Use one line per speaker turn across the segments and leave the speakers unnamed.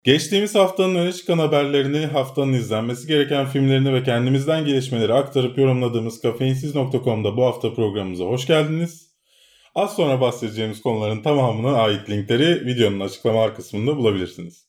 Geçtiğimiz haftanın öne çıkan haberlerini, haftanın izlenmesi gereken filmlerini ve kendimizden gelişmeleri aktarıp yorumladığımız Kafeinsiz.com'da bu hafta programımıza hoş geldiniz. Az sonra bahsedeceğimiz konuların tamamına ait linkleri videonun açıklamalar kısmında bulabilirsiniz.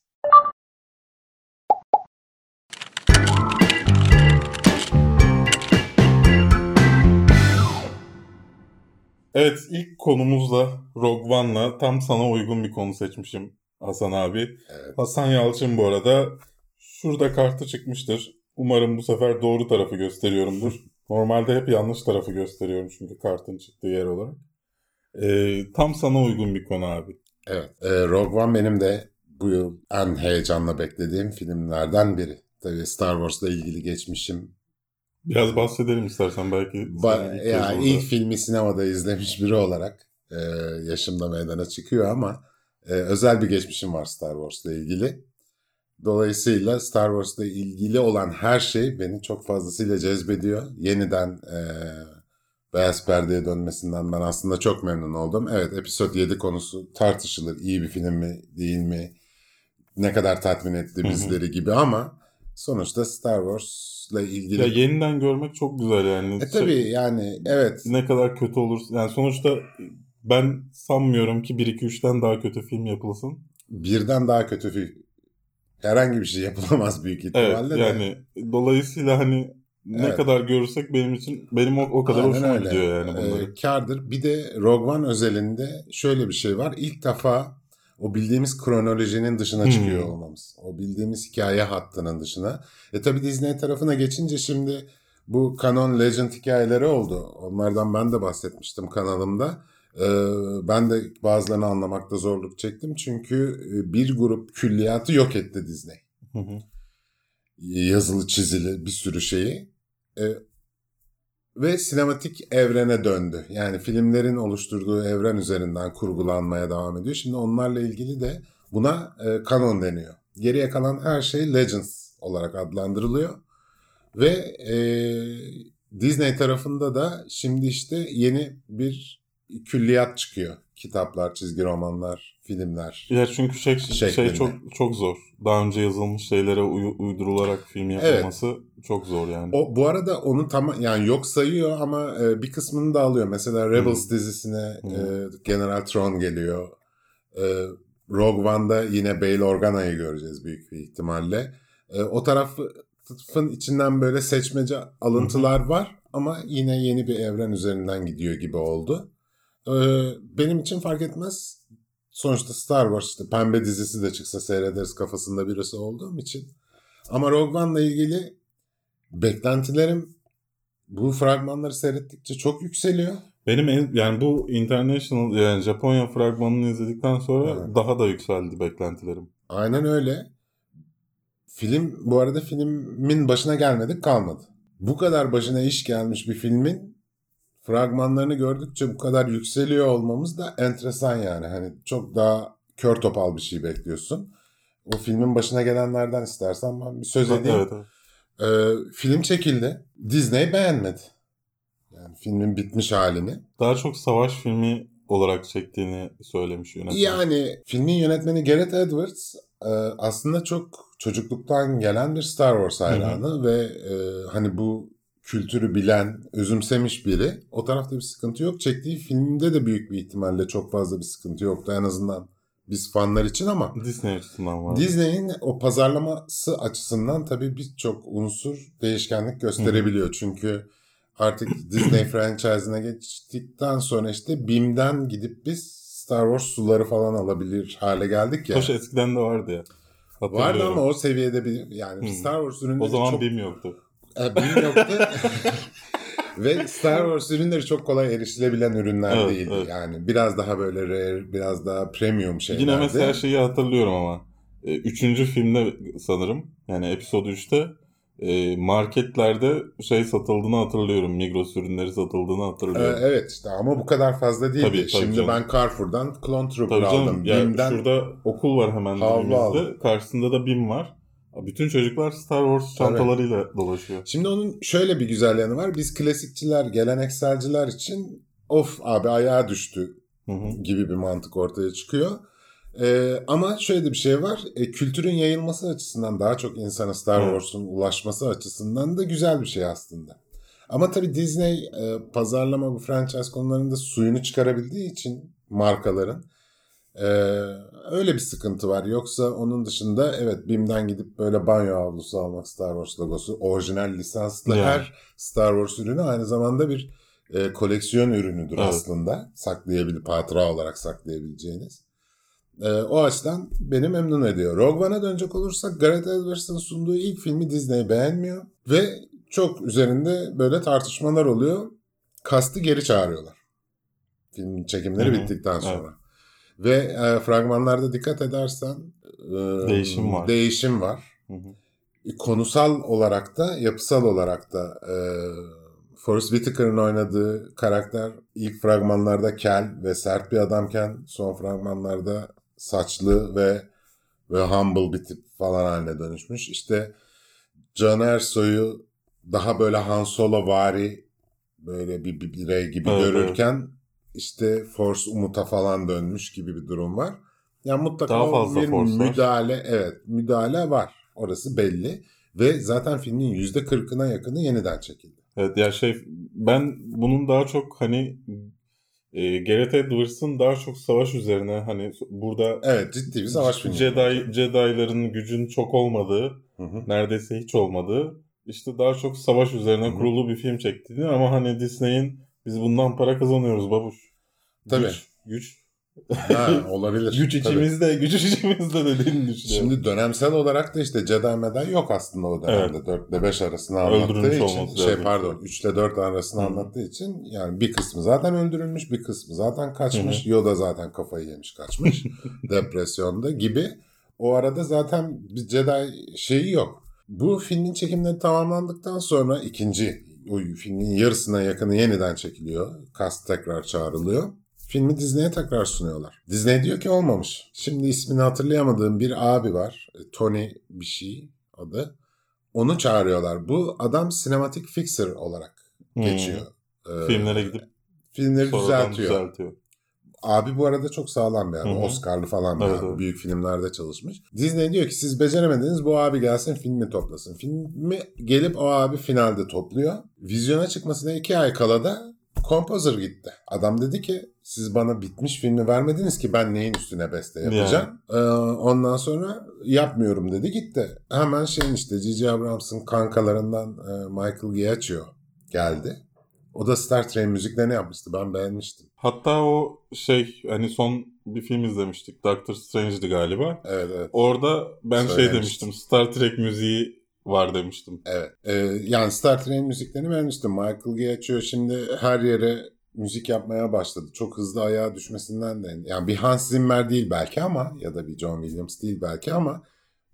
Evet, ilk konumuzla Rogue One'la tam sana uygun bir konu seçmişim Hasan abi.
Evet.
Hasan Yalçın bu arada. Şurada kartı çıkmıştır. Umarım bu sefer doğru tarafı gösteriyorumdur. Normalde hep yanlış tarafı gösteriyorum çünkü kartın çıktığı yer olarak. Tam sana uygun bir konu abi.
Evet. Rogue One benim de bu yıl en heyecanla beklediğim filmlerden biri. Tabii Star Wars'la ilgili geçmişim.
Biraz bahsedelim istersen belki.
İlk filmi sinemada izlemiş biri olarak yaşımda meydana çıkıyor ama özel bir geçmişim var Star Wars'la ilgili. Dolayısıyla Star Wars'la ilgili olan her şey beni çok fazlasıyla cezbediyor. Yeniden Beyaz Perde'ye dönmesinden ben aslında çok memnun oldum. Evet, Episode 7 konusu tartışılır. İyi bir film mi, değil mi? Ne kadar tatmin etti bizleri gibi ama sonuçta Star Wars'la ilgili...
Ya yeniden görmek çok güzel yani.
Tabii yani evet.
Ne kadar kötü olursa... Yani sonuçta ben sanmıyorum ki 1-2-3'ten daha kötü film yapılsın.
Birden daha kötü film... Herhangi bir şey yapılamaz büyük ihtimalle
evet, yani dolayısıyla hani ne kadar görürsek benim o kadar
aynen
hoşuma
öyle.
gidiyor yani bunları.
Kârdır. Bir de Rogue One özelinde şöyle bir şey var. İlk defa o bildiğimiz kronolojinin dışına çıkıyor olmamız. O bildiğimiz hikaye hattının dışına. Tabii Disney tarafına geçince şimdi bu Canon Legend hikayeleri oldu. Onlardan ben de bahsetmiştim kanalımda. Ben de bazılarını anlamakta zorluk çektim. Çünkü bir grup külliyatı yok etti Disney. Yazılı çizili bir sürü şeyi. Ve sinematik evrene döndü. Yani filmlerin oluşturduğu evren üzerinden kurgulanmaya devam ediyor. Şimdi onlarla ilgili de buna kanon deniyor. Geriye kalan her şey Legends olarak adlandırılıyor. Ve Disney tarafında da şimdi işte yeni bir külliyat çıkıyor. Kitaplar, çizgi romanlar, filmler.
Ya çünkü şey çok zor. Daha önce yazılmış şeylere uydurularak film yapılması çok zor yani.
Bu arada onu yani yok sayıyor ama bir kısmını da alıyor. Mesela Rebels dizisine General Thrawn geliyor. Rogue One'da yine Bail Organa'yı göreceğiz büyük bir ihtimalle. O tarafın içinden böyle seçmece alıntılar var ama yine yeni bir evren üzerinden gidiyor gibi oldu. Benim için fark etmez. Sonuçta Star Wars işte pembe dizisi de çıksa seyrederiz kafasında birisi olduğum için. Ama Rogue One'la ilgili beklentilerim bu fragmanları seyrettikçe çok yükseliyor.
Benim yani bu International yani Japonya fragmanını izledikten sonra daha da yükseldi beklentilerim.
Aynen öyle. Bu arada filmin başına gelmedik kalmadı. Bu kadar başına iş gelmiş bir filmin fragmanlarını gördükçe bu kadar yükseliyor olmamız da enteresan yani. Hani çok daha kör topal bir şey bekliyorsun. O filmin başına gelenlerden istersen ben bir söz edeyim.
Evet.
Film çekildi. Disney beğenmedi. Yani filmin bitmiş halini.
Daha çok savaş filmi olarak çektiğini söylemiş yönetmen.
Yani filmin yönetmeni Gareth Edwards aslında çok çocukluktan gelen bir Star Wars hayranı ve hani bu kültürü bilen, özümsemiş biri. O tarafta bir sıkıntı yok. Çektiği filmde de büyük bir ihtimalle çok fazla bir sıkıntı yoktu en azından biz fanlar için ama
Disney açısından var.
Disney'in o pazarlaması açısından tabii birçok unsur değişkenlik gösterebiliyor. Çünkü artık Disney franchise'ına geçtikten sonra işte BİM'den gidip biz Star Wars suları falan alabilir hale geldik ya.
Hoş eskiden de vardı ya.
Vardı ama o seviyede bir yani Star Wars ürünleri
o zaman BİM yoktu.
BİM yoktu. Ve Star Wars ürünleri çok kolay erişilebilen ürünler değildi. Evet. Yani biraz daha böyle rare, biraz daha premium şeylerdi.
Yine mesela şeyi hatırlıyorum ama. Üçüncü filmde sanırım. Yani Episode 3'te marketlerde şey satıldığını hatırlıyorum. Migros ürünleri satıldığını hatırlıyorum.
Evet işte ama bu kadar fazla değildi.
Tabii
şimdi
canım.
Ben Carrefour'dan Clone Trooper aldım.
BİM'den şurada okul var hemen dibimizde. Karşısında da BİM var. Bütün çocuklar Star Wars çantalarıyla dolaşıyor.
Şimdi onun şöyle bir güzel yanı var. Biz klasikçiler, gelenekselciler için of abi ayağa düştü gibi bir mantık ortaya çıkıyor. Ama şöyle de bir şey var. Kültürün yayılması açısından, daha çok insana Star Wars'un ulaşması açısından da güzel bir şey aslında. Ama tabii Disney pazarlama, bu franchise konularında suyunu çıkarabildiği için markaların öyle bir sıkıntı var. Yoksa onun dışında evet, BİM'den gidip böyle banyo havlusu almak, Star Wars logosu, orijinal lisanslı her Star Wars ürünü aynı zamanda bir koleksiyon ürünüdür aslında. Saklayabilip, hatıra olarak saklayabileceğiniz. O açıdan beni memnun ediyor. Rogue One'a dönecek olursak, Gareth Edwards'ın sunduğu ilk filmi Disney beğenmiyor ve çok üzerinde böyle tartışmalar oluyor. Kastı geri çağırıyorlar. Filmin çekimleri bittikten sonra. Evet. Ve fragmanlarda dikkat edersen değişim var. Konusal olarak da, yapısal olarak da Forest Whitaker'ın oynadığı karakter ilk fragmanlarda kel ve sert bir adamken son fragmanlarda saçlı ve humble bir tip falan haline dönüşmüş. İşte Can Ersoy'u daha böyle Han Solo-vari böyle bir birey gibi görürken işte Force Umut'a falan dönmüş gibi bir durum var. Yani mutlaka
daha fazla
bir müdahale var. Orası belli. Ve zaten filmin %40'ına yakını yeniden çekildi.
Evet ya ben bunun daha çok hani Gareth Edwards'ın daha çok savaş üzerine, hani burada
evet, ciddi bir savaş filmi.
Jedi'ların gücün çok olmadığı, neredeyse hiç olmadığı, işte daha çok savaş üzerine kurulu bir film çektiğini, ama hani Disney'in biz bundan para kazanıyoruz babuş.
Tabii.
Güç.
Olabilir.
Güç içimizde dediğini düşünüyorum.
Şimdi dönemsel olarak da işte Jedi Meden yok aslında o dönemde. Evet. 4 ile 5 arasını anlattığı için. 3 ile 4 arasını anlattığı için yani bir kısmı zaten öldürülmüş, bir kısmı zaten kaçmış. Yoda zaten kafayı yemiş kaçmış. Depresyonda gibi. O arada zaten bir Jedi şeyi yok. Bu filmin çekimleri tamamlandıktan sonra o filmin yarısına yakını yeniden çekiliyor. Cast tekrar çağrılıyor. Filmi Disney'e tekrar sunuyorlar. Disney diyor ki olmamış. Şimdi ismini hatırlayamadığım bir abi var. Tony bir şey adı. Onu çağırıyorlar. Bu adam Cinematic Fixer olarak geçiyor.
Filmlere gidip
filmleri düzeltiyor. Abi bu arada çok sağlam bir abi. Oscar'lı falan bir abi. Evet. Büyük filmlerde çalışmış. Disney diyor ki siz beceremediniz, bu abi gelsin filmi toplasın. Filmi gelip o abi finalde topluyor. Vizyona çıkmasına 2 ay kala da Composer gitti. Adam dedi ki siz bana bitmiş filmi vermediniz ki ben neyin üstüne beste yapacağım. Yani. Ondan sonra yapmıyorum dedi, gitti. Hemen işte J.J. Abrams'ın kankalarından Michael Giacchio geldi. O da Star Trek müziklerini yapmıştı. Ben beğenmiştim.
Hatta o hani son bir film izlemiştik. Doctor Strange'di galiba.
Evet.
Orada ben demiştim. Star Trek müziği var demiştim.
Evet. Yani Star Trek müziklerini beğenmiştim. Michael Giacchio şimdi her yere müzik yapmaya başladı. Çok hızlı ayağa düşmesinden de. Yani bir Hans Zimmer değil belki ama, ya da bir John Williams değil belki ama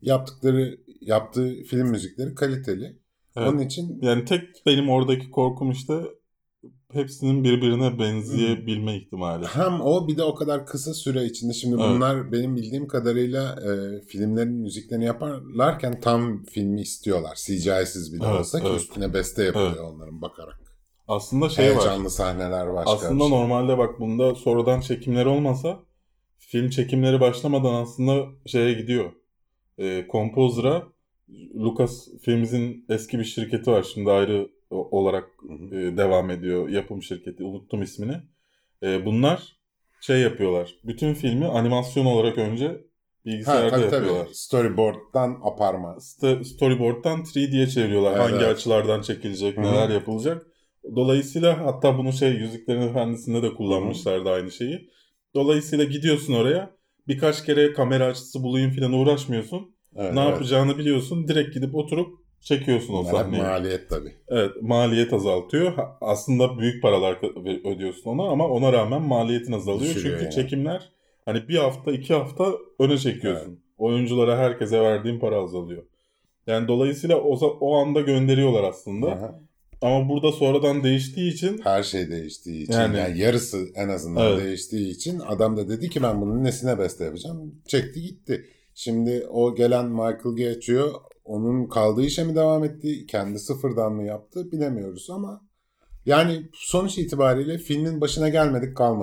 yaptığı film müzikleri kaliteli. Evet. Onun için
yani tek benim oradaki korkum işte hepsinin birbirine benzeyebilme ihtimali.
Hem o, bir de o kadar kısa süre içinde. Şimdi bunlar benim bildiğim kadarıyla filmlerin müziklerini yaparlarken tam filmi istiyorlar. CGI'siz bile olsa ki üstüne beste yapılıyor onların bakarak.
Aslında var.
Heyecanlı sahneler başka.
Aslında normalde bak bunda sonradan çekimleri olmasa, film çekimleri başlamadan aslında gidiyor. Composer'a, Lucas Films'in eski bir şirketi var. Şimdi ayrı olarak devam ediyor yapım şirketi. Unuttum ismini. Bunlar yapıyorlar. Bütün filmi animasyon olarak önce bilgisayarda yapıyorlar.
Tabii. Storyboard'dan aparma.
Storyboard'dan 3D'ye çeviriyorlar. Evet, hangi açılardan çekilecek, neler yapılacak. Dolayısıyla hatta bunu Yüzüklerin Efendisi'nde de kullanmışlardı aynı şeyi. Dolayısıyla gidiyorsun oraya, birkaç kere kamera açısı bulayım falan uğraşmıyorsun. Ne yapacağını biliyorsun. Direkt gidip oturup çekiyorsun o sahneyi.
Maliyet tabii.
Evet, maliyet azaltıyor. Aslında büyük paralar ödüyorsun ona ama ona rağmen maliyetin azalıyor. Çünkü çekimler hani bir hafta 2 hafta öne çekiyorsun. Evet. Oyunculara, herkese verdiğin para azalıyor. Yani dolayısıyla o anda gönderiyorlar aslında. Aha. Ama burada sonradan değiştiği için...
Her şey değiştiği için. Yani yarısı en azından değiştiği için adam da dedi ki ben bunun nesine beste yapacağım. Çekti gitti. Şimdi o gelen Michael Giacchio onun kaldığı işe mi devam etti? Kendi sıfırdan mı yaptı? Bilemiyoruz ama yani sonuç itibariyle filmin başına gelmedik kalmadı.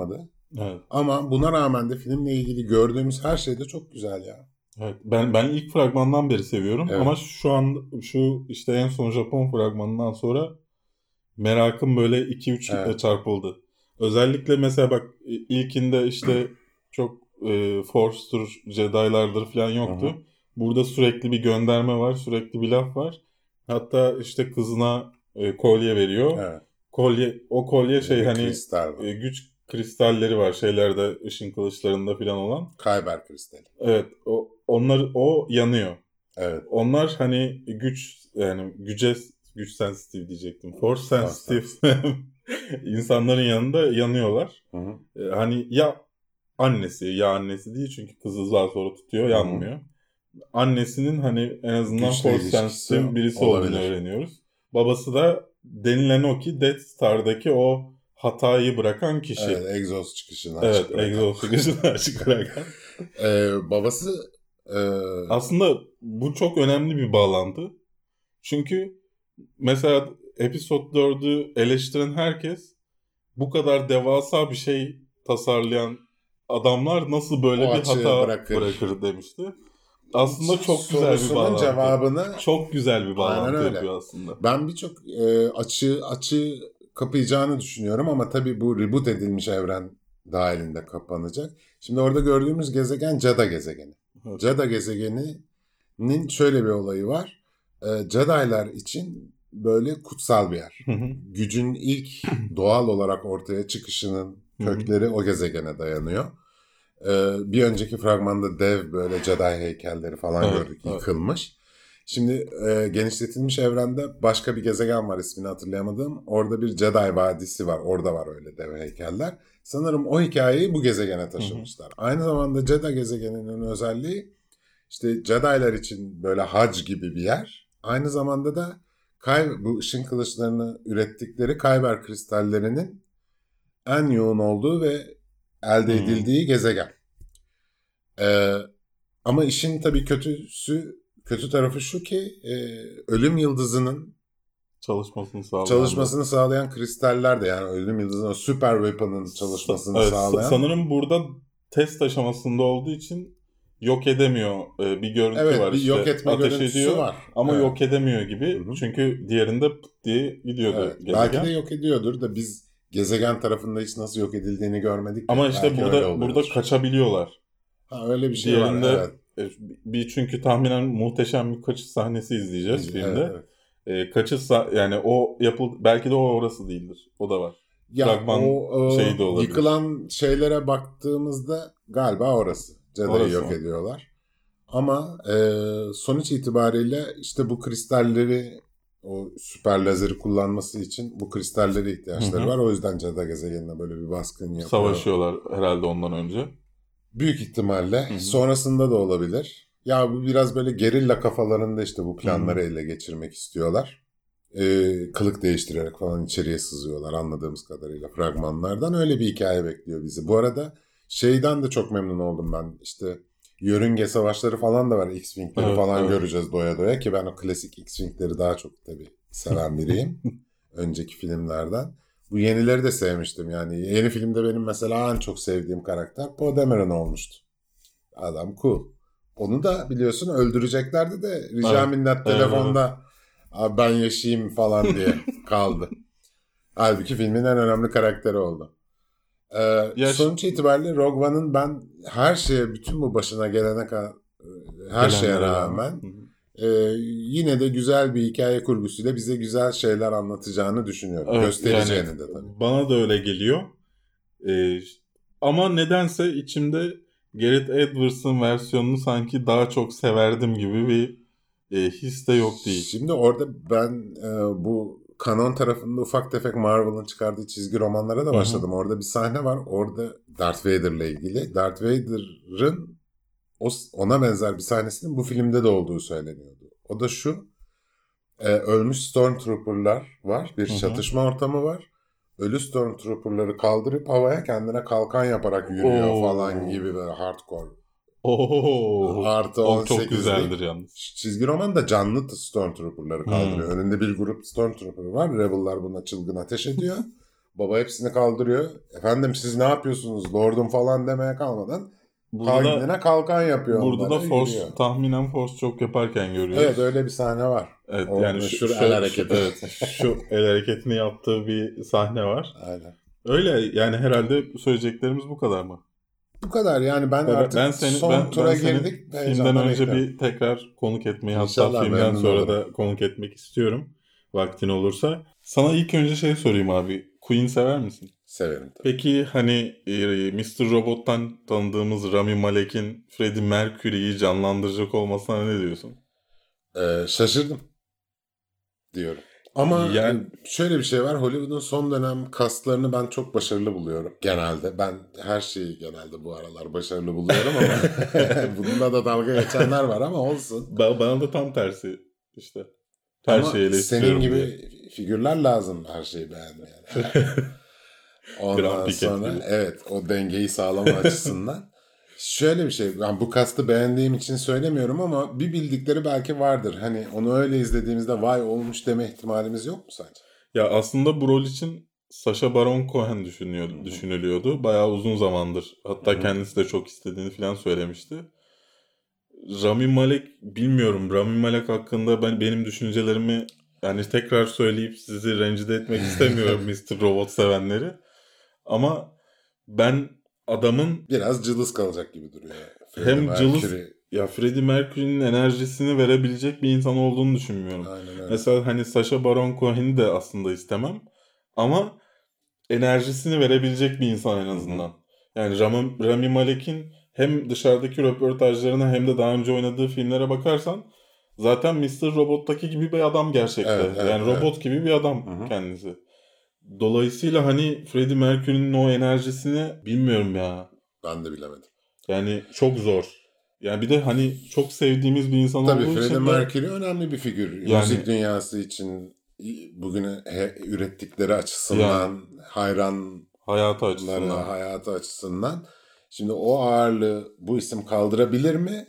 Evet.
Ama buna rağmen de filmle ilgili gördüğümüz her şey de çok güzel ya.
Evet. Ben ilk fragmandan beri seviyorum ama şu an işte en son Japon fragmanından sonra merakım böyle 2-3 çarpıldı. Özellikle mesela bak ilkinde işte çok Force'tur, Jedi'lardır falan yoktu.
Hı-hı.
Burada sürekli bir gönderme var, sürekli bir laf var. Hatta işte kızına kolye veriyor.
Evet.
O kolye güç kristalleri var şeylerde, ışın kılıçlarında falan olan.
Kyber kristali.
Evet, o yanıyor.
Evet.
Onlar hani güç sensitif diyecektim. Force sensitif insanların yanında yanıyorlar. Hani ya annesi değil çünkü kızı daha sonra tutuyor, yanmıyor. Annesinin hani en azından
güçle
Force sensitif birisi olduğunu öğreniyoruz. Babası da denilen o ki Death Star'daki o hatayı bırakan kişi.
Evet, egzoz çıkışını açık bırakan.
Evet, egzoz çıkışını açık bırakan.
Babası...
Aslında bu çok önemli bir bağlantı. Çünkü mesela Episode 4'ü eleştiren herkes bu kadar devasa bir şey tasarlayan adamlar nasıl böyle bir hata bırakır demişti. Aslında çok güzel bir bağlantı.
Cevabını
çok güzel bir bağlantı yapıyor aslında.
Ben birçok açı kapayacağını düşünüyorum ama tabii bu reboot edilmiş evren dahilinde kapanacak. Şimdi orada gördüğümüz gezegen Jedha gezegeni. Evet. Jedha gezegeninin şöyle bir olayı var. Jedi'lar için böyle kutsal bir yer. Gücün ilk doğal olarak ortaya çıkışının kökleri o gezegene dayanıyor. Bir önceki fragmanda dev böyle Jedi heykelleri falan gördük, yıkılmış. Şimdi genişletilmiş evrende başka bir gezegen var, ismini hatırlayamadığım. Orada bir Jedi vadisi var. Orada var öyle dev heykeller. Sanırım o hikayeyi bu gezegene taşımışlar. Aynı zamanda Jedha gezegeninin özelliği işte Jedi'lar için böyle hac gibi bir yer. Aynı zamanda da bu ışın kılıçlarını ürettikleri Kyber kristallerinin en yoğun olduğu ve elde edildiği gezegen. Ama işin tabii kötü tarafı şu ki ölüm yıldızının çalışmasını sağlayan kristaller de, yani ölüm yıldızının süper weapon'ın çalışmasını sağlayan.
Sanırım burada test aşamasında olduğu için yok edemiyor bir görüntü var.
Bir yok etme
ateş ediyor
var.
Ama yok edemiyor gibi. Hı-hı. Çünkü diğerinde pıt diye gidiyordu gezegen.
Belki de yok ediyordur da biz gezegen tarafında hiç nasıl yok edildiğini görmedik.
Ama işte burada kaçabiliyorlar.
Öyle bir şey
diğerinde,
var. Evet.
Çünkü tahminen muhteşem bir kaçış sahnesi izleyeceğiz filmde. Evet. Yani o belki de orası değildir. O da var.
Ya fragman şeyi de olabilir. Yıkılan şeylere baktığımızda galiba orası. Jedi'yi yok ediyorlar. Ama sonuç itibariyle işte bu kristalleri, o süper lazeri kullanması için bu kristallere ihtiyaçları var. O yüzden Jedha gezegenine böyle bir baskın yapıyor.
Savaşıyorlar herhalde ondan önce.
Büyük ihtimalle. Sonrasında da olabilir. Ya bu biraz böyle gerilla kafalarında işte bu planları ele geçirmek istiyorlar. Kılık değiştirerek falan içeriye sızıyorlar anladığımız kadarıyla fragmanlardan. Öyle bir hikaye bekliyor bizi. Bu arada şeyden de çok memnun oldum ben. İşte yörünge savaşları falan da var. X-Wing'leri falan göreceğiz doya doya ki ben o klasik X-Wing'leri daha çok tabii seven biriyim. Önceki filmlerden. Bu yenileri de sevmiştim yani. Yeni filmde benim mesela en çok sevdiğim karakter Poe Dameron olmuştu. Adam cool. Onu da biliyorsun öldüreceklerdi de rica minnet telefonda abi ben yaşayayım falan diye kaldı. Halbuki filmin en önemli karakteri oldu. Sonuç itibariyle Rogue One'ın ben her şeye, bütün bu başına gelene kadar her şeye rağmen yine de güzel bir hikaye kurgusuyla bize güzel şeyler anlatacağını düşünüyorum. Evet, göstereceğini de tabii.
Bana da öyle geliyor. Ama nedense içimde Gareth Edwards'ın versiyonunu sanki daha çok severdim gibi bir his de yok değil.
Şimdi orada ben bu kanon tarafında ufak tefek Marvel'ın çıkardığı çizgi romanlara da başladım. Hı-hı. Orada bir sahne var. Orada Darth Vader'la ilgili. Darth Vader'ın ona benzer bir sahnesinin bu filmde de olduğu söyleniyordu. O da şu. Ölmüş Stormtrooper'lar var. Bir çatışma ortamı var. Ölü Stormtrooper'ları kaldırıp havaya kendine kalkan yaparak yürüyor falan gibi böyle hardcore. Artı 18'lik.
Çok güzeldir yalnız.
Çizgi roman da canlı Stormtrooper'ları kaldırıyor. Önünde bir grup Stormtrooper var. Rebel'lar buna çılgın ateş ediyor. Baba hepsini kaldırıyor. Efendim siz ne yapıyorsunuz lordum falan demeye kalmadan kendine kalkan yapıyor
burada
onlara.
da Force,
yürüyor.
tahminen Force çok yaparken görüyoruz.
Evet, öyle bir sahne var.
Evet,
o
yani
meşhur el hareketi.
şu el hareketini yaptığı bir sahne var.
Aynen.
Öyle yani, herhalde söyleyeceklerimiz bu kadar mı?
Bu kadar yani, ben artık son tura girdik.
Filmden önce bir tekrar konuk etmeyi,
İnşallah,
hatta filmden sonra
olurum.
da konuk etmek istiyorum. Vaktin olursa. Sana ilk önce şey sorayım abi. Queen sever misin?
Severim tabii.
Peki hani Mr. Robot'tan tanıdığımız Rami Malek'in Freddie Mercury'yi canlandıracak olmasına ne diyorsun?
Şaşırdım diyorum. Ama yani, şöyle bir şey var. Hollywood'un son dönem castlarını ben çok başarılı buluyorum. Genelde. Ben her şeyi genelde bu aralar başarılı buluyorum ama bununla da dalga geçenler var ama olsun.
Bana da tam tersi işte. Her şeyi eleştiriyorum.
Senin gibi figürler lazım her şeyi beğenmeyen. Ondan sonra evet, o dengeyi sağlama açısından. Şöyle bir şey, ben bu kastı beğendiğim için söylemiyorum ama bir bildikleri belki vardır. Hani onu öyle izlediğimizde vay olmuş deme ihtimalimiz yok mu sence?
Ya aslında bu rol için Sacha Baron Cohen düşünülüyordu. Bayağı uzun zamandır. Hatta kendisi de çok istediğini falan söylemişti. Rami Malek, bilmiyorum. Rami Malek hakkında benim düşüncelerimi yani tekrar söyleyip sizi rencide etmek istemiyorum Mr. Robot sevenleri. Ama ben adamın
biraz cılız kalacak gibi duruyor.
Hem cılız, ya Freddie Mercury'nin enerjisini verebilecek bir insan olduğunu düşünmüyorum.
Aynen öyle.
Mesela hani Sacha Baron Cohen'i de aslında istemem. Ama enerjisini verebilecek bir insan en azından. Yani Rami Malek'in hem dışarıdaki röportajlarına hem de daha önce oynadığı filmlere bakarsan zaten Mr. Robot'taki gibi bir adam gerçekte.
Evet,
robot gibi bir adam kendisi. Dolayısıyla hani Freddie Mercury'nin o enerjisini bilmiyorum ya.
Ben de bilemedim.
Yani çok zor. Yani bir de hani çok sevdiğimiz bir insan olduğu için de...
Tabii Freddie Mercury önemli bir figür. Yani, müzik dünyası için bugüne ürettikleri açısından, hayatı açısından. Şimdi o ağırlığı bu isim kaldırabilir mi?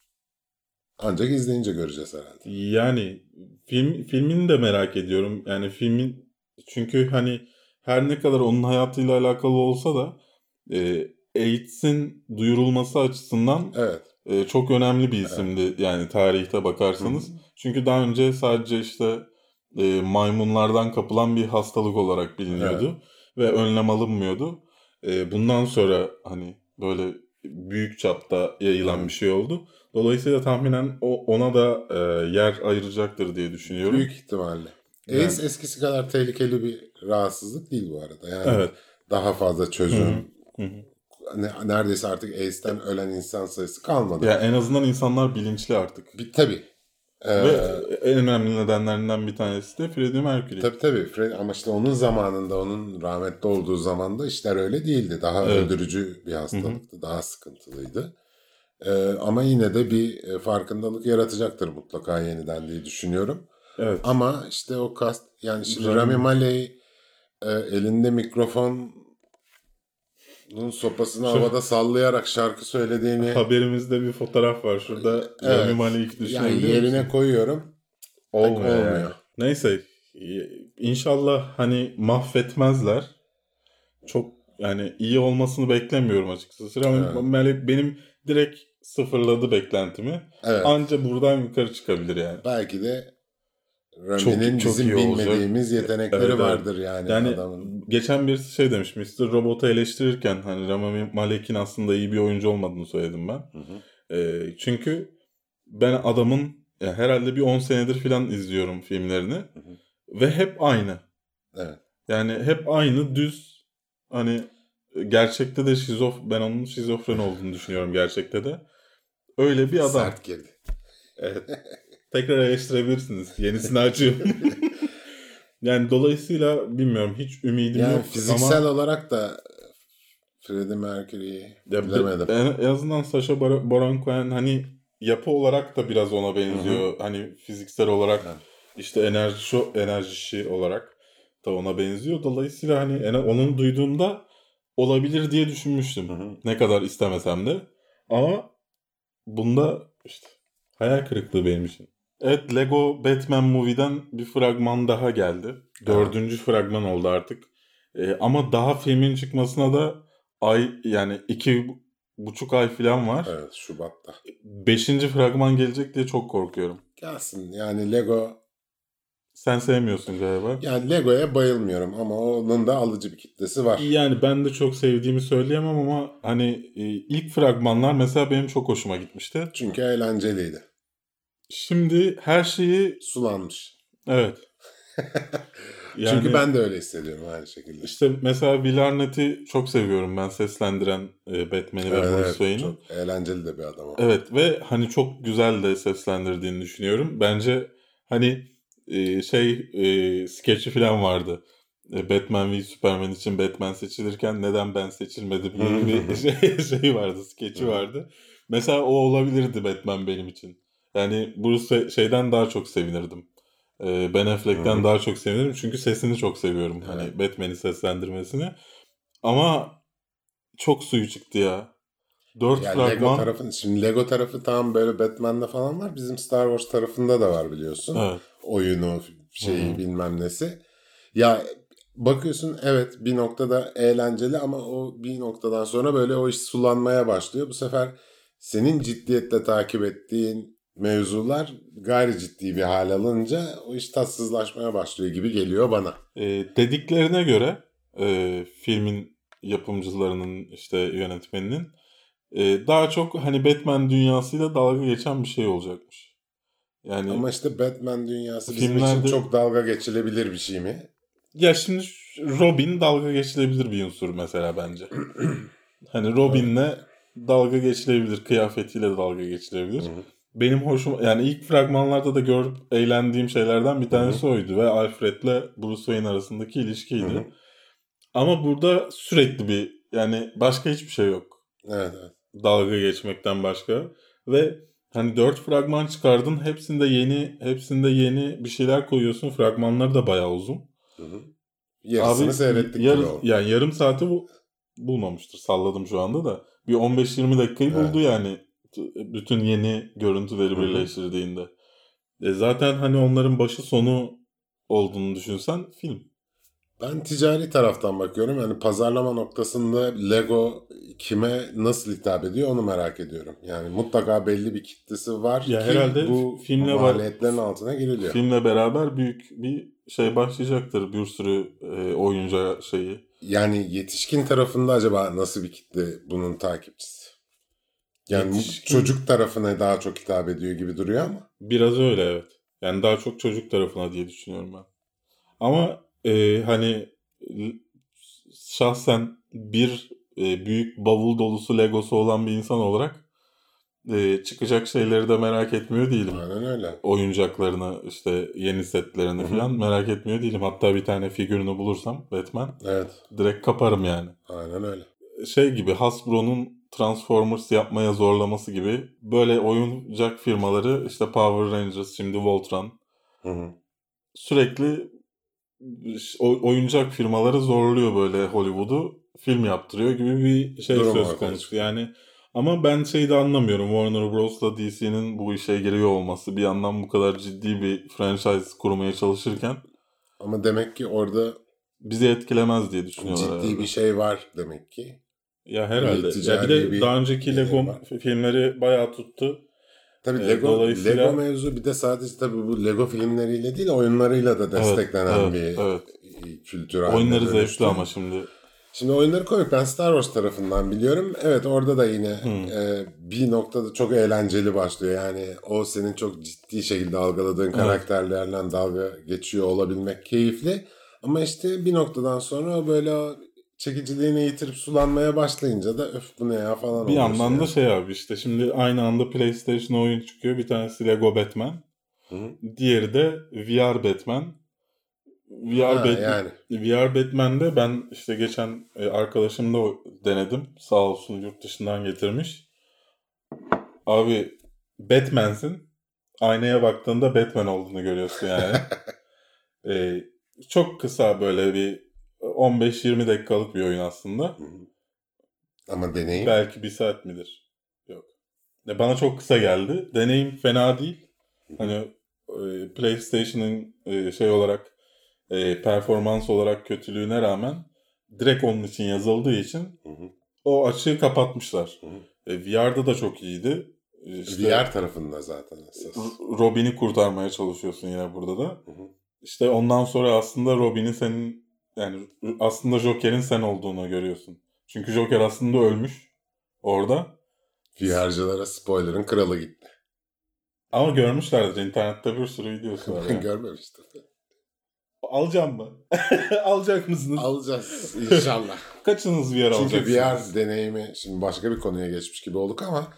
Ancak izleyince göreceğiz herhalde.
Yani filmini de merak ediyorum. Yani filmin, çünkü hani her ne kadar onun hayatıyla alakalı olsa da AIDS'in duyurulması açısından çok önemli bir isimdi. Evet. Yani tarihte bakarsanız. Çünkü daha önce sadece işte maymunlardan kapılan bir hastalık olarak biliniyordu. Ve önlem alınmıyordu. Bundan sonra hani böyle büyük çapta yayılan bir şey oldu. Dolayısıyla tahminen ona da yer ayıracaktır diye düşünüyorum.
Büyük ihtimalle. AIDS eskisi kadar tehlikeli bir rahatsızlık değil bu arada. Yani daha fazla çözüm. Neredeyse artık AIDS'ten ölen insan sayısı kalmadı.
Yani en azından insanlar bilinçli artık.
Tabii.
Ve en önemli nedenlerinden bir tanesi de Freddie Mercury.
Tabii. Ama işte onun zamanında, onun rahmetli olduğu zamanda işler öyle değildi. Daha öldürücü bir hastalıktı. Daha sıkıntılıydı. Ama yine de bir farkındalık yaratacaktır mutlaka yeniden diye düşünüyorum.
Evet.
Ama işte o kast, yani şimdi Rami Malek elinde mikrofonun sopasını havada sallayarak şarkı söylediğini...
Haberimizde bir fotoğraf var şurada. Rami Malek'i düşünebiliyor musun?
Yerine koyuyorum. Olmuyor. Yani.
Neyse. İnşallah hani mahvetmezler. Çok yani iyi olmasını beklemiyorum açıkçası. Rami Malek benim direkt sıfırladı beklentimi.
Evet.
Anca buradan yukarı çıkabilir yani.
Belki de Rami'nin bizim bilmediğimiz yetenekleri vardır yani adamın.
Geçen birisi şey demiş, Mr. Robot'u eleştirirken hani Rami Malek'in aslında iyi bir oyuncu olmadığını söyledim ben. Çünkü ben adamın herhalde bir 10 senedir falan izliyorum filmlerini. Ve hep aynı.
Evet.
Yani hep aynı düz, hani gerçekte de ben onun şizofren olduğunu düşünüyorum gerçekte de. Öyle bir adam.
Sert girdi.
Evet. Tekrar eleştirebilirsiniz. Yenisini açıyorum. Yani dolayısıyla bilmiyorum, hiç ümidim yok.
Fiziksel olarak da Freddie Mercury'yi bilemedim.
En azından Sacha Baron Cohen hani yapı olarak da biraz ona benziyor. Hani fiziksel olarak işte enerji olarak da ona benziyor. Dolayısıyla hani onun duyduğumda olabilir diye düşünmüştüm. Ne kadar istemesem de. Ama bunda işte hayal kırıklığı benim için. Evet, Lego Batman Movie'den bir fragman daha geldi. 4. fragman oldu artık. Ama daha filmin çıkmasına da yani 2,5 ay falan var.
Evet, Şubat'ta.
5. fragman gelecek diye çok korkuyorum.
Gelsin yani Lego.
Sen sevmiyorsun galiba.
Yani Lego'ya bayılmıyorum ama onun da alıcı bir kitlesi var.
Yani ben de çok sevdiğimi söyleyemem ama hani ilk fragmanlar mesela benim çok hoşuma gitmişti.
Çünkü eğlenceliydi.
Şimdi her şeyi
Sulanmış.
evet. Yani,
çünkü ben de öyle hissediyorum aynı şekilde.
İşte mesela Will Arnett'i çok seviyorum ben seslendiren Batman'i ve Bruce Wayne'i.
Çok eğlenceli de bir adam o.
Evet ve hani çok güzel de seslendirdiğini düşünüyorum. Bence hani skeçi falan vardı. Batman v Superman için Batman seçilirken neden ben seçilmedim gibi bir şey vardı, skeçi vardı. Mesela o olabilirdi Batman benim için. Yani Bruce şeyden daha çok sevinirdim. Ben Affleck'ten daha çok sevinirim çünkü sesini çok seviyorum.
Evet.
Hani Batman'i seslendirmesini. Ama çok suyu çıktı ya. 4
Yani
fragman.
şimdi Lego tarafı tam böyle Batman'de falan var. Bizim Star Wars tarafında da var biliyorsun.
Evet.
Oyunu, bilmem nesi. Ya bakıyorsun evet bir noktada eğlenceli ama o bir noktadan sonra böyle o iş sulanmaya başlıyor. Bu sefer senin ciddiyetle takip ettiğin mevzular gayri ciddi bir hal alınca o iş tatsızlaşmaya başlıyor gibi geliyor bana.
Dediklerine göre filmin yapımcılarının işte yönetmeninin daha çok hani Batman dünyasıyla dalga geçen bir şey olacakmış. Yani
Ama işte Batman dünyası bizim için
filmlerde
çok dalga geçilebilir bir şey mi?
ya şimdi Robin dalga geçilebilir bir unsur mesela bence. Hani Robin'le dalga geçilebilir, kıyafetiyle de dalga geçilebilir. Benim hoşuma yani ilk fragmanlarda da görüp eğlendiğim şeylerden bir tanesi oydu ve Alfred'le Bruce Wayne arasındaki ilişkiydi. Ama burada sürekli bir yani başka hiçbir şey yok.
Evet.
Dalga geçmekten başka ve hani 4 fragman çıkardın hepsinde yeni bir şeyler koyuyorsun. Fragmanları da bayağı uzun.
Yarısını
Abi
seyrettik gibi oldu.
yani yarım saati bulmamıştır. Salladım şu anda da. Bir 15-20 dakikayı buldu yani. Bütün yeni görüntüleri birleştirdiğinde. Zaten hani onların başı sonu olduğunu düşünsen film.
Ben ticari taraftan bakıyorum. Yani pazarlama noktasında Lego kime nasıl hitap ediyor onu merak ediyorum. Yani mutlaka belli bir kitlesi var
Ya
ki
herhalde
bu maliyetlerin altına giriliyor.
Filmle beraber büyük bir şey başlayacaktır. Bir sürü oyuncu şeyi.
Yani yetişkin tarafında acaba nasıl bir kitle bunun takipçisi? Yani çocuk tarafına daha çok hitap ediyor gibi duruyor ama.
Biraz öyle evet. Yani daha çok çocuk tarafına diye düşünüyorum ben. Ama hani şahsen bir büyük bavul dolusu Legosu olan bir insan olarak çıkacak şeyleri de merak etmiyor değilim.
Aynen öyle.
Oyuncaklarını işte yeni setlerini falan merak etmiyor değilim. Hatta bir tane figürünü bulursam Batman direkt kaparım yani.
Aynen öyle.
Şey gibi Hasbro'nun Transformers yapmaya zorlaması gibi böyle oyuncak firmaları işte Power Rangers şimdi Voltron sürekli oyuncak firmaları zorluyor böyle Hollywood'u film yaptırıyor gibi bir şey söz konusu. Yani ama ben şeyi de anlamıyorum. Warner Bros'la DC'nin bu işe giriyor olması bir yandan bu kadar ciddi bir franchise kurmaya çalışırken
ama demek ki orada
bizi etkilemez diye düşünüyorlar
ciddi bir şey var demek ki.
Ya herhalde. Ya bir de daha önceki Lego filmleri bayağı tuttu.
Tabii
Dolayısıyla
Lego mevzu bir de sadece tabii bu Lego filmleriyle değil oyunlarıyla da desteklenen bir kültür haline
oyunları
dönüştü.
zevkli ama şimdi.
Şimdi oyunları komik. Ben Star Wars tarafından biliyorum. Evet orada da yine bir noktada çok eğlenceli başlıyor. Yani o senin çok ciddi şekilde algıladığın karakterlerle dalga geçiyor olabilmek keyifli. Ama işte bir noktadan sonra böyle çekiciliğini yitirip sulanmaya başlayınca da öf bu ne ya falan
bir
oluyorsun.
Bir yandan da şey abi işte şimdi aynı anda PlayStation oyun çıkıyor. Bir tanesi Lego Batman. Diğeri de VR Batman. VR Batman'de ben işte geçen arkadaşımda denedim. Sağ olsun yurt dışından getirmiş. Abi Batman'sin. Aynaya baktığında Batman olduğunu görüyorsun yani. Çok kısa böyle bir 15-20 dakikalık bir oyun aslında.
Ama deneyim?
Belki 1 saat midir? Yok. Bana çok kısa geldi. Deneyim fena değil. Hani PlayStation'ın şey olarak performans olarak kötülüğüne rağmen direkt onun için yazıldığı için o açığı kapatmışlar. VR'da da çok iyiydi.
VR tarafında zaten esas.
Robin'i kurtarmaya çalışıyorsun yine burada da. İşte ondan sonra aslında Robin'in senin, yani aslında Joker'in sen olduğunu görüyorsun. Çünkü Joker aslında ölmüş orada.
VR'cılara spoiler'ın kralı gitti.
Ama görmüşlerdir. İnternette bir sürü videosu var.
Ben görmemiştim.
Alacağım mı? Alacak mısınız?
Alacağız inşallah.
Kaçınız VR alacaksınız?
Çünkü VR deneyimi, şimdi başka bir konuya geçmiş gibi olduk ama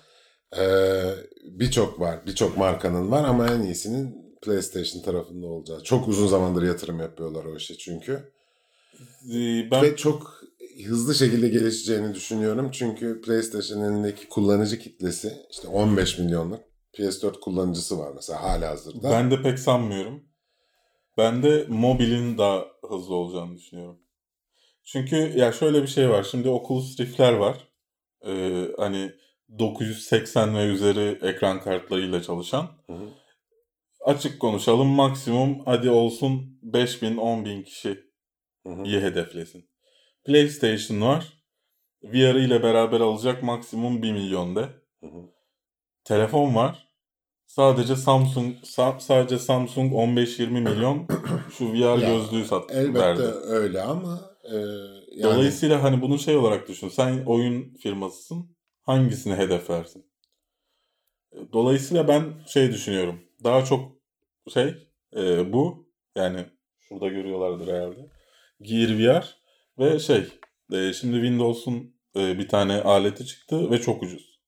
birçok markanın var ama en iyisinin PlayStation tarafında olacağı. Çok uzun zamandır yatırım yapıyorlar o işe çünkü. Ve çok hızlı şekilde gelişeceğini düşünüyorum. Çünkü PlayStation'ın elindeki kullanıcı kitlesi işte 15 milyonluk PS4 kullanıcısı var mesela halihazırda.
Ben de pek sanmıyorum. Ben de mobilin daha hızlı olacağını düşünüyorum. Çünkü ya şöyle bir şey var. Şimdi Oculus Rift'ler var. Hani 980 ve üzeri ekran kartlarıyla çalışan. Açık konuşalım, maksimum hadi olsun 5000 10.000 kişiyi hedeflesin. PlayStation var. VR ile beraber alacak maksimum 1 milyon. Telefon var. Sadece Samsung 15-20 milyon şu VR gözlüğü verdi.
Elbette öyle ama yani...
Dolayısıyla hani bunu şey olarak düşün. Sen oyun firmasısın. Hangisini hedeflersin? Dolayısıyla ben şey düşünüyorum. Daha çok bu yani şurada görüyorlardır herhalde. Gear VR ve şimdi Windows'un bir tane aleti çıktı ve çok ucuz.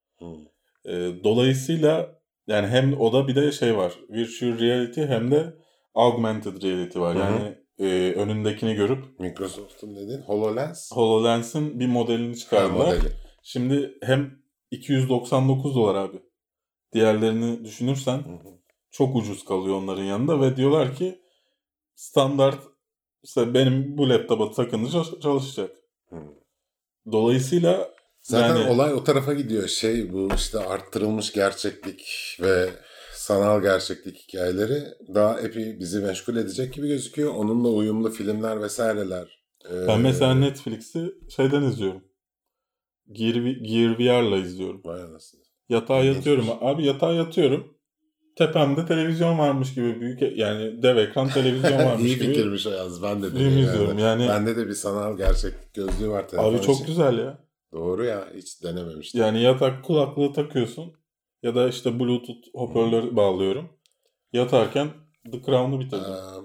Dolayısıyla yani hem o da bir de var. Virtual reality hem de augmented reality var. Yani önündekini görüp
Microsoft'un dediğin HoloLens.
HoloLens'in bir modelini çıkardılar. Şimdi hem $299 abi. Diğerlerini düşünürsen çok ucuz kalıyor onların yanında ve diyorlar ki standart işte benim bu laptopa takınca çalışacak. Dolayısıyla
zaten olay o tarafa gidiyor. Bu işte arttırılmış gerçeklik ve sanal gerçeklik hikayeleri daha epey bizi meşgul edecek gibi gözüküyor. Onunla uyumlu filmler vesaireler.
Ben mesela Netflix'i izliyorum. Gear VR'la izliyorum.
Vay anasını.
Yatağa yatıyorum. Abi yatağa yatıyorum. Tepemde televizyon varmış gibi büyük, yani dev ekran televizyon varmış gibi.
İyi fikirmiş o yalnız. Ben de
film izliyorum. Yani
bende de bir sanal gerçeklik gözlüğü var telefon
abi çok
için.
Güzel ya.
Doğru ya, hiç denememiştim.
Yani yatak kulaklığı takıyorsun ya da işte Bluetooth hoparlör bağlıyorum. Yatarken The Crown'u bitirdim.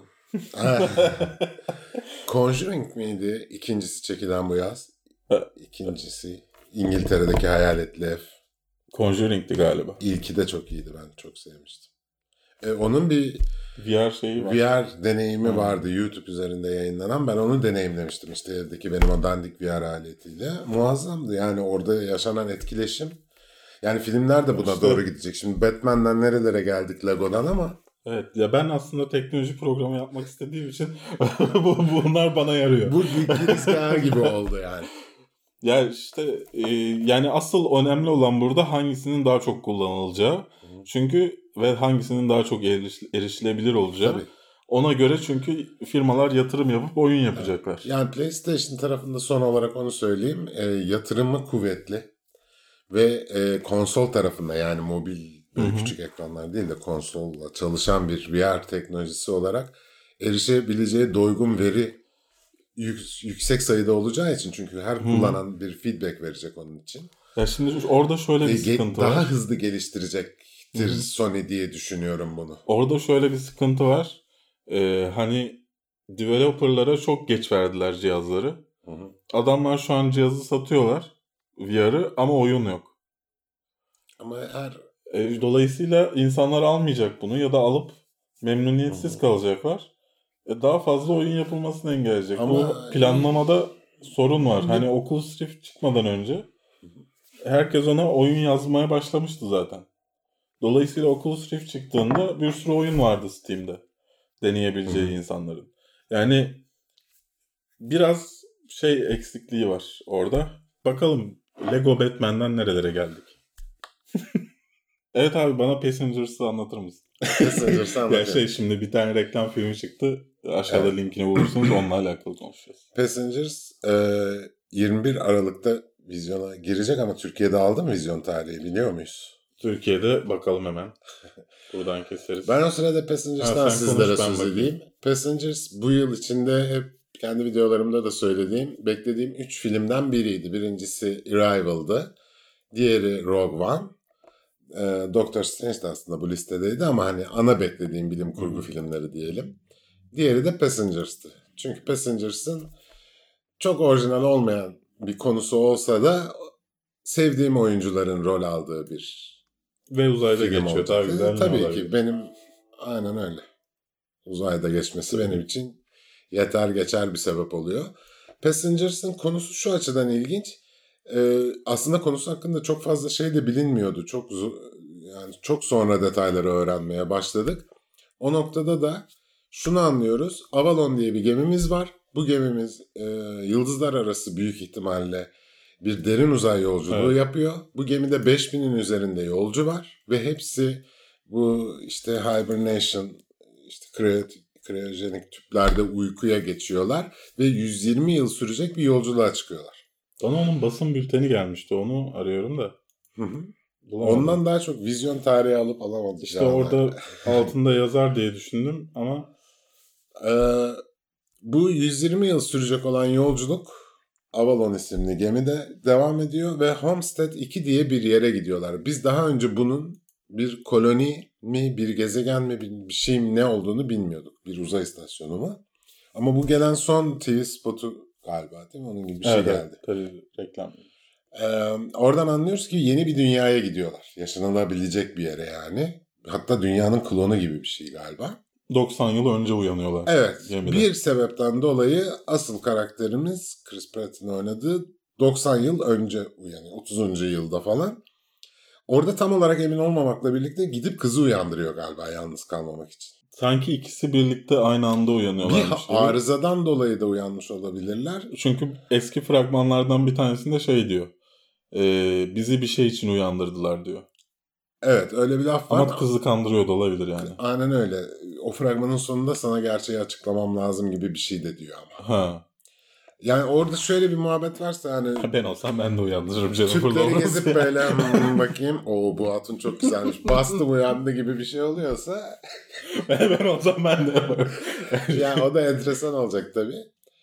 Conjuring miydi ikincisi çekilen bu yaz? İkincisi İngiltere'deki hayaletli ev.
Conjuring'ti galiba.
İlki de çok iyiydi, ben çok sevmiştim. Onun bir
VR var.
VR deneyimi vardı YouTube üzerinde yayınlanan. Ben onu deneyimlemiştim işte evdeki benim o dandik VR aletiyle. Muazzamdı yani orada yaşanan etkileşim. Yani filmler de buna doğru gidecek. Şimdi Batman'den nerelere geldik Lego'dan ama.
Evet ya, ben aslında teknoloji programı yapmak istediğim için bunlar bana yarıyor.
Bu bir girizgah gibi oldu yani.
Ya işte yani asıl önemli olan burada hangisinin daha çok kullanılacağı. Çünkü ve hangisinin daha çok erişilebilir olacağı.
Tabii.
Ona göre çünkü firmalar yatırım yapıp oyun yapacaklar.
Yani PlayStation tarafında son olarak onu söyleyeyim. Yatırımı kuvvetli. Ve konsol tarafında yani mobil küçük ekranlar değil de konsolla çalışan bir VR teknolojisi olarak erişebileceği doygun veri yüksek sayıda olacağı için, çünkü her kullanan bir feedback verecek onun için.
Ya şimdi orada şöyle bir sıkıntı var.
Daha hızlı geliştirecektir Sony diye düşünüyorum bunu.
Orada şöyle bir sıkıntı var. Hani developerlara çok geç verdiler cihazları. Adamlar şu an cihazı satıyorlar, VR'ı, ama oyun yok.
Ama
dolayısıyla insanlar almayacak bunu ya da alıp memnuniyetsiz kalacaklar. Daha fazla oyun yapılmasını engelleyecek. Bu planlamada sorun var. Hani Oculus Rift çıkmadan önce herkes ona oyun yazmaya başlamıştı zaten. Dolayısıyla Oculus Rift çıktığında bir sürü oyun vardı Steam'de deneyebileceği insanların. Yani biraz eksikliği var orada. Bakalım Lego Batman'den nerelere geldik. Evet abi, bana Passengers'ı anlatır mısın?
Passengers'ı
Ya
anlatayım.
şimdi bir tane reklam filmi çıktı. Aşağıda
Evet.
linkini bulursunuz. Onunla alakalı konuşacağız.
Passengers 21 Aralık'ta vizyona girecek ama Türkiye'de aldı mı vizyon tarihi biliyor muyuz?
Türkiye'de bakalım hemen. Buradan keseriz.
Ben o sırada
Ha,
Passengers'tan
sen konuş,
sizlere
ben
söz
bakayım.
edeyim. Passengers bu yıl içinde hep kendi videolarımda da söylediğim, beklediğim 3 filmden biriydi. Birincisi Arrival'dı. Diğeri Rogue One. Doctor Strange de aslında bu listedeydi ama hani ana beklediğim bilim kurgu filmleri diyelim. Diğeri de Passengers'tı. Çünkü Passengers'ın çok orijinal olmayan bir konusu olsa da sevdiğim oyuncuların rol aldığı bir
Ve uzayda
film
geçiyor.
olacak.
Daha güzel ne
Tabii
olabilir?
ki benim aynen öyle. Uzayda geçmesi benim için yeter geçer bir sebep oluyor. Passengers'ın konusu şu açıdan ilginç. Aslında konusu hakkında çok fazla şey de bilinmiyordu. Yani çok sonra detayları öğrenmeye başladık. O noktada da şunu anlıyoruz. Avalon diye bir gemimiz var. Bu gemimiz yıldızlar arası büyük ihtimalle bir derin uzay yolculuğu yapıyor. Bu gemide 5000'in üzerinde yolcu var ve hepsi bu işte hibernation, işte kriyojenik tüplerde uykuya geçiyorlar ve 120 yıl sürecek bir yolculuğa çıkıyorlar.
Bana onun basın bülteni gelmişti. Onu arıyorum da. Bulamadım.
Ondan daha çok vizyon tarihi alıp alamadık.
İşte orada altında yazar diye düşündüm ama
bu 120 yıl sürecek olan yolculuk Avalon isimli gemide devam ediyor ve Homestead 2 diye bir yere gidiyorlar. Biz daha önce bunun bir koloni mi, bir gezegen mi, bir şey mi ne olduğunu bilmiyorduk. Bir uzay istasyonu mu? Ama bu gelen son TV spotu galiba değil mi? Onun gibi bir şey geldi.
Tabii reklam.
Oradan anlıyoruz ki yeni bir dünyaya gidiyorlar. Yaşanılabilecek bir yere yani. Hatta dünyanın klonu gibi bir şey galiba.
90 yıl önce uyanıyorlar.
Evet.
Gemide.
Bir sebepten dolayı asıl karakterimiz Chris Pratt'ın oynadığı 90 yıl önce uyanıyor. 30. yılda falan. Orada tam olarak emin olmamakla birlikte gidip kızı uyandırıyor galiba yalnız kalmamak için.
Sanki ikisi birlikte aynı anda uyanıyorlarmış.
Bir arızadan dolayı da uyanmış olabilirler.
Çünkü eski fragmanlardan bir tanesinde şey diyor. Bizi bir şey için uyandırdılar diyor.
Evet, öyle bir laf var.
Ama kızı kandırıyor da olabilir yani.
Aynen öyle. O fragmanın sonunda sana gerçeği açıklamam lazım gibi bir şey de diyor ama.
Ha.
Yani orada şöyle bir muhabbet varsa hani...
Ben olsam ben de uyandırırım Jennifer
Tüpleri
Lawrence.
gezip böyle bakayım. Bu hatun çok güzelmiş. Bastım uyandı gibi bir şey oluyorsa...
Ben olsam ben de yaparım.
Yani o da enteresan olacak tabii.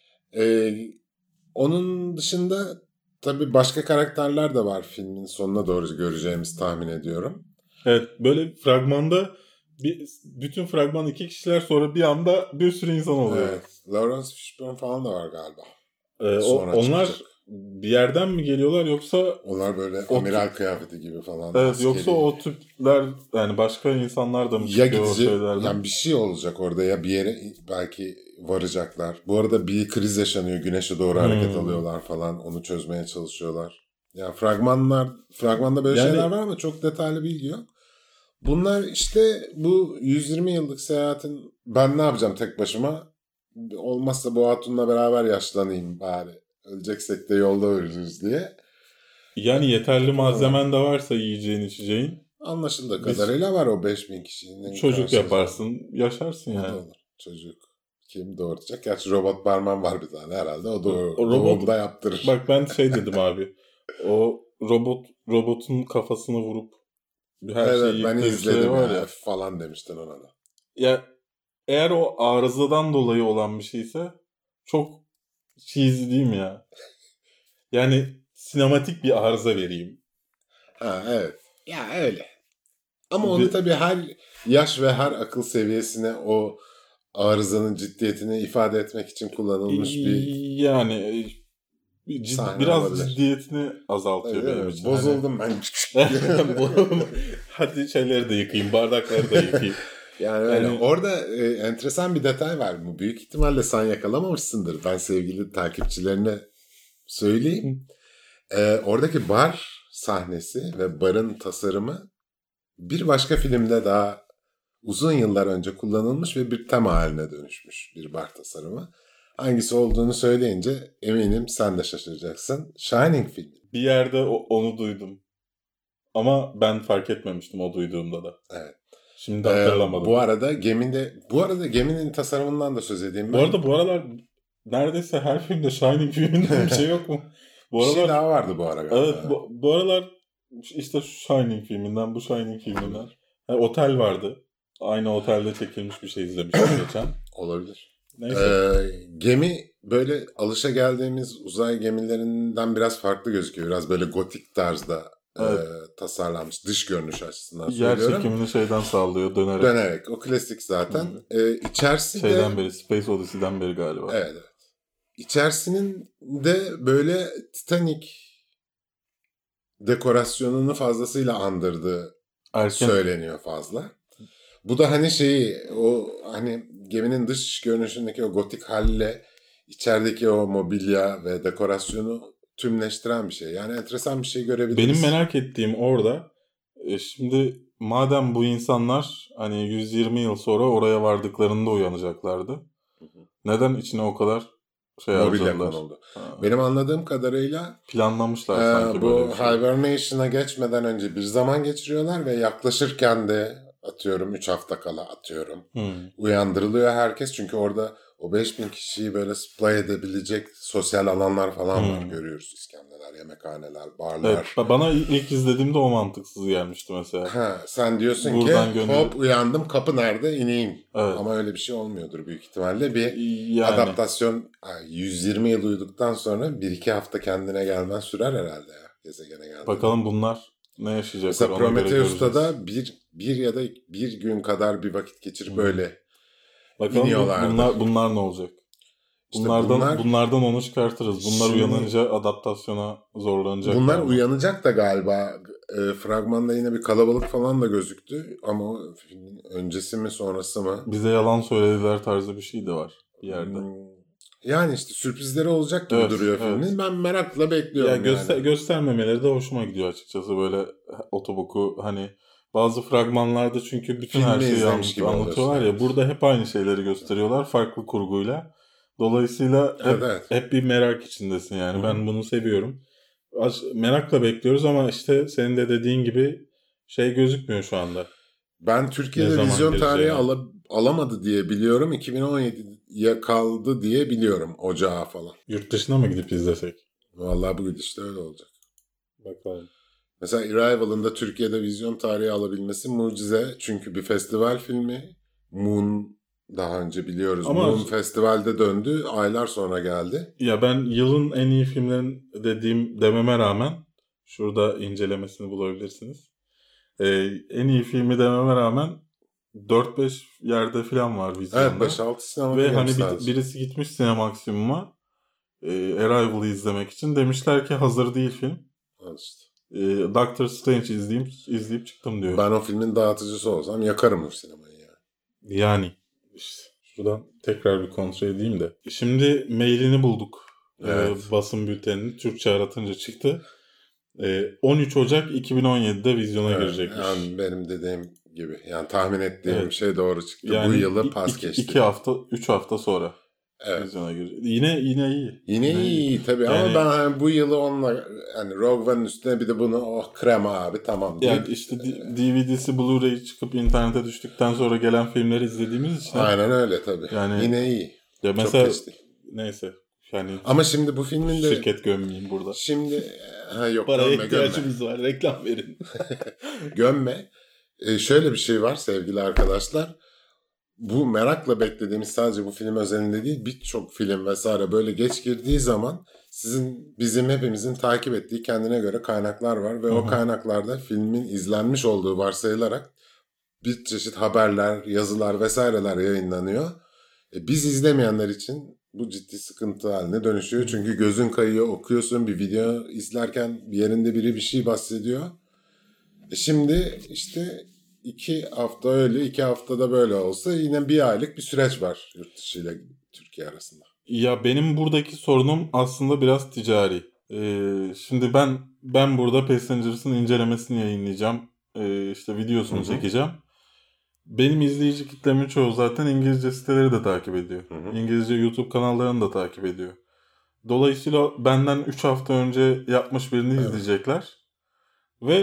Onun dışında tabii başka karakterler de var filmin sonuna doğru göreceğimiz tahmin ediyorum.
Evet, böyle fragmanda bütün fragman 2 kişiler, sonra bir anda bir sürü insan oluyor.
Evet. Lawrence Fishburne falan da var galiba.
Onlar çıkacak. Bir yerden mi geliyorlar yoksa...
Onlar böyle amiral kıyafeti gibi falan.
Evet, askeri. Yoksa o tipler yani başka insanlar da mı çıkıyor o şeylerden?
Yani bir şey olacak orada ya, bir yere belki varacaklar. Bu arada bir kriz yaşanıyor. Güneşe doğru hareket alıyorlar falan. Onu çözmeye çalışıyorlar. Yani fragmanda böyle şeyler var ama çok detaylı bilgi yok. Bunlar işte bu 120 yıllık seyahatin ben ne yapacağım tek başıma? Olmazsa bu hatunla beraber yaşlanayım bari. Öleceksek de yolda ölürüz diye.
Yani yeterli malzemen de varsa yiyeceğin içeceğin.
Anlaşıldığı kadarıyla var o 5000 kişinin.
Çocuk yaparsın, yaşarsın yani.
Olur. Çocuk kim doğuracak? Gerçi robot barman var bir tane herhalde. O doğumda yaptırır.
Bak ben dedim abi. O robotun kafasını vurup her şeyi
ben izledim
şey var ya
falan demiştin ona da.
Ya eğer o arızadan dolayı olan bir şeyse çok cheesy değil mi ya? Yani sinematik bir arıza vereyim.
Ha evet. Ya öyle. Ama onu tabii her yaş ve her akıl seviyesine o arızanın ciddiyetini ifade etmek için kullanılmış bir...
Yani biraz olabilir. Ciddiyetini azaltıyor benim için.
Bozuldum ben.
Hadi şeyleri de yıkayayım, bardakları da yıkayayım.
Yani öyle. Orada enteresan bir detay var. Bu büyük ihtimalle sen yakalamamışsındır. Ben sevgili takipçilerine söyleyeyim. Oradaki bar sahnesi ve barın tasarımı bir başka filmde daha uzun yıllar önce kullanılmış ve bir tema haline dönüşmüş bir bar tasarımı. Hangisi olduğunu söyleyince eminim sen de şaşıracaksın. Shining filmi.
Bir yerde onu duydum. Ama ben fark etmemiştim o duyduğumda da.
Evet.
Şimdi hatırlamadım.
Bu arada geminin tasarımından da söz edeyim ben.
Bu arada bu aralar neredeyse her filmde Shining filminde bir şey yok mu?
Bir şey daha vardı bu ara galiba.
Evet, bu aralar işte şu Shining filminden, bu Shining filminden. Otel vardı. Aynı otelde çekilmiş bir şey izlemiştim geçen.
Olabilir.
Neyse.
Gemi böyle alışageldiğimiz uzay gemilerinden biraz farklı gözüküyor. Biraz böyle gotik tarzda tasarlanmış dış görünüş açısından söylüyorum.
Yer çekimini şeyden sağlıyor dönerek.
Dönerek. O klasik zaten. İçerisi
şeyden beri, Space Odyssey'den beri galiba.
Evet. İçerisinin de böyle Titanic dekorasyonunu fazlasıyla andırdığı söyleniyor fazla. Bu da hani o hani geminin dış görünüşündeki o gotik halle içerideki o mobilya ve dekorasyonu tümleştiren bir şey. Yani enteresan bir şey görebiliriz.
Benim merak ettiğim orada şimdi madem bu insanlar hani 120 yıl sonra oraya vardıklarında uyanacaklardı. Neden içine o kadar
mobilya konuldu. Benim anladığım kadarıyla
planlamışlar sanki
bu
böyle bir şey.
hibernation'a geçmeden önce bir zaman geçiriyorlar ve yaklaşırken de atıyorum 3 hafta kala uyandırılıyor herkes. Çünkü orada o 5000 kişiyi böyle supply edebilecek sosyal alanlar falan var. Görüyoruz iskemleler, yemekhaneler, barlar.
Evet, bana ilk izlediğimde o mantıksız gelmişti mesela.
Sen diyorsun buradan ki hop uyandım, kapı nerede, ineyim. Evet. Ama öyle bir şey olmuyordur büyük ihtimalle. Bir adaptasyon 120 yıl uyuduktan sonra 1-2 hafta kendine gelmen sürer herhalde ya gezegene geldiğinde.
Bakalım bunlar ne yaşayacaklar.
Mesela Prometheus'ta da bir ya da bir gün kadar bir vakit geçirip böyle
bakalım iniyorlardı. Bunlar ne olacak? Bunlardan onu çıkartırız. Bunlar uyanınca adaptasyona zorlanacak.
Bunlar uyanacak da galiba. Fragmanda yine bir kalabalık falan da gözüktü. Ama filmin öncesi mi sonrası mı?
Bize yalan söylediler tarzı bir şey de var bir yerde.
Yani işte sürprizleri olacak gibi duruyor filmin. Evet. Ben merakla bekliyorum.
Göstermemeleri de hoşuma gidiyor açıkçası. Böyle otoboku hani bazı fragmanlarda çünkü bütün her şeyi anlatıyorlar ya. Burada hep aynı şeyleri gösteriyorlar farklı kurguyla. Dolayısıyla hep bir merak içindesin yani. Hı-hı. Ben bunu seviyorum. Merakla bekliyoruz ama işte senin de dediğin gibi gözükmüyor şu anda.
Ben Türkiye'de vizyon tarihi alamadı diye biliyorum. 2017'ye kaldı diye biliyorum. Ocağa falan.
Yurt dışına mı gidip izlesek?
Vallahi bu gidişte öyle olacak.
Bakalım.
Mesela Arrival'ın da Türkiye'de vizyon tarihi alabilmesi mucize. Çünkü bir festival filmi. Moon daha önce biliyoruz. Ama Moon festivalde döndü. Aylar sonra geldi.
Ya ben yılın en iyi filmlerin dememe rağmen şurada incelemesini bulabilirsiniz. En iyi filmi dememe rağmen 4-5 yerde falan var vizyonda.
Evet 5-6 sinema.
Ve hani birisi gitmiş Cinemaksimum'a Arrival'ı izlemek için. Demişler ki hazır değil film.
İşte.
Doctor Strange izleyip çıktım diyor.
Ben o filmin dağıtıcısı olsam yakarım o sinemayı yani.
Yani işte şuradan tekrar bir kontrol edeyim de. Şimdi mailini bulduk. Evet. Basın bültenini Türkçe aratınca çıktı. 13 Ocak 2017'de vizyona girecekmiş.
Yani benim dediğim gibi. Yani tahmin ettiğim şey doğru çıktı. Yani bu yılı pas geçti.
2 hafta, 3 hafta sonra vizyona girecek. Yine iyi.
Yine iyi tabii yani, ama ben bu yılı onunla hani Rogue One'ın üstüne bir de bunu krema abi tamam deyip.
Yani işte DVD'si Blu-ray çıkıp internete düştükten sonra gelen filmleri izlediğimiz için.
Aynen öyle tabii. Yani, yine iyi.
Ya mesela neyse. Yani
ama şimdi bu filmin de
şirket gömmeyeyim burada.
Şimdi yok
paraya ihtiyacımız var. Reklam verin.
Gömme. Şöyle bir şey var sevgili arkadaşlar. Bu merakla beklediğimiz sadece bu film özelinde değil, birçok film vesaire böyle geç girdiği zaman bizim hepimizin takip ettiği kendine göre kaynaklar var ve o kaynaklarda filmin izlenmiş olduğu varsayılarak bir çeşit haberler, yazılar vesaireler yayınlanıyor. Biz izlemeyenler için bu ciddi sıkıntı haline dönüşüyor. Çünkü gözün kayıyor, okuyorsun, bir video izlerken bir yerinde biri bir şey bahsediyor. Şimdi işte 2 hafta öyle, 2 haftada böyle olsa yine bir aylık bir süreç var yurt dışı ile Türkiye arasında.
Ya benim buradaki sorunum aslında biraz ticari. Şimdi ben burada Passengers'ın incelemesini yayınlayacağım. İşte videosunu çekeceğim. Benim izleyici kitlemin çoğu zaten İngilizce siteleri de takip ediyor. İngilizce YouTube kanallarını da takip ediyor. Dolayısıyla benden 3 hafta önce yapmış birini izleyecekler. Ve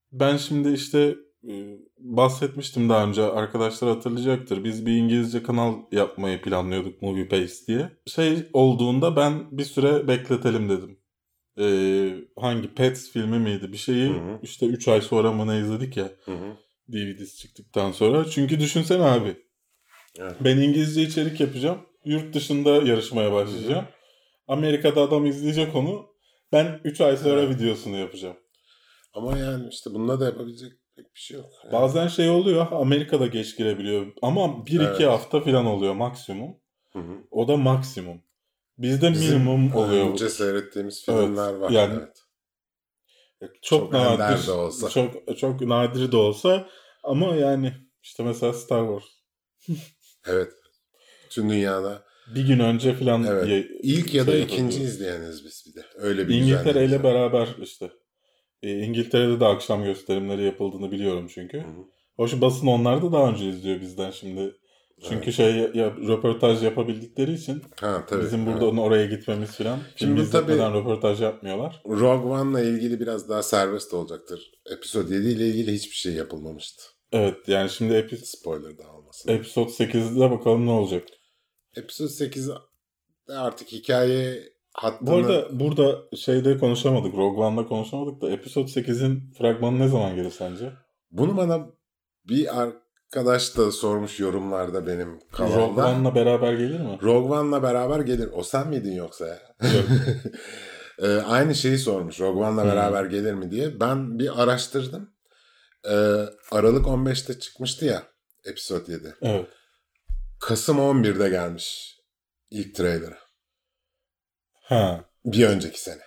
Ben şimdi işte bahsetmiştim daha önce, arkadaşlar hatırlayacaktır. Biz bir İngilizce kanal yapmayı planlıyorduk, MoviePaste diye. Şey olduğunda ben bir süre bekletelim dedim. Hangi Pets filmi miydi? Bir şeyi
Hı-hı.
işte 3 ay sonra mı ne izledik ya.
Hı-hı.
DVD'si çıktıktan sonra. Çünkü düşünsene abi.
Evet.
Ben İngilizce içerik yapacağım. Yurt dışında yarışmaya başlayacağım.
Hı-hı.
Amerika'da adam izleyecek onu. Ben 3 ay sonra videosunu yapacağım.
Ama yani işte bunda da yapabilecek pek bir şey yok. Yani.
Bazen şey oluyor, Amerika'da geç girebiliyor ama 1-2 hafta falan oluyor maksimum.
Hı-hı.
O da maksimum. Bizde
Bizim
minimum oluyor.
Önce seyrettiğimiz filmler var.
Yani
evet.
Çok nadir
de olsa.
Çok nadir de olsa ama yani işte mesela Star Wars.
Evet. Tüm dünyada.
Bir gün önce falan.
Evet. İlk ya da ikinci izleyeniz biz bir de. Öyle bir
İngiltere ile beraber işte. İngiltere'de de akşam gösterimleri yapıldığını biliyorum çünkü.
Hı-hı.
Hoş basın onlar da daha önce izliyor bizden şimdi. Çünkü röportaj yapabildikleri için bizim burada oraya gitmemiz falan. Film izletmeden röportaj yapmıyorlar.
Rogue One'la ilgili biraz daha serbest olacaktır. Episode 7 ile ilgili hiçbir şey yapılmamıştı.
Evet yani şimdi
spoiler da almasın.
Episode 8'de bakalım ne olacak.
Episode 8 artık hikaye hattını...
Bu arada burada şeyde konuşamadık. Rogue One'da konuşamadık da Episode 8'in fragmanı ne zaman gelir sence?
Bunu bana bir arkadaş da sormuş yorumlarda benim kanalda.
Rogue One'la beraber gelir mi?
Rogue One'la beraber gelir. O sen miydin yoksa ya?
Yok.
Aynı şeyi sormuş. Rogue One'la beraber gelir mi diye. Ben bir araştırdım. Aralık 15'te çıkmıştı ya Episode 7.
Evet.
Kasım 11'de gelmiş ilk trailer'ı.
Ha.
Bir önceki sene.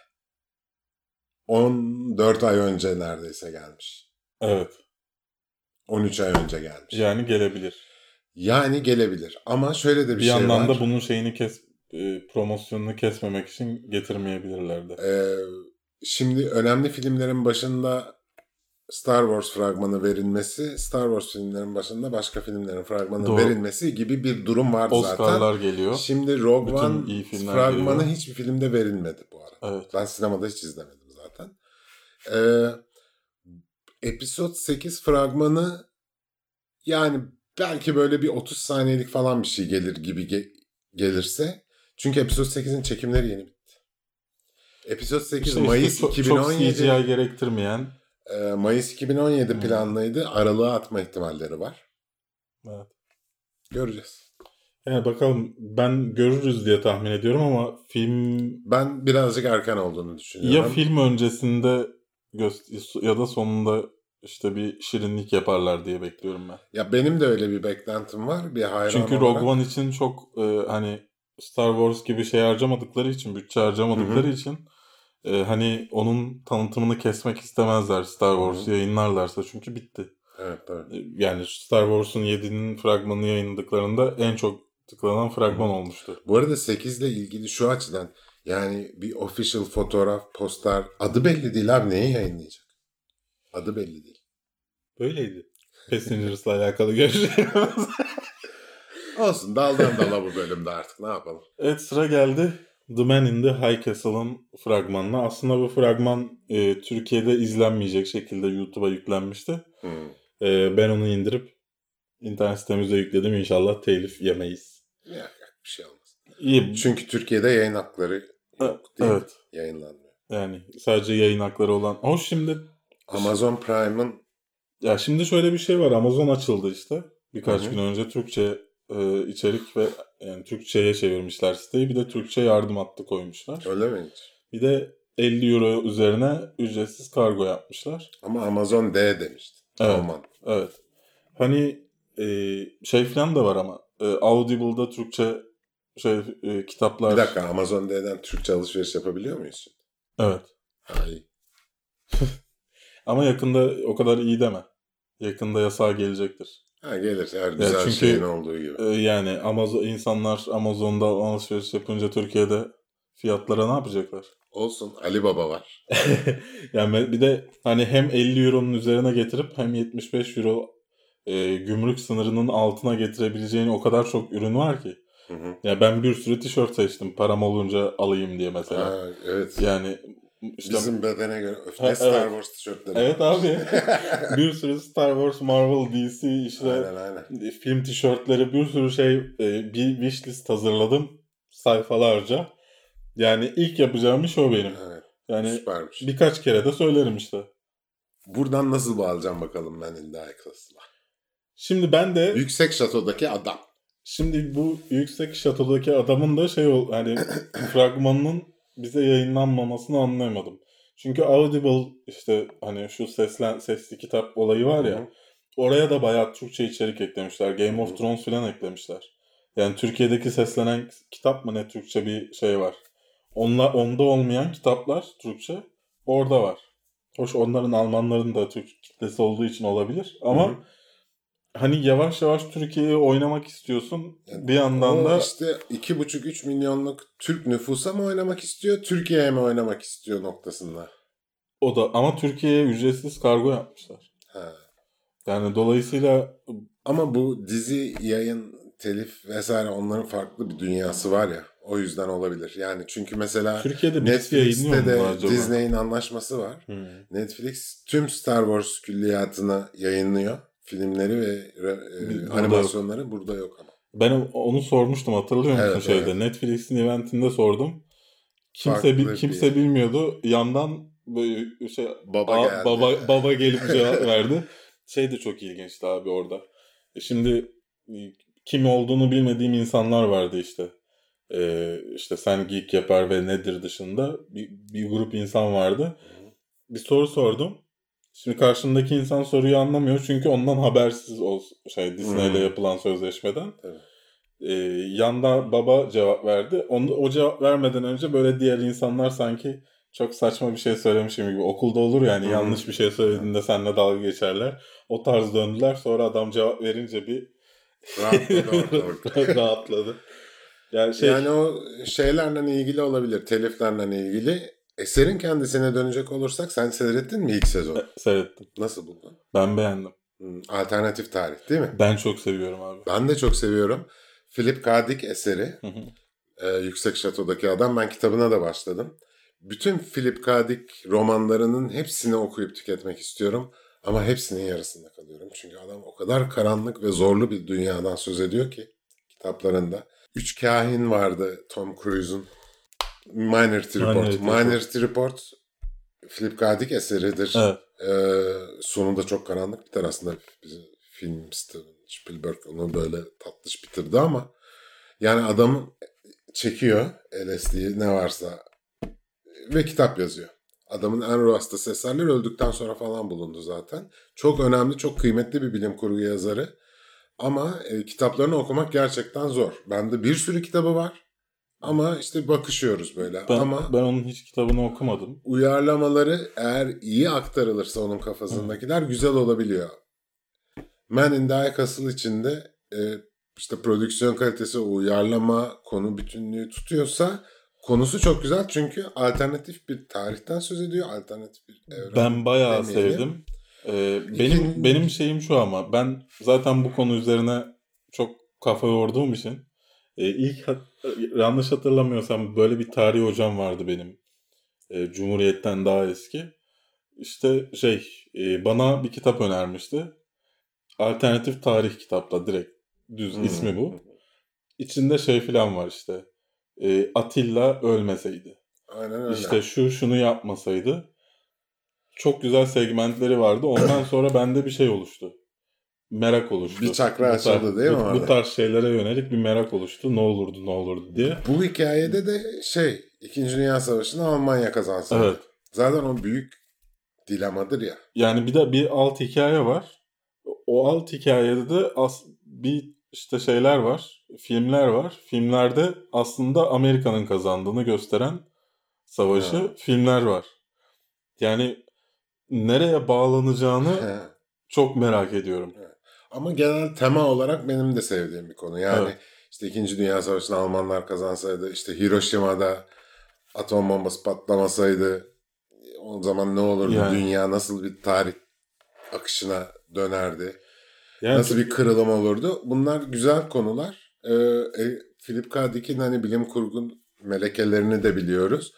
14 ay önce neredeyse gelmiş.
Evet.
13 ay önce gelmiş.
Yani gelebilir.
Ama şöyle de bir şey var.
Bir yandan da bunun promosyonunu kesmemek için getirmeyebilirlerdi.
Şimdi önemli filmlerin başında Star Wars fragmanı verilmesi, Star Wars filmlerin başında başka filmlerin fragmanı verilmesi gibi bir durum vardı zaten.
Oscar'lar geliyor.
Şimdi Rogue One fragmanı hiçbir filmde verilmedi bu arada.
Evet.
Ben sinemada hiç izlemedim zaten. Episode 8 fragmanı yani belki böyle bir 30 saniyelik falan bir şey gelir gibi gelirse. Çünkü Episode 8'in çekimleri yeni bitti. Episode 8 Mayıs 2017.
Çok CGI gerektirmeyen.
Mayıs 2017 planlıydı. Aralığa atma ihtimalleri var.
Evet.
Göreceğiz.
Yani bakalım, ben görürüz diye tahmin ediyorum ama
ben birazcık erken olduğunu düşünüyorum.
Ya film öncesinde ya da sonunda işte bir şirinlik yaparlar diye bekliyorum ben.
Ya benim de öyle bir beklentim var. Bir hayran
Çünkü Rogue One için çok hani Star Wars gibi şey harcamadıkları için, bütçe harcamadıkları için hani onun tanıtımını kesmek istemezler Star Wars'u yayınlarlarsa, çünkü bitti.
Evet.
Yani Star Wars'un 7'nin fragmanını yayınladıklarında en çok tıklanan fragman olmuştu.
Bu arada 8 ile ilgili şu açıdan, yani bir official fotoğraf, poster, adı belli değil abi, neyi yayınlayacak? Adı belli değil.
Böyleydi. Passengers'la alakalı görüşlerimiz.
Olsun, daldan dala bu bölümde artık, ne yapalım.
Evet, sıra geldi The Man in the High Castle'ın fragmanına. Aslında bu fragman Türkiye'de izlenmeyecek şekilde YouTube'a yüklenmişti. Ben onu indirip internet sitemize yükledim. İnşallah telif yemeyiz.
Yok, bir şey olmaz.
İyi.
Çünkü Türkiye'de yayın hakları yok değil mi? Yayınlanmıyor.
Yani sadece yayın hakları olan. Hoş, şimdi
Amazon Prime'ın...
Ya şimdi şöyle bir şey var. Amazon açıldı işte. Birkaç gün önce Türkçe içerik ve yani Türkçe'ye çevirmişler siteyi. Bir de Türkçe yardım hattı koymuşlar.
Öyle mi hiç?
Bir de 50 euro üzerine ücretsiz kargo yapmışlar.
Ama Amazon D demişti.
Evet.
Alman.
Evet. Hani şey falan da var ama Audible'da Türkçe kitaplar.
Bir dakika, Amazon D'den Türkçe alışveriş yapabiliyor muyuz?
Evet.
Hayır.
Ama yakında o kadar iyi deme. Yakında yasağı gelecektir.
Gelir. Her güzel şeyin olduğu gibi.
Yani insanlar Amazon'da alışveriş yapınca Türkiye'de fiyatlara ne yapacaklar?
Olsun. Ali Baba var.
Yani bir de hani hem 50 euronun üzerine getirip hem 75 euro gümrük sınırının altına getirebileceğin o kadar çok ürün var ki. Ya ben bir sürü tişört seçtim. Param olunca alayım diye mesela.
Evet.
Yani İşte,
bizim bedene göre ne Star Wars tişörtleri.
Evet abi. Bir sürü Star Wars, Marvel, DC işte
aynen.
film tişörtleri, bir sürü şey, bir wishlist hazırladım sayfalarca. Yani ilk yapacağım iş o benim.
Evet.
Yani
Süpermiş.
birkaç kere de söylerim işte.
Buradan nasıl bağlayacağım bakalım Men in the High Castle'a.
Şimdi ben de
Yüksek Şato'daki adam.
Şimdi bu Yüksek Şato'daki adamın da hani fragmanının bize yayınlanmamasını anlayamadım. Çünkü Audible işte hani şu sesli kitap olayı var ya, oraya da bayağı Türkçe içerik eklemişler. Game of Thrones falan eklemişler. Yani Türkiye'deki seslenen kitap mı ne Türkçe bir şey var. Onda olmayan kitaplar Türkçe orada var. Hoş onların Almanların da Türk kitlesi olduğu için olabilir ama hani yavaş yavaş Türkiye'yi oynamak istiyorsun. Yani bir yandan da
işte 2,5-3 milyonluk Türk nüfusa mı oynamak istiyor, Türkiye'ye mi oynamak istiyor noktasında.
O da ama Türkiye'ye ücretsiz kargo yapmışlar.
Ha.
Yani dolayısıyla
ama bu dizi, yayın, telif vesaire onların farklı bir dünyası var ya. O yüzden olabilir. Yani çünkü mesela
Türkiye'de
Netflix'te de Disney'in anlaşması var. Netflix tüm Star Wars külliyatını yayınlıyor. Filmleri ve animasyonları burada yok ama.
Ben onu sormuştum, hatırlıyor musun şeyde? Evet. Netflix'in eventinde sordum. Kimse bilmiyordu. Yandan böyle şey baba gelip cevap verdi. Şey de çok ilginçti abi orada. Şimdi kim olduğunu bilmediğim insanlar vardı işte. İşte sen geek yapar ve nedir dışında bir grup insan vardı. Bir soru sordum. Şimdi karşımdaki insan soruyu anlamıyor çünkü ondan habersiz Disney'le yapılan sözleşmeden. Evet. Yanda baba cevap verdi. O cevap vermeden önce böyle diğer insanlar sanki çok saçma bir şey söylemişim gibi. Okulda olur yani yanlış bir şey söylediğinde seninle dalga geçerler. O tarz döndüler. Sonra adam cevap verince bir rahatladı.
Yani o şeylerle ilgili olabilir. Teliflerle ilgili. Eserin kendisine dönecek olursak sen seyrettin mi ilk sezonu?
Seyrettim.
Nasıl buldun?
Ben beğendim.
Alternatif tarih değil mi?
Ben çok seviyorum abi.
Ben de çok seviyorum. Philip K. Dick eseri. Yüksek Şato'daki adam. Ben kitabına da başladım. Bütün Philip K. Dick romanlarının hepsini okuyup tüketmek istiyorum. Ama hepsinin yarısında kalıyorum. Çünkü adam o kadar karanlık ve zorlu bir dünyadan söz ediyor ki kitaplarında. 3 kahin vardı Tom Cruise'un. Minority Report Philip K. Dick eseridir. Evet. Sonunda çok karanlık biter aslında. Bizim film Steven Spielberg onu böyle tatlış bitirdi ama yani adam çekiyor LSD'yi ne varsa ve kitap yazıyor. Adamın en ruh hastası eserleri öldükten sonra falan bulundu zaten. Çok önemli, çok kıymetli bir bilim kurgu yazarı. Ama kitaplarını okumak gerçekten zor. Bende bir sürü kitabı var. Ama işte bakışıyoruz böyle.
Ben onun hiç kitabını okumadım.
Uyarlamaları eğer iyi aktarılırsa onun kafasındakiler güzel olabiliyor. Men in the High Castle içinde işte prodüksiyon kalitesi, uyarlama, konu bütünlüğü tutuyorsa konusu çok güzel. Çünkü alternatif bir tarihten söz ediyor. Alternatif bir evren.
Ben bayağı sevdim. Benim şeyim şu ama ben zaten bu konu üzerine çok kafa yorduğum için ilk yanlış hatırlamıyorsam böyle bir tarih hocam vardı benim. Cumhuriyet'ten daha eski. İşte bana bir kitap önermişti. Alternatif tarih kitapla direkt düz ismi bu. İçinde falan var işte. Atilla ölmeseydi.
Aynen öyle.
İşte şunu yapmasaydı. Çok güzel segmentleri vardı. Ondan sonra bende bir şey oluştu. Merak oluştu.
Bir çakra açıldı değil mi?
Bu tarz şeylere yönelik bir merak oluştu. Ne olurdu diye.
Bu hikayede de 2. Dünya Savaşı'nı Almanya kazansaydı. Evet. Zaten o büyük dilemadır ya.
Yani bir alt hikaye var. O alt hikayede de bir işte şeyler var. Filmler var. Filmlerde aslında Amerika'nın kazandığını gösteren savaşı filmler var. Yani nereye bağlanacağını çok merak ediyorum.
Ama genel tema olarak benim de sevdiğim bir konu. Yani işte 2. Dünya Savaşı'nı Almanlar kazansaydı, işte Hiroşima'da atom bombası patlamasaydı o zaman ne olurdu? Yani. Dünya nasıl bir tarih akışına dönerdi? Yani nasıl bir kırılım olurdu? Bunlar güzel konular. Philip K. Dick'in hani bilim kurgu melekelerini de biliyoruz.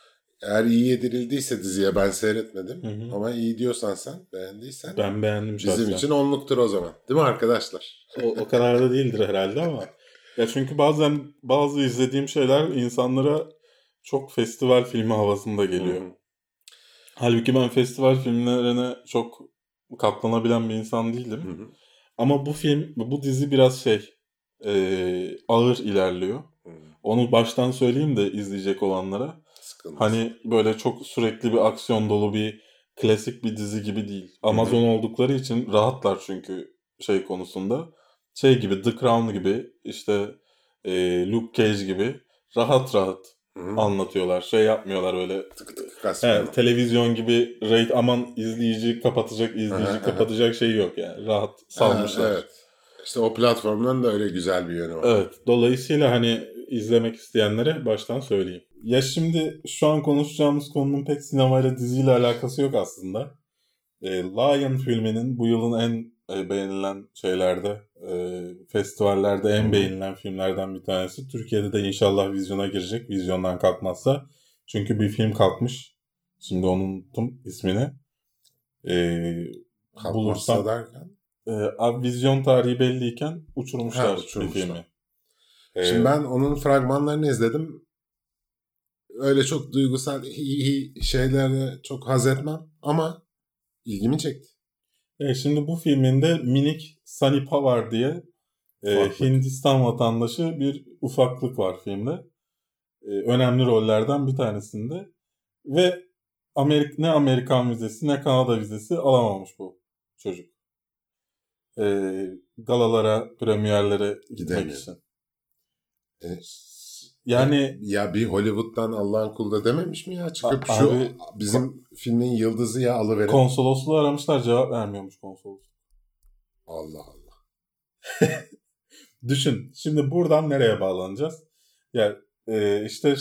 Eğer iyi yedirildiyse diziye, ben seyretmedim.
Hı.
Ama iyi diyorsan sen, beğendiysen.
Ben beğendim şahsen.
Bizim için 10'luktur o zaman. Değil mi arkadaşlar?
O kadar da değildir herhalde ama. Ya çünkü bazen bazı izlediğim şeyler insanlara çok festival filmi havasında geliyor.
Hı.
Halbuki ben festival filmlerine çok katlanabilen bir insan değilim.
Hı.
Ama bu dizi biraz ağır ilerliyor.
Hı.
Onu baştan söyleyeyim de izleyecek olanlara.
Sıkıntı.
Hani böyle çok sürekli bir aksiyon dolu bir klasik bir dizi gibi değil. Amazon oldukları için rahatlar çünkü şey konusunda. Şey gibi The Crown gibi işte Luke Cage gibi rahat anlatıyorlar. Şey yapmıyorlar öyle.
Tık tık kasmıyor.
Televizyon gibi aman izleyici kapatacak şey yok yani. Rahat salmışlar.
Evet. İşte o platformların da öyle güzel bir yönü var.
Evet. Dolayısıyla hani izlemek isteyenlere baştan söyleyeyim. Ya şimdi şu an konuşacağımız konunun pek sinemayla diziyle alakası yok aslında. Lion filminin bu yılın en beğenilen festivallerde en beğenilen filmlerden bir tanesi. Türkiye'de de inşallah vizyona girecek. Vizyondan kalkmazsa. Çünkü bir film kalkmış. Şimdi unuttum ismini.
Kalkmazsa derken?
Abi vizyon tarihi belliyken uçurmuşlar bir filmi.
Şimdi ben onun fragmanlarını izledim. Öyle çok duygusal şeylerle çok haz etmem ama ilgimi çekti.
Şimdi bu filminde minik Sunny Pawar diye Hindistan vatandaşı bir ufaklık var filmde. Önemli rollerden bir tanesinde. Ve ne Amerikan vizesi ne Kanada vizesi alamamış bu çocuk. Galalara, premierlere gitmek için. Yani
ya bir Hollywood'dan Allah'ın kulu da dememiş mi ya? Çıkıp şu bizim filmin yıldızı ya alıverin.
Konsolosluğu aramışlar, cevap vermiyormuş konsolos.
Allah Allah.
Düşün. Şimdi buradan nereye bağlanacağız? Yani işte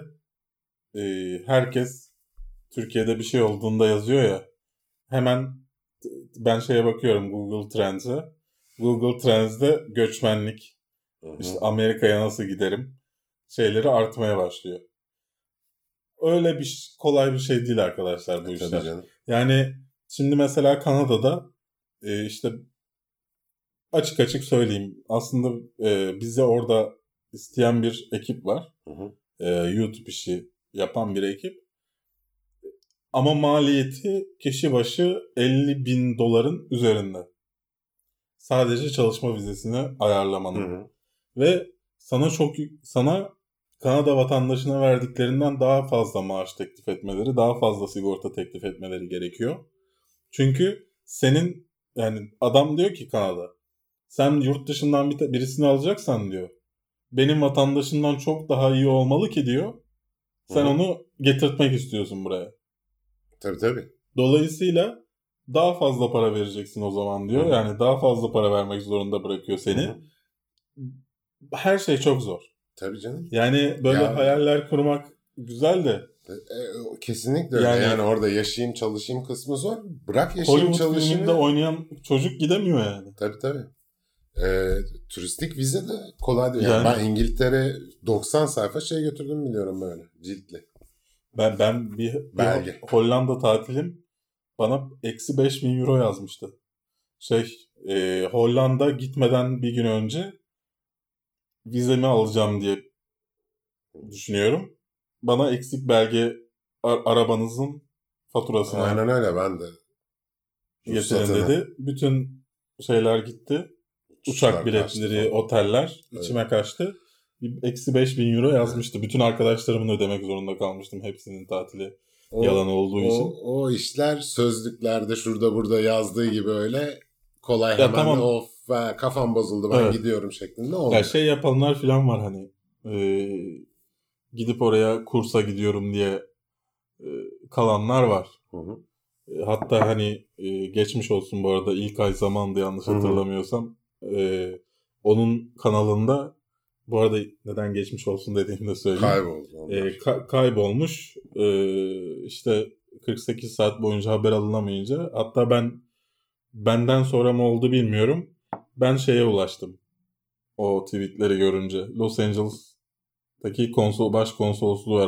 herkes Türkiye'de bir şey olduğunda yazıyor ya. Hemen ben bakıyorum Google Trends'e. Google Trends'de göçmenlik, işte Amerika'ya nasıl giderim şeyleri artmaya başlıyor. Öyle kolay bir şey değil arkadaşlar bu işler. Yani şimdi mesela Kanada'da işte açık açık söyleyeyim. Aslında bize orada isteyen bir ekip var. YouTube işi yapan bir ekip. Ama maliyeti kişi başı $50,000 üzerinde. Sadece çalışma vizesini ayarlamanın. Ve sana Kanada vatandaşına verdiklerinden daha fazla maaş teklif etmeleri, daha fazla sigorta teklif etmeleri gerekiyor. Çünkü senin yani adam diyor ki Kanada, sen yurt dışından birisini alacaksan diyor, benim vatandaşımdan çok daha iyi olmalı ki diyor, sen onu getirtmek istiyorsun buraya.
Tabii.
Dolayısıyla daha fazla para vereceksin o zaman diyor. Yani daha fazla para vermek zorunda bırakıyor seni. Her şey çok zor.
Tabii canım.
Yani böyle hayaller kurmak güzel de.
Kesinlikle öyle. Yani orada yaşayayım çalışayım kısmı zor. Bırak yaşayayım çalışayım.
Hollywood filminde oynayan çocuk gidemiyor yani.
Tabii. Turistik vize de kolay değil. Yani ben İngiltere 90 sayfa götürdüm biliyorum böyle ciltli.
Ben bir Hollanda tatilim bana -€5,000 yazmıştı. Hollanda gitmeden bir gün önce vizemi alacağım diye düşünüyorum. Bana eksik belge arabanızın faturasını
aynen öyle, ben de
getirin dedi. Bütün şeyler gitti. Uçak biletleri, oteller içime kaçtı. -€5,000 yazmıştı. Bütün arkadaşlarımın ödemek zorunda kalmıştım. Hepsinin tatili yalan olduğu için.
O işler sözlüklerde şurada burada yazdığı gibi öyle kolay hemen tamam. Kafam bozuldu ben gidiyorum şeklinde olmuyor.
Ya yapanlar falan var hani gidip oraya kursa gidiyorum diye kalanlar var. Hatta hani geçmiş olsun bu arada, ilk ay zamandı yanlış hatırlamıyorsam. Onun kanalında bu arada neden geçmiş olsun dediğimi de söyleyeyim. Kaybolmuş. İşte 48 saat boyunca haber alınamayınca, hatta benden sonra mı oldu bilmiyorum. Ben ulaştım. O tweetleri görünce. Los Angeles'taki baş konsolosluğu aradım.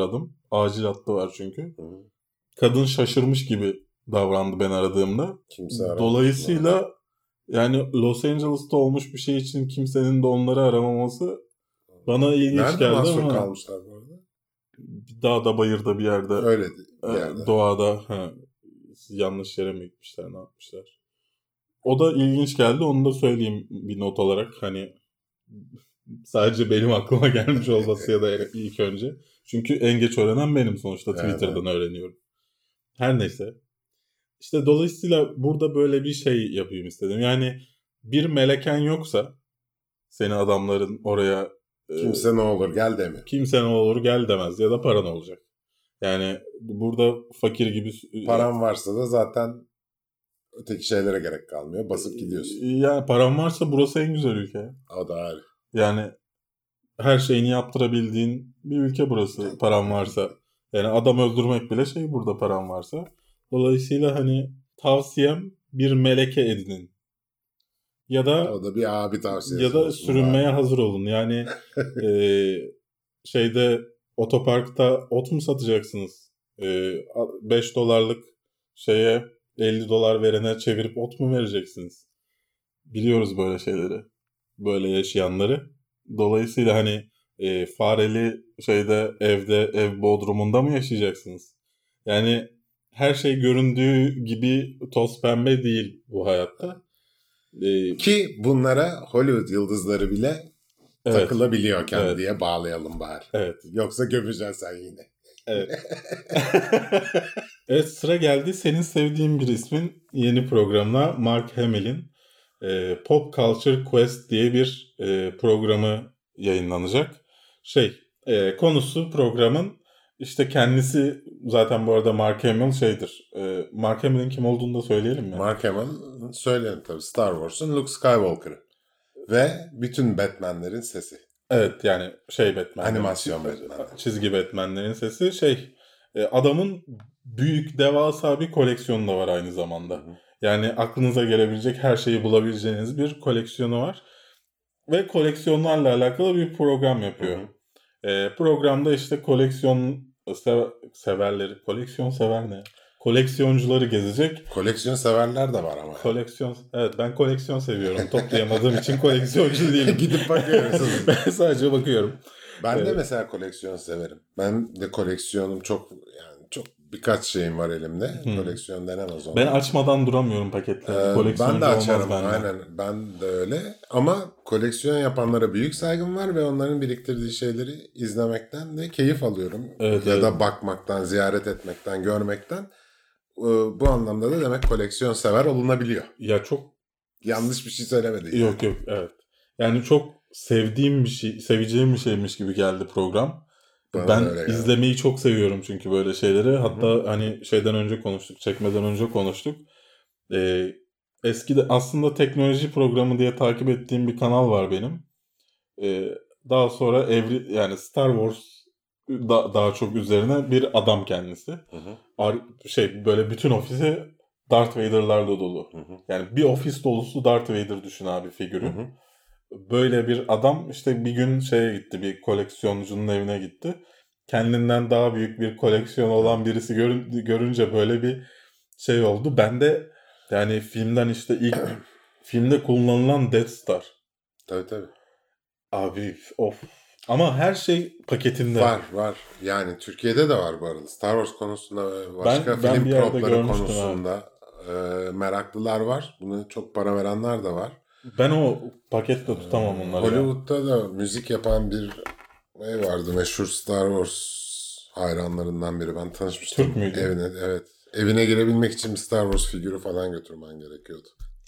acil hattı var çünkü.
Hı.
Kadın şaşırmış gibi davrandı ben aradığımda.
Kimse aramamış.
Dolayısıyla yani Los Angeles'ta olmuş bir şey için kimsenin de onları aramaması bana ilginç
Nerede
geldi ama.
mahsur kalmışlar bu arada?
Dağda bayırda bir yerde.
Öyle bir yerde.
Doğada. Yanlış yere mi gitmişler, ne yapmışlar? O da ilginç geldi. Onu da söyleyeyim bir not olarak. Hani sadece benim aklıma gelmiş olması ya da ilk önce. Çünkü en geç öğrenen benim sonuçta. Twitter'dan öğreniyorum. Her neyse. İşte dolayısıyla burada böyle bir şey yapayım istedim. Yani bir meleken yoksa seni adamların oraya
kimse ne olur gel demiyor.
Kimse ne olur gel demez ya da paran olacak. Yani burada fakir gibi...
Paran varsa da zaten öteki şeylere gerek kalmıyor. Basıp gidiyorsun.
Yani paran varsa burası en güzel ülke.
O da ayrı.
Yani her şeyini yaptırabildiğin bir ülke burası paran varsa. Yani adam öldürmek bile şey burada paran varsa. Dolayısıyla hani tavsiyem bir meleke edinin. Ya da
o da bir abi tavsiyesi.
Ya da sürünmeye hazır olun. Yani şeyde otoparkta ot mu satacaksınız? 5 dolarlık şeye 50 dolar verene çevirip ot mu vereceksiniz? Biliyoruz böyle şeyleri. Böyle yaşayanları. Dolayısıyla hani fareli şeyde ev bodrumunda mı yaşayacaksınız? Yani her şey göründüğü gibi toz pembe değil bu hayatta.
Ki bunlara Hollywood yıldızları bile takılabiliyorken diye bağlayalım bari.
Evet.
Yoksa gömeceksin sen yine.
Evet. Evet, sıra geldi senin sevdiğin bir ismin yeni programına, Mark Hamill'in Pop Culture Quest diye bir programı yayınlanacak. Konusu programın işte kendisi zaten bu arada Mark Hamill şeydir. Mark Hamill'in kim olduğunu da söyleyelim mi?
Mark Hamill söyleyelim tabii, Star Wars'un Luke Skywalker'ı ve bütün Batman'lerin sesi.
Evet, yani Batman.
Animasyon Batman.
Çizgi Batman'lerin sesi adamın büyük devasa bir koleksiyonu da var aynı zamanda. Hı-hı. Yani aklınıza gelebilecek her şeyi bulabileceğiniz bir koleksiyonu var. Ve koleksiyonlarla alakalı bir program yapıyor. Programda işte koleksiyon severleri, koleksiyon sever ne? Koleksiyoncuları gezecek.
Koleksiyon severler de var ama.
Evet, ben koleksiyon seviyorum. Toplayamadığım için koleksiyoncu değilim.
Gidip bakıyorsunuz.
Ben sadece bakıyorum.
Ben de mesela koleksiyon severim. Ben de koleksiyonum çok birkaç şeyim var elimde. Koleksiyon denemez onu.
Ben açmadan duramıyorum paketleri.
Ben de açarım. Aynen. Ben de öyle. Ama koleksiyon yapanlara büyük saygım var ve onların biriktirdiği şeyleri izlemekten de keyif alıyorum.
Evet,
ya da bakmaktan, ziyaret etmekten, görmekten. Bu anlamda da demek koleksiyon sever olunabiliyor.
Ya çok
yanlış bir şey söylemedi.
Yok evet. Yani çok seveceğim bir şeymiş gibi geldi program. Ben izlemeyi çok seviyorum çünkü böyle şeyleri. Hatta hani şeyden önce konuştuk, çekmeden önce konuştuk. Eskide aslında teknoloji programı diye takip ettiğim bir kanal var benim. Daha sonra yani Star Wars daha çok üzerine bir adam kendisi. Böyle bütün ofisi Darth Vader'larla dolu. Yani bir ofis dolusu Darth Vader düşün abi, figürü. Böyle bir adam işte bir gün gitti, bir koleksiyoncunun evine gitti. Kendinden daha büyük bir koleksiyon olan birisi görünce böyle bir şey oldu. Ben de yani filmden işte ilk filmde kullanılan Death Star.
Tabii.
Abi of. Ama her şey paketinde.
Var. Yani Türkiye'de de var bu arada. Star Wars konusunda ve başka film propları konusunda meraklılar var. Buna çok para verenler de var.
Ben o paketle tutamam onları.
Hollywood'da da müzik yapan bir vardı, meşhur Star Wars hayranlarından biri. Ben tanışmıştım.
Türk müydü?
Evine girebilmek için bir Star Wars figürü falan götürmen gerekiyordu.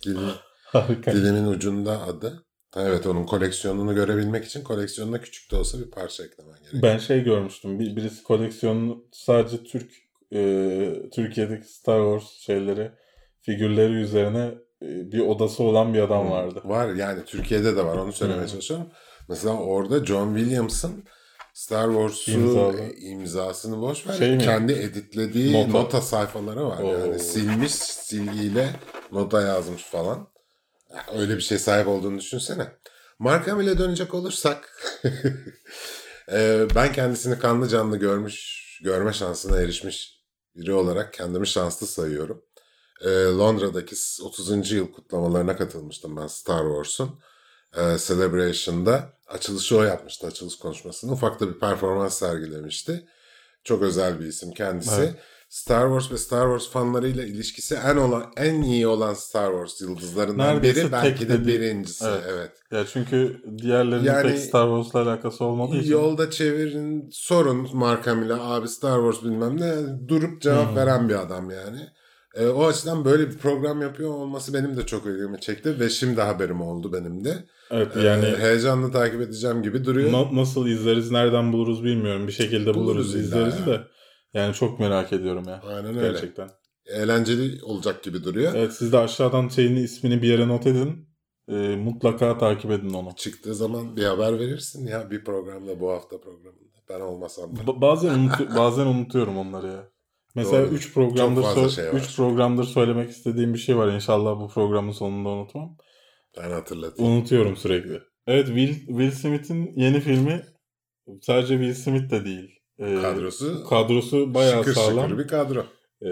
Dilimin ucunda adı. Evet, onun koleksiyonunu görebilmek için koleksiyonuna küçük de olsa bir parça eklemen gerekiyor.
Ben görmüştüm. Birisi koleksiyonunu sadece Türkiye'deki Star Wars figürleri üzerine bir odası olan bir adam vardı.
Var yani, Türkiye'de de var, onu söylemeye çalışıyorum. Mesela orada John Williams'ın Star Wars'u imzasını boş ver. Kendi editlediği nota sayfaları var. Yani silmiş, silgiyle nota yazmış falan. Öyle bir şey sahip olduğunu düşünsene. Mark Hamill'e dönecek olursak ben kendisini canlı görmüş görme şansına erişmiş biri olarak kendimi şanslı sayıyorum. Londra'daki 30. yıl kutlamalarına katılmıştım ben Star Wars'un. Celebration'da açılışı o yapmıştı, açılış konuşmasını. Ufak da bir performans sergilemişti. Çok özel bir isim kendisi. Evet. Star Wars ve Star Wars fanlarıyla ilişkisi en iyi olan Star Wars yıldızlarından
neredeyse
biri, belki de birincisi. Evet.
Ya çünkü diğerlerinin pek Star Wars'la alakası olmadığı için.
Yolda çevirin, sorun Mark Hamill'e, abi Star Wars bilmem ne, durup cevap veren bir adam yani. O açıdan böyle bir program yapıyor olması benim de çok ilgimi çekti ve şimdi haberim oldu benim de.
Evet, yani
heyecanla takip edeceğim gibi duruyor.
Nasıl izleriz, nereden buluruz bilmiyorum. Bir şekilde buluruz izleriz de. Yani çok merak ediyorum ya.
Aynen öyle.
Gerçekten.
Eğlenceli olacak gibi duruyor.
Evet, siz de aşağıdan ismini bir yere not edin. Mutlaka takip edin onu.
Çıktığı zaman bir haber verirsin ya, bir programda, bu hafta programında. Ben olmasam da.
Bazen unutuyorum onları ya. Mesela 3 programdır söylemek istediğim bir şey var. İnşallah bu programın sonunda unutmam.
Ben hatırlatayım.
Unutuyorum sürekli. Evet, Will Smith'in yeni filmi sadece Will Smith de değil. Kadrosu bayağı
şıkır
sağlam.
Şıkır bir kadro.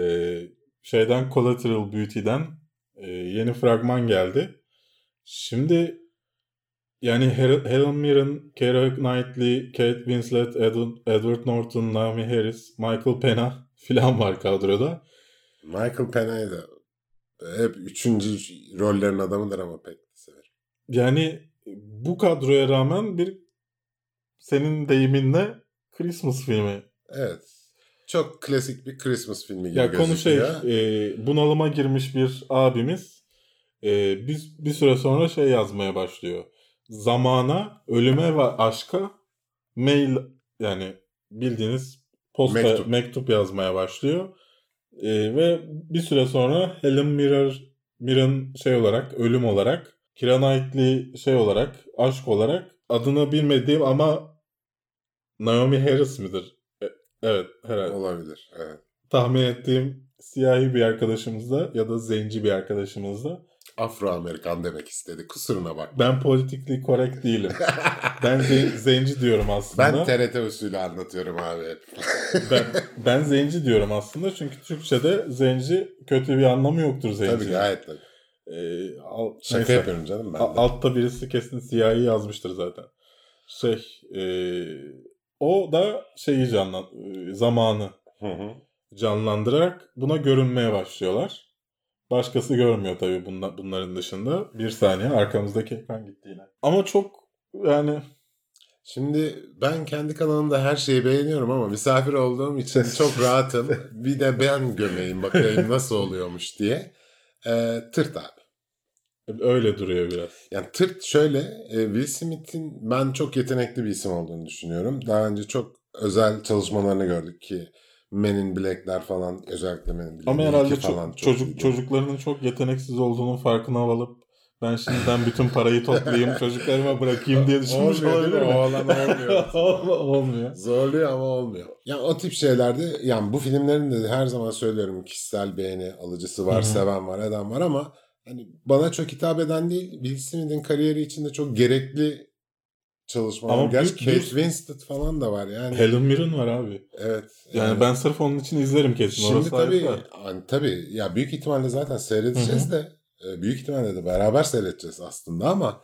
Collateral Beauty'den yeni fragman geldi. Şimdi yani Helen Mirren, Keira Knightley, Kate Winslet, Edward Norton, Naomi Harris, Michael Pena filan var kadroda.
Michael Pena'yı da hep 3. rollerin adamıdır ama pek severim.
Yani bu kadroya rağmen senin deyiminle Christmas filmi.
Evet. Çok klasik bir Christmas filmi gibi gözüküyor.
Konu bunalıma girmiş bir abimiz bir süre sonra yazmaya başlıyor. Zamana, ölüme ve aşka mail, yani bildiğiniz mektup yazmaya başlıyor. Ve bir süre sonra Helen Mirren olarak, ölüm olarak, Keira Knightley olarak, aşk olarak, adını bilmediğim ama Naomi Harris midir? Evet, herhalde.
Olabilir, evet.
Tahmin ettiğim siyahi bir arkadaşımızla ya da zenci bir arkadaşımızla.
Afro-Amerikan demek istedi. Kusuruna bak.
Ben politically correct değilim. Ben zenci diyorum aslında.
Ben TRT usulü anlatıyorum abi.
ben zenci diyorum aslında. Çünkü Türkçe'de zenci kötü bir anlamı yoktur zenci.
Tabii, gayet tabii. Şaka yapıyorum canım ben de.
Altta birisi kesin siyahi yazmıştır zaten. O da zamanı canlandırarak buna görünmeye başlıyorlar. Başkası görmüyor tabii bunların dışında. Bir saniye, arkamızdaki ekran gitti yine. Ama çok yani...
Şimdi ben kendi kanalımda her şeyi beğeniyorum ama misafir olduğum için çok rahatım. Bir de ben gömeyim bakayım nasıl oluyormuş diye. Tırt abi.
Öyle duruyor biraz.
Yani tırt şöyle, Will Smith'in ben çok yetenekli bir isim olduğunu düşünüyorum. Daha önce çok özel çalışmalarını gördük ki Men in Black'ler falan, özellikle Men in Black.
Ama herhalde çocuklarının çok yeteneksiz olduğunun farkına varıp ben şimdiden bütün parayı toplayayım çocuklarıma bırakayım diye düşünmüş olabilir mi?
Oğlan olmuyor.
Olmuyor.
Zorluyor ama olmuyor. Yani o tip şeylerde, yani bu filmlerin de her zaman söylüyorum, kişisel beğeni alıcısı var, seven var, eden var ama hani bana çok hitap eden değil, Will Smith'in kariyeri içinde çok gerekli çalışmalar. Ama gerçi Kate Winslet falan da var yani.
Helen Mirren var abi.
Evet.
Yani ben sırf onun için izlerim kesin.
Şimdi tabii ya büyük ihtimalle zaten seyredeceğiz de büyük ihtimalle de beraber seyredeceğiz aslında ama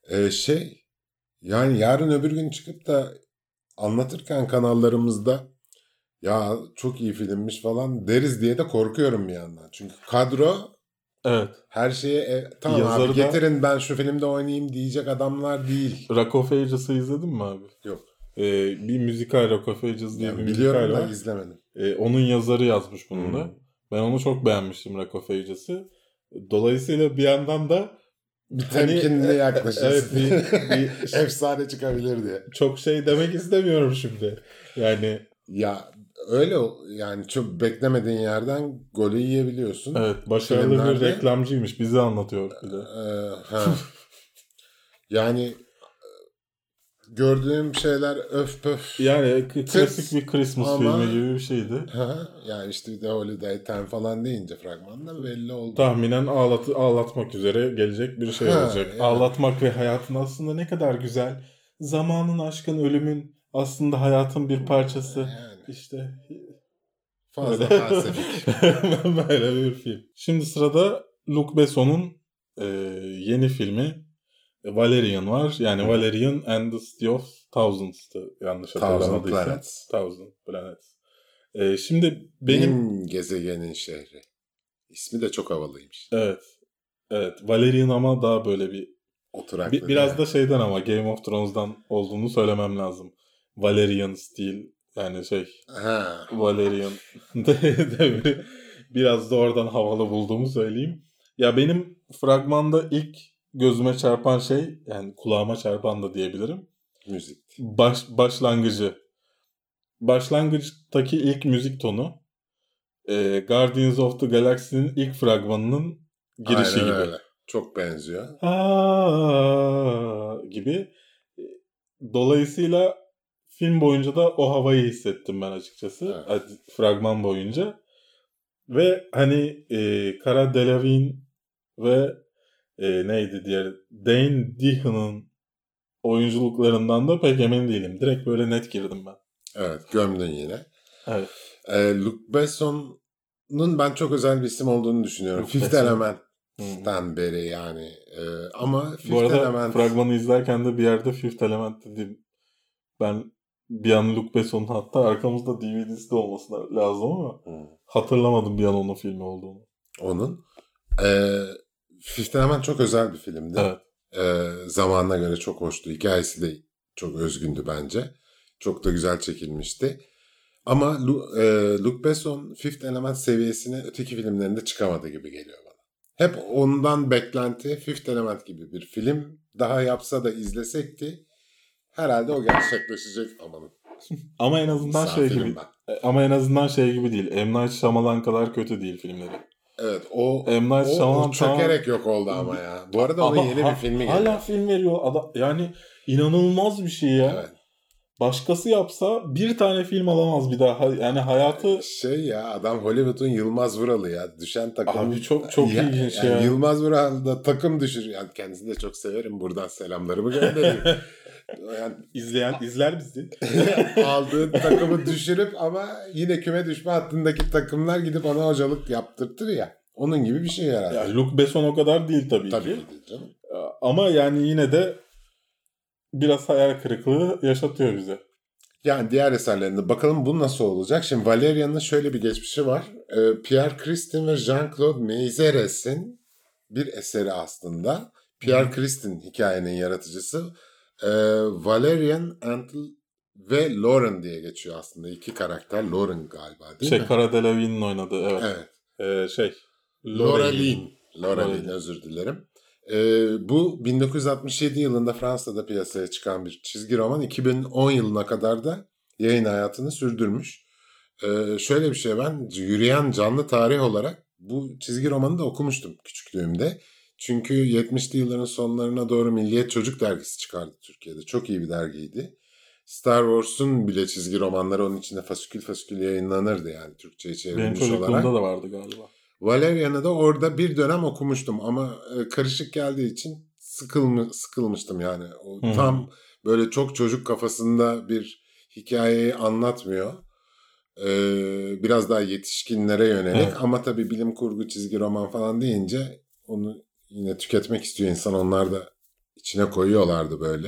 yani yarın öbür gün çıkıp da anlatırken kanallarımızda ya çok iyi filmmiş falan deriz diye de korkuyorum bir yandan. Çünkü kadro,
evet,
her şeye tamam yazarı abi getirin ben şu filmde oynayayım diyecek adamlar değil.
Rock of Ages'ı izledin mi abi?
Yok.
Bir müzikal, Rock of Ages diye bir müzikal var.
Biliyorum da izlemedim.
Onun yazarı yazmış bunu da. Ben onu çok beğenmiştim, Rock of Ages'ı. Dolayısıyla bir yandan da
temkinli yaklaşırsın. Evet, efsane çıkabilir diye.
Çok demek istemiyorum şimdi. Yani
ya öyle, yani çok beklemediğin yerden golü yiyebiliyorsun.
Evet, başarılı bir reklamcıymış. Bizi anlatıyor bir de.
Yani gördüğüm şeyler öf pöf.
Yani klasik bir Christmas filmi gibi bir şeydi.
Yani işte The Holiday Time falan deyince fragmanda belli oldu.
Tahminen ağlatmak üzere gelecek bir şey olacak. Yani. Ağlatmak ve hayatın aslında ne kadar güzel. Zamanın, aşkın, ölümün aslında hayatın bir parçası.
Yani.
İşte
Fazla felsefik.
böyle bir film. Şimdi sırada Luc Besson'un yeni filmi Valerian var. Yani Valerian and the City of Thousands'tı yanlış hatırlamadıysam. Thousand Planets. Şimdi
Bin gezegenin şehri. İsmi de çok havalıymış.
Evet. Evet. Valerian ama daha böyle bir
oturaklı.
Biraz da şeyden ama Game of Thrones'dan olduğunu söylemem lazım. Valerian stil yani Valerian de biraz da oradan havalı bulduğumu söyleyeyim. Ya benim fragmanda ilk gözüme çarpan şey yani kulağıma çarpan da diyebilirim.
Müzik.
Başlangıcı. Başlangıçtaki ilk müzik tonu Guardians of the Galaxy'nin ilk fragmanının girişi
Aynen
gibi.
Öyle. Çok benziyor.
Gibi. Dolayısıyla film boyunca da o havayı hissettim ben açıkçası. Evet. Fragman boyunca. Ve hani Cara Delevingne ve neydi diğer Dane DeHaan'ın oyunculuklarından da pek emin değilim. Direkt böyle net girdim ben.
Evet, gömdün yine.
Evet.
Luc Besson'un ben çok özel bir isim olduğunu düşünüyorum. Fifth Element'ten beri yani. Ama Fifth
Bu arada
Element...
fragmanı izlerken de bir yerde Fifth Element dedim. Ben bir an Luc Besson'un hatta arkamızda DVD'si de olması lazım ama hatırlamadım bir an onun filmi olduğunu.
Onun. Fifth Element çok özel bir filmdi.
Evet.
Zamanına göre çok hoştu. Hikayesi de çok özgündü bence. Çok da güzel çekilmişti. Ama Luc Besson Fifth Element seviyesine öteki filmlerinde çıkamadı gibi geliyor bana. Hep ondan beklenti Fifth Element gibi bir film daha yapsa da izlesekti. Herhalde o gerçekleşecek amanın.
Ama en azından en azından şey gibi değil. M. Night Shyamalan kadar kötü değil filmleri.
Evet o çökerek yok oldu ama ya. Bu arada onun yeni bir filmi geliyor.
Hala film veriyor adam. Yani inanılmaz bir şey ya. Evet. Başkası yapsa bir tane film alamaz bir daha. Yani hayatı...
adam Hollywood'un Yılmaz Vural'ı ya. Düşen takım...
Abi çok ilginç ya.
Yılmaz Vural da takım düşür. Yani kendisini de çok severim. Buradan selamlarımı göndereyim.
Yani izler bizi.
Aldığı takımı düşürüp ama yine küme düşme hattındaki takımlar gidip ona hocalık yaptırtır ya. Onun gibi bir şey herhalde.
Yani Luc Besson o kadar değil tabii ki.
Tabii ki değil canım.
Ama yani yine de biraz hayal kırıklığı yaşatıyor bize.
Yani diğer eserlerinde bakalım bu nasıl olacak. Şimdi Valerian'ın şöyle bir geçmişi var. Pierre Christin ve Jean-Claude Mézéres'in bir eseri aslında. Pierre Christin hikayenin yaratıcısı. Valerian ve Lauren diye geçiyor aslında. İki karakter. Lauren galiba değil mi?
Cara Delevingne'in oynadığı evet.
Laureline özür dilerim. Bu 1967 yılında Fransa'da piyasaya çıkan bir çizgi roman. 2010 yılına kadar da yayın hayatını sürdürmüş. Şöyle bir şey, ben yürüyen canlı tarih olarak bu çizgi romanı da okumuştum küçüklüğümde. Çünkü 70'li yılların sonlarına doğru Milliyet Çocuk dergisi çıkardı Türkiye'de. Çok iyi bir dergiydi. Star Wars'un bile çizgi romanları onun içinde fasikül yayınlanırdı yani Türkçe'ye çevrilmiş olarak.
Benim çocukluğumda da vardı galiba.
Valerian'ı da orada bir dönem okumuştum ama karışık geldiği için sıkılmıştım yani. O tam böyle çok çocuk kafasında bir hikayeyi anlatmıyor. Biraz daha yetişkinlere yönelik ama tabii bilim kurgu çizgi roman falan deyince onu yine tüketmek istiyor insan. Onlar da içine koyuyorlardı böyle.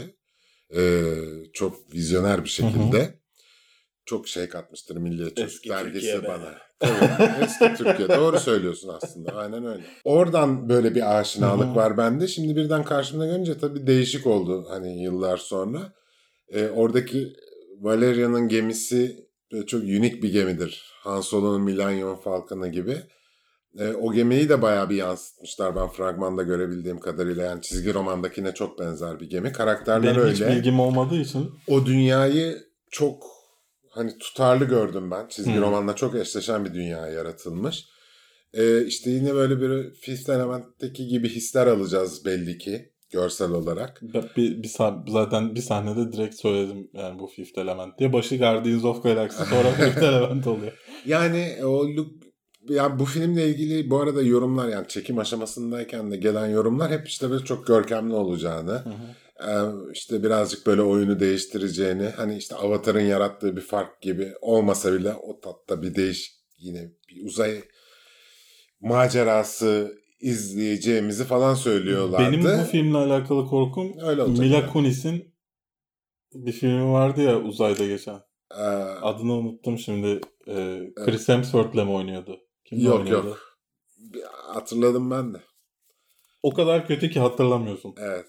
Çok vizyoner bir şekilde. Çok şey katmıştır Milliyet Çocuk dergisi bana. Tabii, eski Türkiye. Doğru söylüyorsun aslında. Aynen öyle. Oradan böyle bir aşinalık var bende. Şimdi birden karşımda görünce tabii değişik oldu hani yıllar sonra. Oradaki Valerian'ın gemisi çok unik bir gemidir. Han Solo'nun Millennium Falcon'ı gibi. O gemiyi de bayağı bir yansıtmışlar ben fragmanda görebildiğim kadarıyla. Yani çizgi romandakine çok benzer bir gemi. Karakterler öyle.
Benim hiç bilgim olmadığı için.
O dünyayı çok hani tutarlı gördüm ben. Çizgi romanla çok eşleşen bir dünya yaratılmış. İşte yine böyle bir Fifth Element'teki gibi hisler alacağız belli ki görsel olarak.
Zaten bir sahnede direkt söyledim yani bu Fifth Element diye. Başı Guardians of Galaxy sonra Fifth Element oluyor.
Yani yani bu filmle ilgili bu arada yorumlar yani çekim aşamasındayken de gelen yorumlar hep işte böyle çok görkemli olacağını, işte birazcık böyle oyunu değiştireceğini, hani işte Avatar'ın yarattığı bir fark gibi olmasa bile o tatta bir yine bir uzay macerası izleyeceğimizi falan söylüyorlardı.
Benim bu filmle alakalı korkum
öyle olacak.
Mila Kunis'in bir filmi vardı ya uzayda geçen.
Ee,
Adını unuttum şimdi. Chris Hemsworth'le mi oynuyordu? Kimle oynuyordu?
Yok. Hatırladım ben de.
O kadar kötü ki hatırlamıyorsun.
Evet.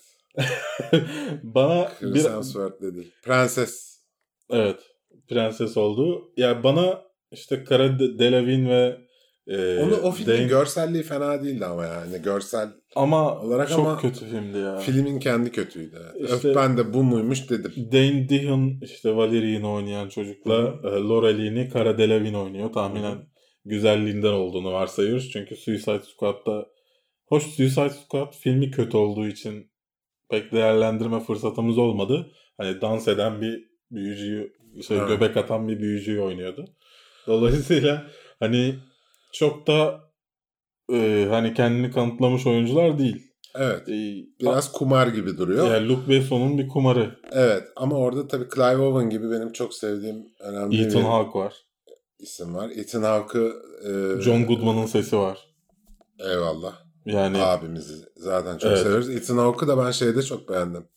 Bana
Chris Hemsworth dedi. Prenses.
Evet. Prenses oldu. Ya bana işte Cara Delevingne ve
o filmin görselliği fena değildi ama yani görsel olarak
çok
ama
kötü filmdi ya.
Filmin kendi kötüydü.
İşte,
ben de bu muymuş dedim.
Dane DeHaan işte Valerian'ı oynayan çocukla Laurelini Cara Delevingne oynuyor. Tahminen güzelliğinden olduğunu varsayıyoruz. Çünkü Suicide Squad'da Suicide Squad filmi kötü olduğu için pek değerlendirme fırsatımız olmadı. Hani dans eden bir büyücüyü, göbek atan bir büyücüyü oynuyordu. Dolayısıyla hani çok da hani kendini kanıtlamış oyuncular değil.
Evet. Biraz kumar gibi duruyor.
Yani Luc Besson'un bir kumarı.
Evet ama orada tabii Clive Owen gibi benim çok sevdiğim önemli
Ethan Hawke var.
İsim var. Ethan Hawke'ı
John Goodman'ın sesi var.
Eyvallah.
Yani
abimizi zaten çok severiz. Ethan Hawke'ı da ben şeyde çok beğendim.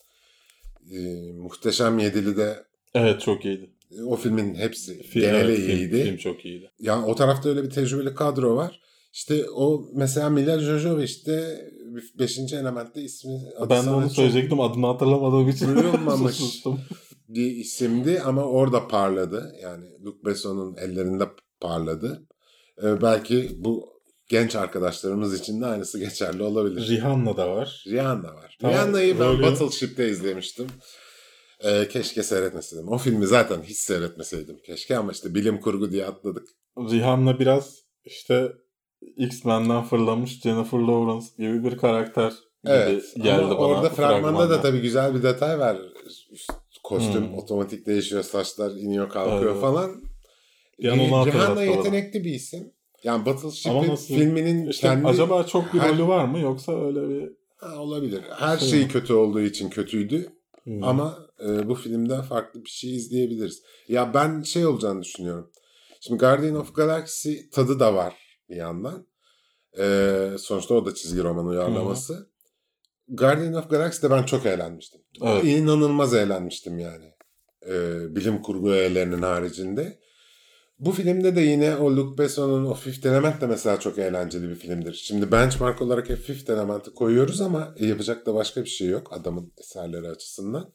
Muhteşem Yedili'de.
Evet çok iyiydi.
O filmin hepsi geneli iyiydi.
Film çok iyiydi.
Yani o tarafta öyle bir tecrübeli kadro var. İşte o mesela Mila Jovovich 5. Element'te ismi.
Ben de onu söyleyecektim. Adını hatırlamadığım için.
Duyulmamış bir isimdi ama orada parladı. Yani Luc Besson'un ellerinde parladı. Belki bu genç arkadaşlarımız için de aynısı geçerli olabilir.
Rihanna da var.
Rihanna'yı ben Battleship'te izlemiştim. Keşke seyretmeseydim. O filmi zaten hiç seyretmeseydim. Keşke ama işte bilim kurgu diye atladık.
Rihanna biraz işte X-Men'den fırlamış Jennifer Lawrence gibi bir karakter gibi geldi
ama
bana.
Orada fragmanda da tabii güzel bir detay var. Kostüm otomatik değişiyor, saçlar iniyor kalkıyor falan. Rihanna yetenekli bir isim. Yani Battleship filminin
işte kendi... Acaba çok bir rolü var mı yoksa öyle bir...
olabilir. Her şey kötü olduğu için kötüydü. Ama bu filmden farklı bir şey izleyebiliriz. Ya ben olacağını düşünüyorum. Şimdi Guardian of Galaxy tadı da var bir yandan. Sonuçta o da çizgi roman uyarlaması. Guardian of Galaxy'de ben çok eğlenmiştim. Evet. İnanılmaz eğlenmiştim yani. Bilim kurgu öğelerinin haricinde. Bu filmde de yine o Luc Besson'un o Fifth Element de mesela çok eğlenceli bir filmdir. Şimdi benchmark olarak hep Fifth Element'i koyuyoruz ama yapacak da başka bir şey yok adamın eserleri açısından.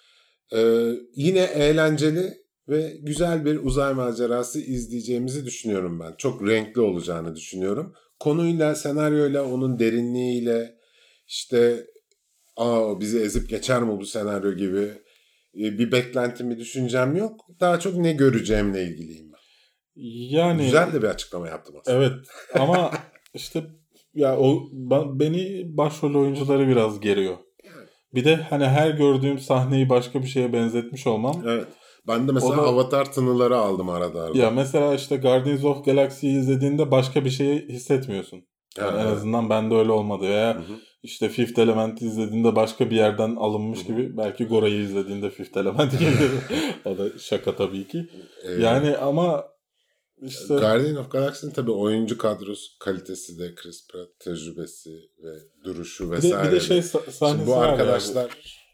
Yine eğlenceli ve güzel bir uzay macerası izleyeceğimizi düşünüyorum ben. Çok renkli olacağını düşünüyorum. Konuyla, senaryoyla, onun derinliğiyle işte bizi ezip geçer mi bu senaryo gibi bir beklentim, bir düşüncem yok. Daha çok ne göreceğimle ilgiliyim ben.
Yani
güzel de bir açıklama yaptım aslında.
Evet ama işte ya beni başrol oyuncuları biraz geriyor. Bir de hani her gördüğüm sahneyi başka bir şeye benzetmiş olmam.
Evet. Ben de mesela Avatar tınıları aldım arada.
Ya mesela işte Guardians of Galaxy'yi izlediğinde başka bir şey hissetmiyorsun. Yani en azından bende öyle olmadı. Veya işte Fifth Element'i izlediğinde başka bir yerden alınmış gibi. Belki Gora'yı izlediğinde Fifth Element geliyor. O da şaka tabii ki. Yani ama işte...
Guardian of Galaxy'nin tabii oyuncu kadrosu kalitesi de, Chris Pratt tecrübesi ve duruşu vesaire.
Bir de sahnesi
bu arkadaşlar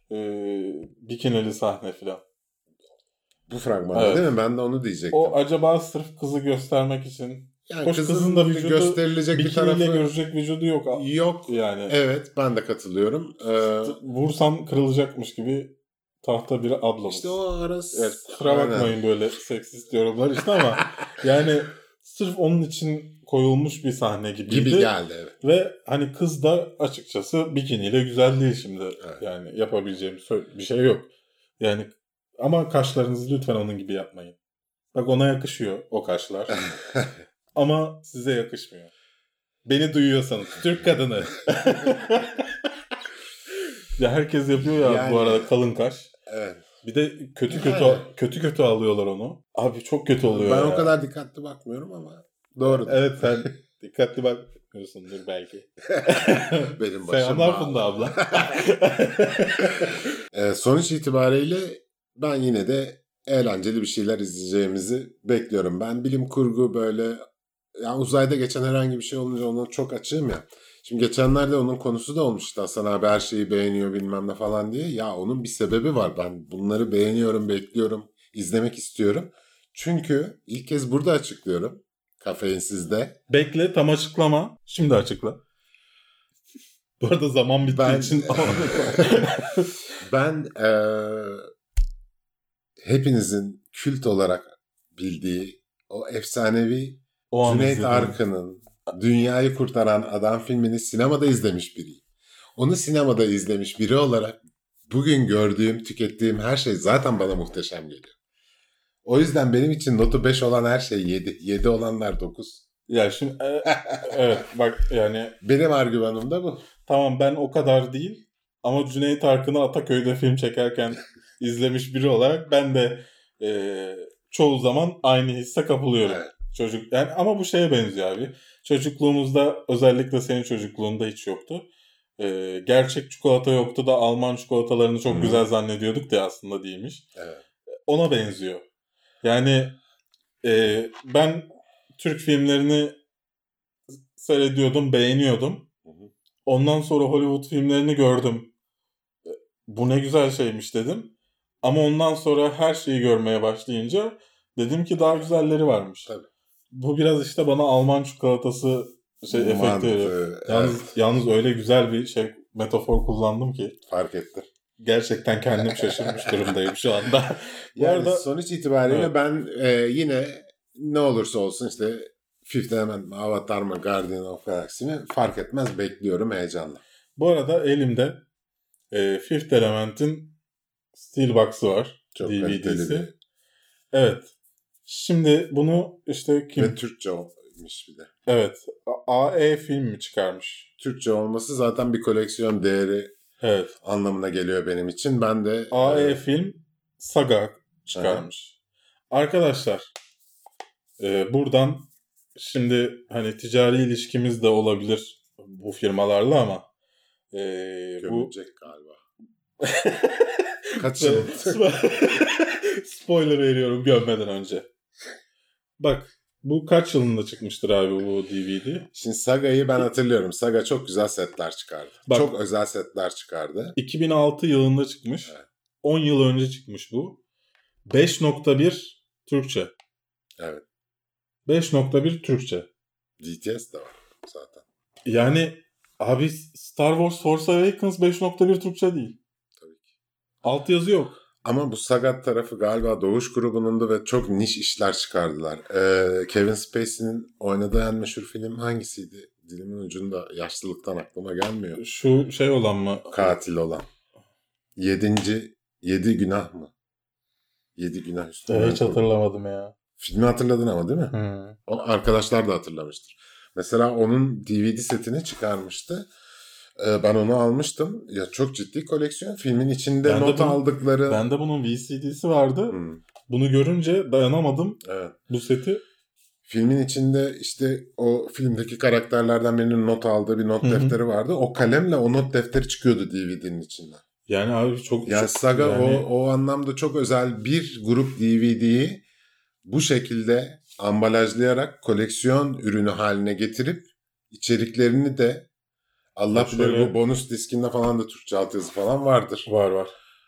bikinili sahne falan.
Bu fragmanda değil mi? Ben de onu diyecektim.
O acaba sırf kızı göstermek için.
Yani kızın da vücudu gösterilecek bir tarafı.
Görecek vücudu yok.
Yok.
Yani.
Evet, ben de katılıyorum.
Vursan kırılacakmış gibi tahta bir ablamız.
İşte o arası.
Evet, kusura bakmayın böyle seksist yorumlar işte ama yani sırf onun için koyulmuş bir sahne gibiydi.
Gibi geldi evet.
Ve hani kız da açıkçası bikiniyle güzel değil şimdi. Evet. Yani yapabileceğim bir şey yok. Yani ama kaşlarınızı lütfen onun gibi yapmayın. Bak ona yakışıyor o kaşlar. Ama size yakışmıyor. Beni duyuyorsanız. Türk kadını. Ya herkes yapıyor ya yani, bu arada kalın kaş.
Evet.
Bir de kötü alıyorlar onu. Abi çok kötü oluyor
ben
ya.
o kadar dikkatli bakmıyorum ama doğru.
Evet sen Dikkatli bakmıyorsundur belki.
Benim başım
Selamlar Funda abla.
Sonuç itibariyle ben yine de eğlenceli bir şeyler izleyeceğimizi bekliyorum. Ben bilim kurgu böyle yani uzayda geçen herhangi bir şey olunca ona çok açığım ya. Şimdi geçenlerde onun konusu da olmuştu. Hasan abi her şeyi beğeniyor bilmem ne falan diye. Ya onun bir sebebi var. Ben bunları beğeniyorum, bekliyorum, izlemek istiyorum. Çünkü ilk kez burada açıklıyorum. Kafeinsiz'de.
Bekle, tam açıklama. Şimdi açıkla. Bu arada zaman bittiği için.
Ben hepinizin kült olarak bildiği o efsanevi Cüneyt Arkın'ın Dünyayı Kurtaran Adam filmini sinemada izlemiş biriyim. Onu sinemada izlemiş biri olarak bugün gördüğüm, tükettiğim her şey zaten bana muhteşem geliyor. O yüzden benim için notu 5 olan her şey 7. 7 olanlar 9.
Ya şimdi evet bak yani.
Benim argümanım da bu.
Tamam ben o kadar değil ama Cüneyt Arkın'ı Ataköy'de film çekerken izlemiş biri olarak ben de çoğu zaman aynı hisse kapılıyorum.
Evet.
Çocuk yani ama bu şeye benziyor abi. Çocukluğumuzda özellikle senin çocukluğunda hiç yoktu. Gerçek çikolata yoktu da Alman çikolatalarını çok güzel zannediyorduk da aslında değilmiş.
Evet.
Ona benziyor. Yani ben Türk filmlerini seyrediyordum, beğeniyordum. Ondan sonra Hollywood filmlerini gördüm. Bu ne güzel şeymiş dedim. Ama ondan sonra her şeyi görmeye başlayınca dedim ki daha güzelleri varmış.
Tabii.
Bu biraz işte bana Alman çikolatası efekti veriyor. Yalnız öyle güzel bir metafor kullandım ki.
Fark ettim.
Gerçekten kendim şaşırmış durumdayım şu anda.
Yani arada, sonuç itibariyle evet. Ben yine ne olursa olsun işte Fifth Element, Avatar mı, Guardian of Galaxy mi fark etmez, bekliyorum heyecanla.
Bu arada elimde Fifth Element'in Steelbox'ı var.
Çok
DVD'si. Evet. Şimdi bunu işte kim?
Ve Türkçe olmuş bir de.
Evet. AE film mi çıkarmış?
Türkçe olması zaten bir koleksiyon değeri anlamına geliyor benim için. Ben de
AE film Saga çıkarmış. Arkadaşlar buradan şimdi hani ticari ilişkimiz de olabilir bu firmalarla ama
gömülecek galiba. Kaç yıl?
Spoiler veriyorum gömmeden önce. Bak bu kaç yılında çıkmıştır abi bu DVD?
Şimdi Saga'yı ben hatırlıyorum. Saga çok güzel setler çıkardı. Bak, çok özel setler çıkardı.
2006 yılında çıkmış. Evet. 10 yıl önce çıkmış bu. 5.1 Türkçe.
Evet.
5.1 Türkçe.
DTS de var zaten.
Yani abi Star Wars Force Awakens 5.1 Türkçe değil.
Tabii ki.
Altyazı yok.
Ama bu Sagat tarafı galiba Doğuş grubunun da ve çok niş işler çıkardılar. Kevin Spacey'nin oynadığı en meşhur film hangisiydi? Dilimin ucunda, yaşlılıktan aklıma gelmiyor.
Şu şey olan mı?
Katil olan. 7 günah mı? 7 günah üstüne.
Hiç hatırlamadım ya.
Filmi hatırladın ama değil mi? O arkadaşlar da hatırlamıştır. Mesela onun DVD setini çıkarmıştı. Ben onu almıştım. Ya çok ciddi koleksiyon. Filmin içinde aldıkları.
Bende bunun VCD'si vardı. Bunu görünce dayanamadım.
Evet.
Bu seti.
Filmin içinde işte o filmdeki karakterlerden birinin not aldığı bir not defteri vardı. O kalemle o not defteri çıkıyordu DVD'nin içinden.
Yani abi çok.
Yani Saga o anlamda çok özel bir grup DVD'yi bu şekilde ambalajlayarak koleksiyon ürünü haline getirip içeriklerini de Allah bilir bu bonus diskinde falan da Türkçe altyazı falan vardır.
Var.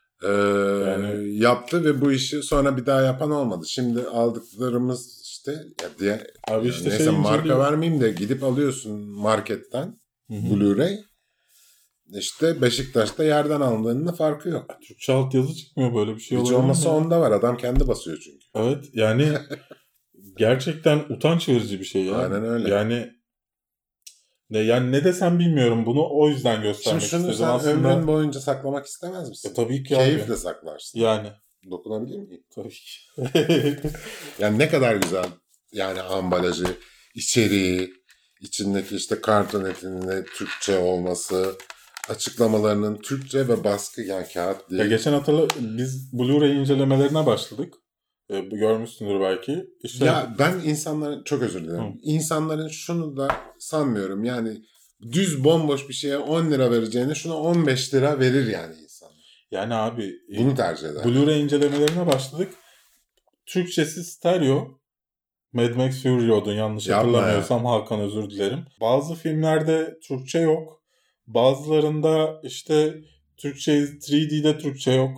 Yaptı ve bu işi sonra bir daha yapan olmadı. Şimdi aldıklarımız işte
abi işte
neyse marka vermeyeyim de gidip alıyorsun marketten Blu-ray. İşte Beşiktaş'ta yerden alındığının farkı yok.
Türkçe altyazı çıkmıyor, böyle bir şey
olabilir. Hiç olmasa onda var. Adam kendi basıyor çünkü.
Evet yani gerçekten utanç verici bir şey ya.
Aynen öyle.
Yani ne desem bilmiyorum, bunu o yüzden göstermek istedim.
Şimdi şunu sen ömrün boyunca saklamak istemez misin?
Tabii ki.
Keyifle saklarsın.
Yani.
Dokunabilir miyim?
Tabii ki.
Yani ne kadar güzel. Yani ambalajı, içeriği, içindeki işte karton etinin Türkçe olması, açıklamalarının Türkçe ve baskı yani kağıt değil.
Ya geçen biz Blu-ray incelemelerine başladık. Görmüşsündür belki. İşte...
Ya ben insanların, çok özür dilerim. İnsanların şunu da sanmıyorum. Yani düz bomboş bir şeye 10 lira vereceğine şuna 15 lira verir yani insan.
Yani abi
bunu tercih eder.
Blu-ray incelemelerine başladık. Türkçesi stereo. Mad Max Fury Road'un yanlış hatırlamıyorsam, Hakan özür dilerim. Bazı filmlerde Türkçe yok. Bazılarında işte Türkçe 3D'de Türkçe yok.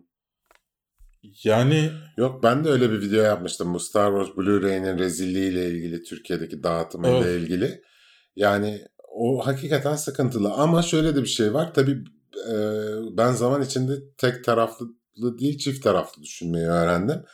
Yani
yok, ben de öyle bir video yapmıştım. Bu Star Wars Blu-ray'nin rezilliğiyle ilgili, Türkiye'deki dağıtımıyla ilgili. Yani o hakikaten sıkıntılı. Ama şöyle de bir şey var. Tabii ben zaman içinde tek taraflı değil, çift taraflı düşünmeyi öğrendim.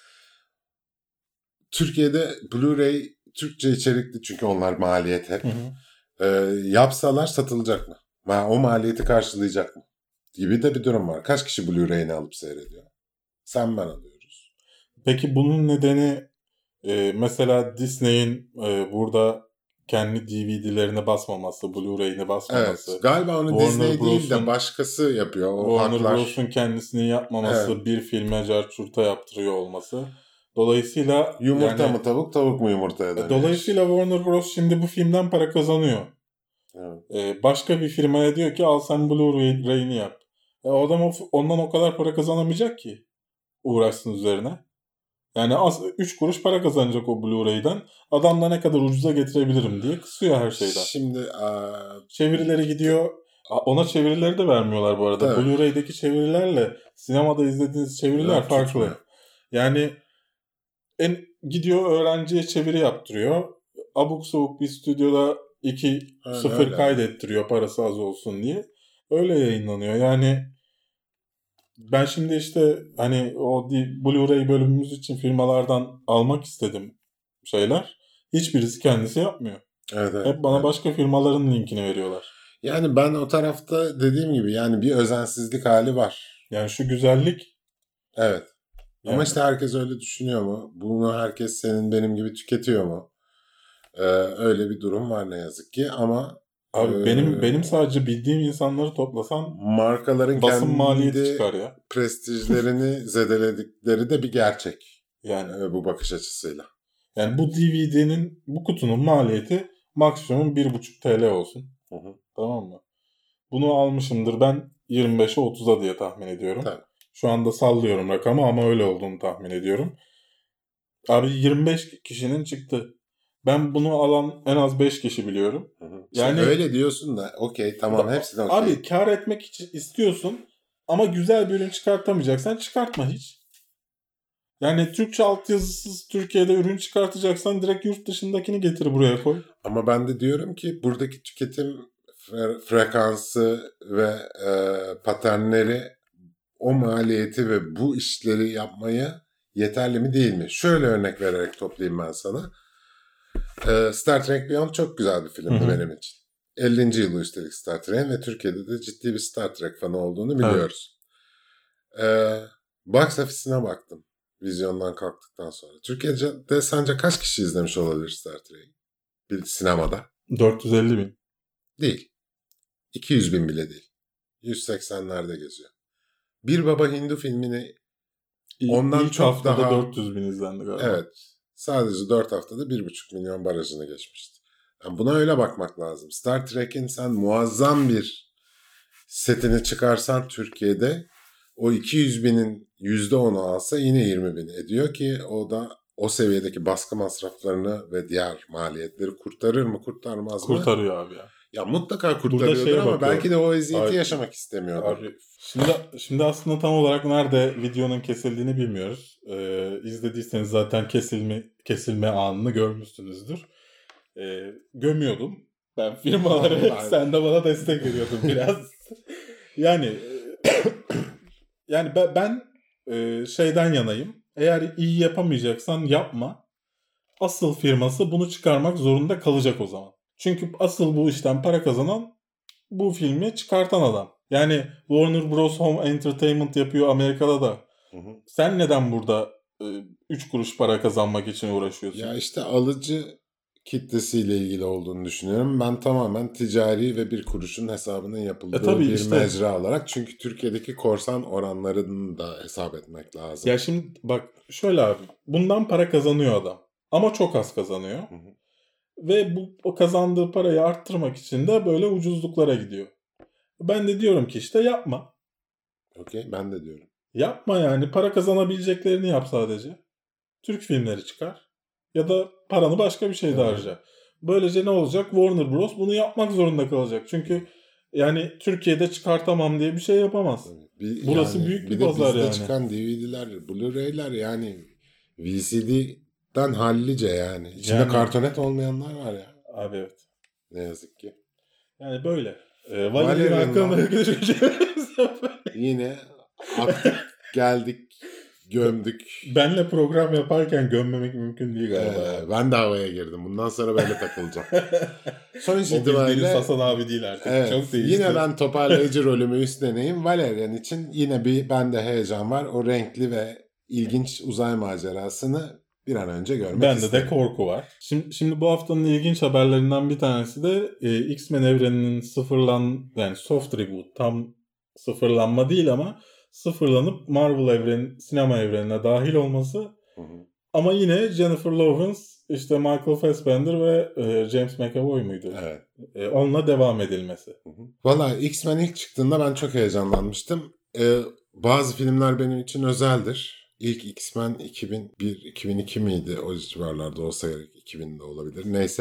Türkiye'de Blu-ray Türkçe içerikli, çünkü onlar maliyet hep. Yapsalar satılacak mı? O maliyeti karşılayacak mı? Gibi de bir durum var. Kaç kişi Blu-ray'ini alıp seyrediyor? Sen ben alıyoruz.
Peki bunun nedeni mesela Disney'in burada kendi DVD'lerini basmaması, Blu-ray'ini basmaması.
Evet, galiba onu Disney değil de başkası yapıyor.
Warner Bros'un kendisini yapmaması, bir filme carçurta yaptırıyor olması. Dolayısıyla
yumurta mı tavuk, tavuk mu yumurtaya dönüyor?
Dolayısıyla Warner Bros. Şimdi bu filmden para kazanıyor.
Evet.
Başka bir firmaya diyor ki al sen Blu-ray'ini yap. Adam ondan o kadar para kazanamayacak ki uğraşsın üzerine. Yani 3 kuruş para kazanacak o Blu-ray'den. Adam da ne kadar ucuza getirebilirim diye kısıyor her şeyden.
Şimdi
çevirileri gidiyor. Ona çevirileri de vermiyorlar bu arada. Tabii. Blu-ray'deki çevirilerle sinemada izlediğiniz çeviriler farklı. Tutmuyor. Yani gidiyor öğrenciye çeviri yaptırıyor. Abuk sabuk bir stüdyoda 2-0 kaydettiriyor parası az olsun diye. Öyle yayınlanıyor. Yani ben şimdi işte hani o Blu-ray bölümümüz için firmalardan almak istedim şeyler. Hiçbirisi kendisi yapmıyor.
Evet.
Hep bana başka firmaların linkini veriyorlar.
Yani ben o tarafta dediğim gibi yani bir özensizlik hali var.
Yani şu güzellik.
Evet. Yani. Ama işte herkes öyle düşünüyor mu? Bunu herkes senin benim gibi tüketiyor mu? Öyle bir durum var ne yazık ki ama
abi benim sadece bildiğim insanları toplasan
markaların
basın maliyeti çıkar ya.
Prestijlerini zedeledikleri de bir gerçek.
Yani
bu bakış açısıyla.
Yani bu DVD'nin, bu kutunun maliyeti maksimum 1,5 TL olsun. Tamam mı? Bunu almışımdır ben 25'e 30'a diye tahmin ediyorum.
Tabii.
Şu anda sallıyorum rakamı ama öyle olduğunu tahmin ediyorum. Abi 25 kişinin çıktı. Ben bunu alan en az 5 kişi biliyorum.
Yani öyle diyorsun da okey tamam hepsine okey.
Abi kar etmek için istiyorsun ama güzel bir ürün çıkartamayacaksan çıkartma hiç. Yani Türkçe altyazısız Türkiye'de ürün çıkartacaksan direkt yurt dışındakini getir buraya koy.
Ama ben de diyorum ki buradaki tüketim frekansı ve paternleri o maliyeti ve bu işleri yapmaya yeterli mi değil mi? Şöyle örnek vererek toplayayım ben sana. Star Trek Beyond çok güzel bir filmdi benim için. 50. yılı üstelik Star Trek'in ve Türkiye'de de ciddi bir Star Trek fanı olduğunu biliyoruz. Box office'ine baktım vizyondan kalktıktan sonra. Türkiye'de sence kaç kişi izlemiş olabilir Star Trek'i? Bir sinemada.
450.000.
Değil. 200.000 bile değil. 180'lerde geziyor. Bir Baba Hindu filmini ondan
İlk
çok daha...
400.000 izlendi galiba.
Evet. Sadece 4 haftada 1,5 milyon barajını geçmişti. Yani buna öyle bakmak lazım. Star Trek'in sen muazzam bir setini çıkarsan Türkiye'de o 200.000'in %10'u alsa yine 20.000 ediyor ki o da o seviyedeki baskı masraflarını ve diğer maliyetleri kurtarır mı kurtarmaz mı?
Kurtarıyor abi ya.
Ya mutlaka kurtarıyordur ama belki de o eziyeti yaşamak istemiyordur.
Abi, şimdi aslında tam olarak nerede videonun kesildiğini bilmiyoruz. İzlediyseniz zaten kesilme anını görmüşsünüzdür. Gömüyordum ben firmaları. Sen de bana destek veriyordun biraz. yani ben şeyden yanayım. Eğer iyi yapamayacaksan yapma. Asıl firması bunu çıkarmak zorunda kalacak o zaman. Çünkü asıl bu işten para kazanan bu filmi çıkartan adam. Yani Warner Bros. Home Entertainment yapıyor Amerika'da da. Sen neden burada 3 kuruş para kazanmak için uğraşıyorsun?
Ya işte alıcı kitlesiyle ilgili olduğunu düşünüyorum. Ben tamamen ticari ve bir kuruşun hesabının yapıldığı bir
işte,
mecra olarak. Çünkü Türkiye'deki korsan oranlarını da hesap etmek lazım.
Ya şimdi bak şöyle abi. Bundan para kazanıyor adam. Ama çok az kazanıyor. Ve o kazandığı parayı arttırmak için de böyle ucuzluklara gidiyor. Ben de diyorum ki işte yapma.
Okey, ben de diyorum.
Yapma yani. Para kazanabileceklerini yap sadece. Türk filmleri çıkar. Ya da paranı başka bir şeyde harca. Böylece ne olacak? Warner Bros. Bunu yapmak zorunda kalacak. Çünkü yani Türkiye'de çıkartamam diye bir şey yapamaz. Burası büyük bir pazar yani.
Bir de bizde çıkan DVD'ler, Blu-ray'ler yani VCD'den hallice yani. İçinde kartonet olmayanlar var ya.
Abi evet.
Ne yazık ki.
Yani böyle. Valerian hakkında
yine attık, geldik, gömdük.
Benle program yaparken gömmemek mümkün değil galiba.
Ben de havaya girdim. Bundan sonra böyle takılacağım. Sonuç
itibariyle Hasan abi değil artık.
Evet,
çok değişti.
Yine ben toparlayıcı rolümü üstleneyim. Valerian için yine bir bende heyecan var. O renkli ve ilginç uzay macerasını bir an önce görmek isterim.
Bende de korku var. Şimdi bu haftanın ilginç haberlerinden bir tanesi de X-Men evreninin yani soft reboot, tam sıfırlanma değil ama sıfırlanıp Marvel sinema evrenine dahil olması. Ama yine Jennifer Lawrence, işte Michael Fassbender ve James McAvoy muydu?
Evet.
Onunla devam edilmesi.
Valla X-Men ilk çıktığında ben çok heyecanlanmıştım. Bazı filmler benim için özeldir. İlk X-Men 2001-2002 miydi? O civarlarda olsa gerek. 2000'de olabilir. Neyse.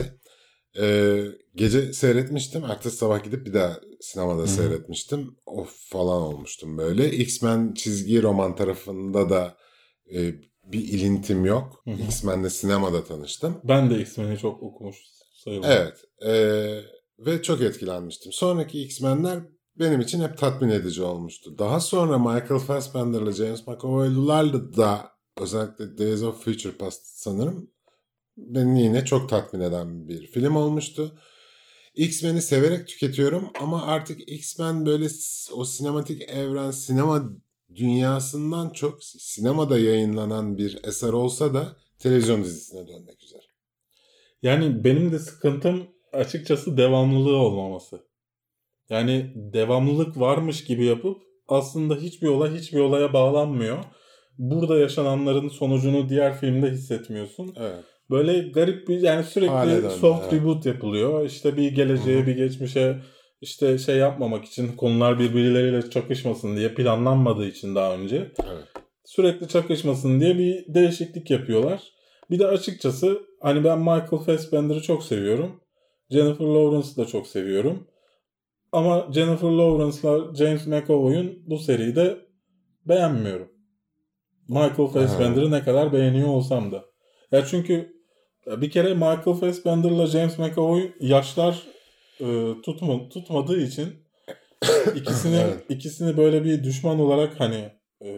Gece seyretmiştim. Ertesi sabah gidip bir daha sinemada seyretmiştim. Of falan olmuştum böyle. X-Men çizgi roman tarafında da bir ilintim yok. X-Men'le sinemada tanıştım.
Ben de X-Men'i çok okumuş sayılırım.
Evet. Ve çok etkilenmiştim. Sonraki X-Men'ler benim için hep tatmin edici olmuştu. Daha sonra Michael Fassbender'la James McAvoy'lularla da özellikle Days of Future Past sanırım beni yine çok tatmin eden bir film olmuştu. X-Men'i severek tüketiyorum ama artık X-Men böyle o sinematik evren, sinema dünyasından çok sinemada yayınlanan bir eser olsa da televizyon dizisine dönmek üzere.
Yani benim de sıkıntım açıkçası devamlılığı olmaması. Yani devamlılık varmış gibi yapıp aslında hiçbir olay hiçbir olaya bağlanmıyor. Burada yaşananların sonucunu diğer filmde hissetmiyorsun.
Evet.
Böyle garip bir yani sürekli soft reboot yapılıyor. İşte bir geleceğe bir geçmişe işte şey yapmamak için, konular birbirleriyle çakışmasın diye planlanmadığı için daha önce.
Evet.
Sürekli çakışmasın diye bir değişiklik yapıyorlar. Bir de açıkçası hani ben Michael Fassbender'ı çok seviyorum. Jennifer Lawrence'ı da çok seviyorum. Ama Jennifer Lawrence'la James McAvoy'un bu seriyi de beğenmiyorum. Michael Fassbender'ı ne kadar beğeniyor olsam da. Ya çünkü bir kere Michael Fassbender'la James McAvoy yaşlar tutmadığı için ikisini böyle bir düşman olarak hani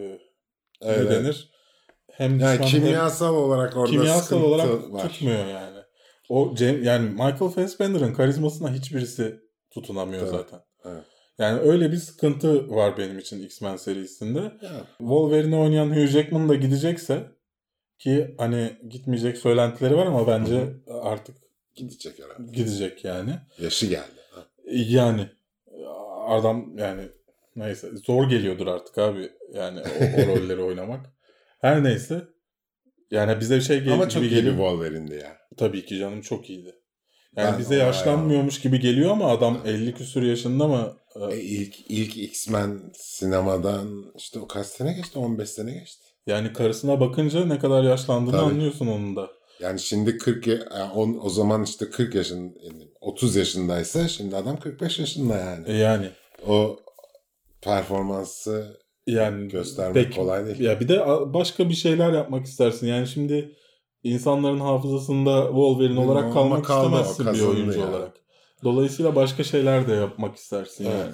ne denir? Hem
yani
düşman
kimyasal olarak orada
kimyasal olarak
var.
Tutmuyor yani. Yani Michael Fassbender'ın karizmasına hiçbirisi tutunamıyor zaten.
Evet.
Yani öyle bir sıkıntı var benim için X-Men serisinde.
Evet.
Wolverine'i oynayan Hugh Jackman da gidecekse, ki hani gitmeyecek söylentileri var ama bence artık
gidecek herhalde.
Gidecek yani.
Yaşı geldi.
Yani adam yani neyse zor geliyordur artık abi yani o rolleri oynamak. Her neyse. Yani bize şey geliyor.
Ama çok iyi bir Wolverine'di ya.
Tabii ki canım, çok iyiydi. Yani bize yaşlanmıyormuş gibi geliyor ama adam 50 küsur yaşında mı?
İlk X-Men sinemadan işte o kaç sene geçti? 15 sene geçti.
Yani karısına bakınca ne kadar yaşlandığını anlıyorsun onun da.
Yani şimdi o zaman işte 40 yaşın 30 yaşındaysa şimdi adam 45 yaşında yani.
Yani.
O performansı yani göstermek kolay değil.
Ya bir de başka bir şeyler yapmak istersin. Yani şimdi insanların hafızasında Wolverine olarak kalmak istemezsin bir oyuncu olarak. Dolayısıyla başka şeyler de yapmak istersin yani.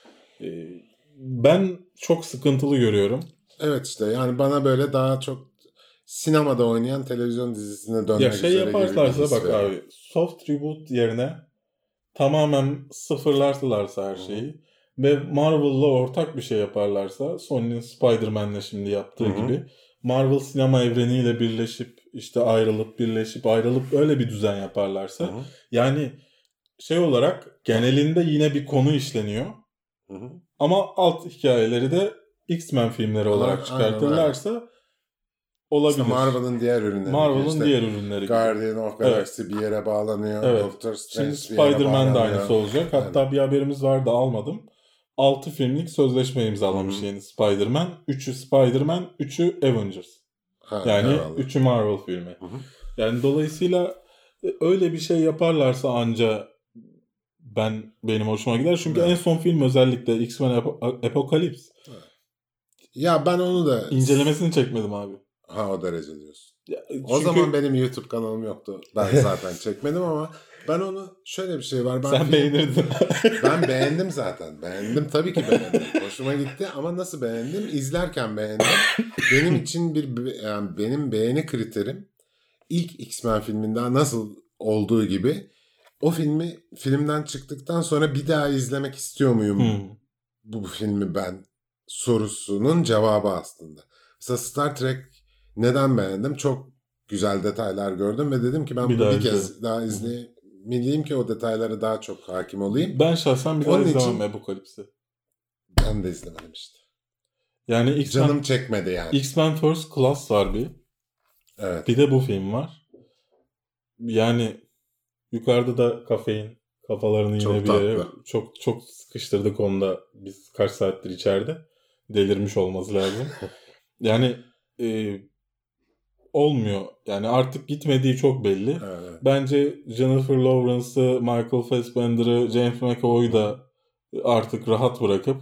Ben çok sıkıntılı görüyorum.
Evet işte yani bana böyle daha çok sinemada oynayan televizyon dizisine dönmek üzere gibi bir his veriyor. Ya
yaparlarsa bak abi, soft reboot yerine tamamen sıfırlarlarsa her şeyi ve Marvel'la ortak bir şey yaparlarsa, Sony'nin Spider-Man'le şimdi yaptığı gibi Marvel sinema evreniyle birleşip işte ayrılıp öyle bir düzen yaparlarsa,
Hı-hı.
yani şey olarak genelinde yine bir konu işleniyor.
Hı-hı.
Ama alt hikayeleri de X-Men filmleri olarak çıkartırlarsa olabilir.
İşte Marvel'ın diğer ürünleri.
Marvel'ın diğer ürünleri gibi.
Guardian of Galaxy bir yere bağlanıyor.
Evet.
Doctor Strange
Şimdi
bir yere
Spider-Man de
bağlanıyor.
aynısı olacak. Hatta bir haberimiz vardı, almadım. 6 filmlik sözleşme imzalamış yeni Spider-Man. 3'ü Spider-Man, 3'ü Avengers. Yani 3'ü Marvel filmi.
Hı-hı.
Yani dolayısıyla öyle bir şey yaparlarsa anca benim hoşuma gider. Çünkü en son film özellikle X-Men Apocalypse.
Evet. Ya ben onu da
incelemesini çekmedim abi.
Ha, o derece diyorsun.
Çünkü...
O zaman benim YouTube kanalım yoktu. Ben zaten çekmedim ama ben onu, şöyle bir şey var.
Sen beğenirdin.
Ben beğendim zaten. Beğendim, tabii ki beğendim. Hoşuma gitti ama nasıl beğendim? İzlerken beğendim. Benim için yani benim beğeni kriterim ilk X-Men filminden nasıl olduğu gibi o filmden çıktıktan sonra bir daha izlemek istiyor muyum bu filmi ben sorusunun cevabı aslında. Mesela Star Trek neden beğendim? Çok güzel detaylar gördüm ve dedim ki ben bunu bir kez daha izlemeliyim ki o detaylara daha çok hakim olayım.
Ben şahsen bir daha izlemem Apocalypse'i.
Ben de izlemedim işte.
Yani
canım çekmedi yani.
X-Men First Class var bir.
Evet.
Bir de bu film var. Yani yukarıda da kafein kafalarını yine bir yere çok sıkıştırdık onda. Biz kaç saattir içeride. Delirmiş olması lazım. Yani olmuyor. Yani artık gitmediği çok belli.
Evet.
Bence Jennifer Lawrence'ı, Michael Fassbender'ı, James McAvoy'u da artık rahat bırakıp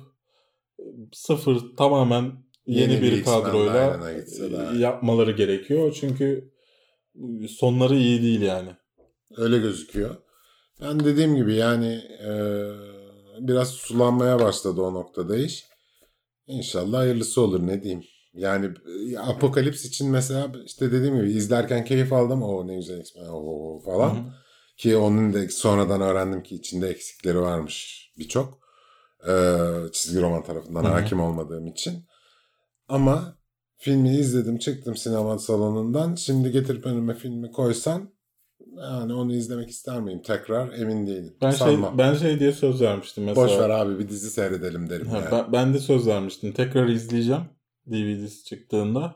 sıfır tamamen yeni bir kadroyla yapmaları gerekiyor. Çünkü sonları iyi değil yani.
Öyle gözüküyor. Ben dediğim gibi yani biraz sulanmaya başladı o noktada iş. İnşallah hayırlısı olur, ne diyeyim. Yani Apokalips için mesela işte dediğim gibi izlerken keyif aldım. O ne güzel X-Men falan. Hı-hı. Ki onun da sonradan öğrendim ki içinde eksikleri varmış birçok. Çizgi roman tarafından hakim olmadığım için. Ama filmi izledim, çıktım sinema salonundan. Şimdi getirip önüme filmi koysan yani onu izlemek ister miyim tekrar, emin değilim.
Ben şey diye söz vermiştim mesela.
Boş ver abi, bir dizi seyredelim derim.
Ben de söz vermiştim. Tekrar izleyeceğim DVD'si çıktığında.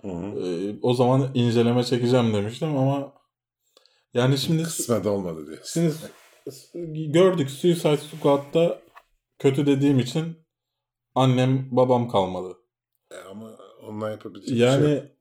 O zaman inceleme çekeceğim demiştim ama yani şimdi
kısmet olmadı diyorsun.
Şimdi gördük, Suicide Squad'da kötü dediğim için annem babam kalmadı.
Ama onunla yapabilecek bir şey yok.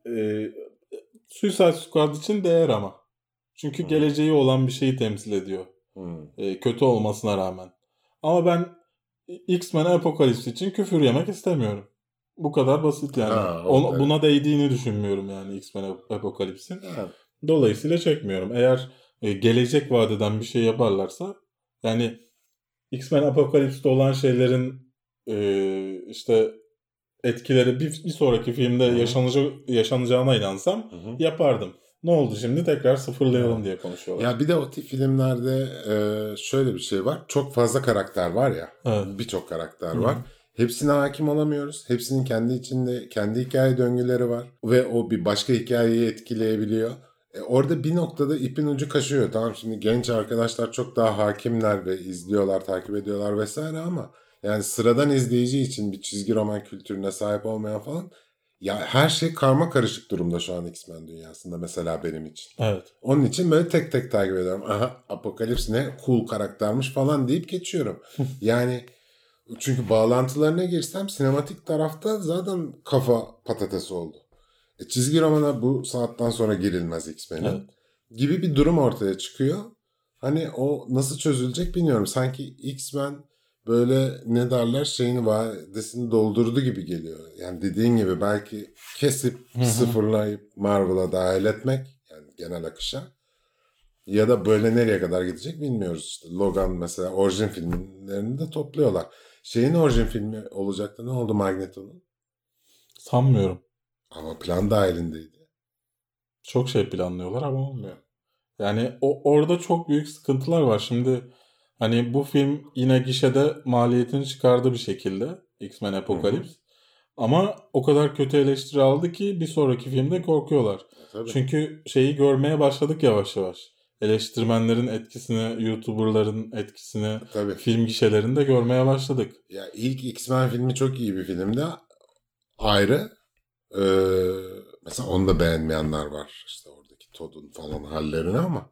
Suicide Squad için değer ama. Çünkü geleceği olan bir şeyi temsil ediyor. Kötü olmasına rağmen. Ama ben X-Men Apocalypse için küfür yemek istemiyorum. Bu kadar basit yani. Buna değdiğini düşünmüyorum yani X-Men Apocalypse'in. Dolayısıyla çekmiyorum. Eğer gelecek vadeden bir şey yaparlarsa, yani X-Men Apocalypse'de olan şeylerin işte etkileri bir sonraki filmde yaşanacağına inansam yapardım. Ne oldu şimdi? Tekrar sıfırlayalım diye konuşuyorlar.
Ya bir de o tip filmlerde şöyle bir şey var. Çok fazla karakter var ya. Evet. Birçok karakter var. Hepsine hakim olamıyoruz. Hepsinin kendi içinde kendi hikaye döngüleri var. Ve o bir başka hikayeyi etkileyebiliyor. Orada bir noktada ipin ucu kaçıyor. Tamam, şimdi genç arkadaşlar çok daha hakimler ve izliyorlar, takip ediyorlar vesaire ama yani sıradan izleyici için, bir çizgi roman kültürüne sahip olmayan falan, ya her şey karma karışık durumda şu an X-Men dünyasında mesela benim için.
Evet.
Onun için böyle tek tek takip ediyorum. Aha, Apokalips ne cool karaktermiş falan deyip geçiyorum. Yani çünkü bağlantılarına girsem sinematik tarafta zaten kafa patates oldu. Çizgi romana bu saatten sonra girilmez X-Men'in gibi bir durum ortaya çıkıyor. Hani o nasıl çözülecek bilmiyorum. Sanki X-Men böyle ne derler şeyini, vadesini doldurdu gibi geliyor. Yani dediğin gibi belki kesip sıfırlayıp Marvel'a dahil etmek, yani genel akışa, ya da böyle nereye kadar gidecek bilmiyoruz işte. Logan mesela orijin filmlerini de topluyorlar. Şeyin orijin filmi olacaktı, ne oldu Magneto'nun?
Sanmıyorum.
Ama plan dahilindeydi.
Çok şey planlıyorlar ama olmuyor. Yani orada çok büyük sıkıntılar var. Şimdi hani bu film yine gişede maliyetini çıkardı bir şekilde, X-Men Apocalypse. Ama o kadar kötü eleştiri aldı ki bir sonraki filmde korkuyorlar.
Tabii.
Çünkü şeyi görmeye başladık yavaş yavaş. Eleştirmenlerin etkisini, YouTuber'ların etkisini
Tabii.
film gişelerinde görmeye başladık.
Ya ilk X-Men filmi çok iyi bir filmdi. Ayrı. Mesela onu da beğenmeyenler var. İşte oradaki Todd'un falan hallerini ama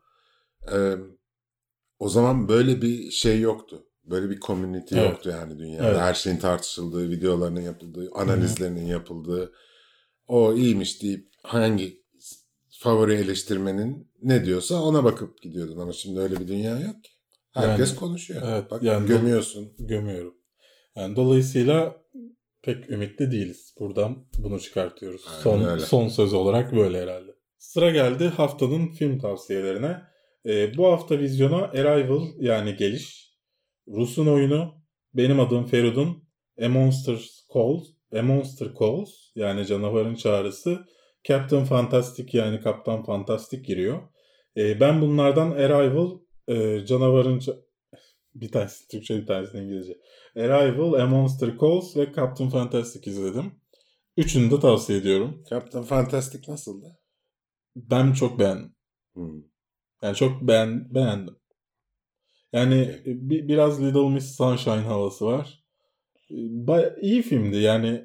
o zaman böyle bir şey yoktu. Böyle bir community
Evet.
yoktu yani dünyada.
Evet.
Her şeyin tartışıldığı, videolarının yapıldığı, analizlerinin yapıldığı. O iyiymiş deyip hangi favori eleştirmenin ne diyorsa ona bakıp gidiyordun. Ama şimdi öyle bir dünya yok ki. Herkes konuşuyor.
Evet,
Bak
yani
gömüyorsun.
Gömüyorum. Yani dolayısıyla pek ümitli değiliz. Buradan bunu çıkartıyoruz. Son söz olarak böyle herhalde. Sıra geldi haftanın film tavsiyelerine. Bu hafta vizyona Arrival yani Geliş, Rus'un Oyunu, Benim Adım Feridun, A Monster Calls yani Canavarın Çağrısı, Captain Fantastic yani Kaptan Fantastic giriyor. Ben bunlardan Arrival, Canavarın bir tanesi Türkçe bir tanesi İngilizce. Arrival, A Monster Calls ve Captain Fantastic izledim. Üçünü de tavsiye ediyorum.
Captain Fantastic nasıldı?
Ben çok beğendim. Yani çok beğendim. Yani biraz Little Miss Sunshine havası var. İyi filmdi. Yani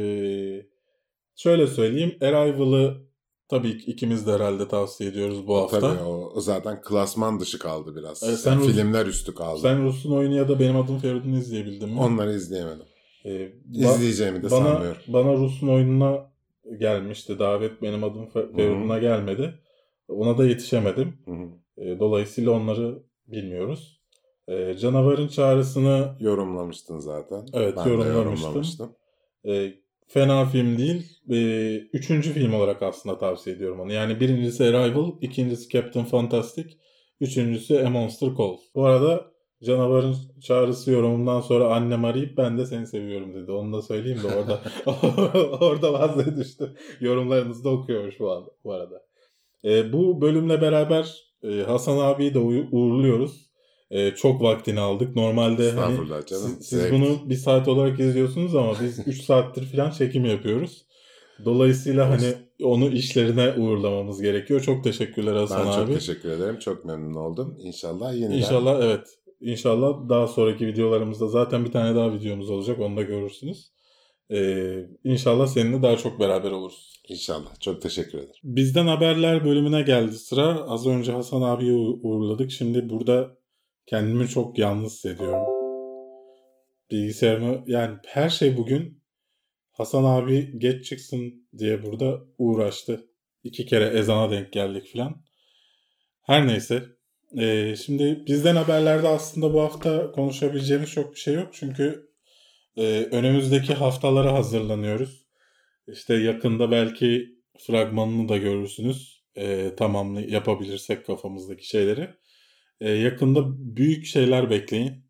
şöyle söyleyeyim. Arrival'ı tabii ki ikimiz de herhalde tavsiye ediyoruz bu hafta.
Tabii o zaten klasman dışı kaldı biraz. Filmler üstü kaldı.
Sen Rus'un Oyunu ya da Benim Adım Feridun'u izleyebildin mi?
Onları izleyemedim. İzleyeceğimi de sanmıyorum.
Bana Rus'un Oyunu'na gelmişti davet. Benim Adım Feridun'a gelmedi. Ona da yetişemedim. Dolayısıyla onları bilmiyoruz. Canavarın Çağrısı'nı
yorumlamıştın zaten.
Evet,
ben yorumlamıştım.
Fena film değil. Üçüncü film olarak aslında tavsiye ediyorum onu. Yani birincisi Arrival, ikincisi Captain Fantastic, üçüncüsü A Monster Calls. Bu arada Canavarın Çağrısı yorumundan sonra annem arayıp ben de seni seviyorum dedi. Onu da söyleyeyim de orada orada vazgeçti. Yorumlarınızı da okuyormuş bu arada. Bu bölümle beraber Hasan abiyi de uğurluyoruz. Çok vaktini aldık. Normalde hani siz bunu 1 saat olarak izliyorsunuz ama biz 3 saattir falan çekim yapıyoruz. Dolayısıyla hani onu işlerine uğurlamamız gerekiyor. Çok teşekkürler Hasan abi.
Ben çok teşekkür ederim. Çok memnun oldum. İnşallah yeniden.
İnşallah evet. İnşallah daha sonraki videolarımızda zaten bir tane daha videomuz olacak. Onu da görürsünüz. İnşallah seninle daha çok beraber oluruz.
İnşallah. Çok teşekkür ederim.
Bizden haberler bölümüne geldi sıra. Az önce Hasan abiyi uğurladık. Şimdi burada kendimi çok yalnız hissediyorum. Bilgisayarımı yani her şey bugün Hasan abi geç çıksın diye burada uğraştı. 2 kere ezana denk geldik filan. Her neyse. Şimdi bizden haberlerde aslında bu hafta konuşabileceğimiz çok bir şey yok. Çünkü önümüzdeki haftalara hazırlanıyoruz. İşte yakında belki fragmanını da görürsünüz. Tamamlı yapabilirsek kafamızdaki şeyleri. Yakında büyük şeyler bekleyin.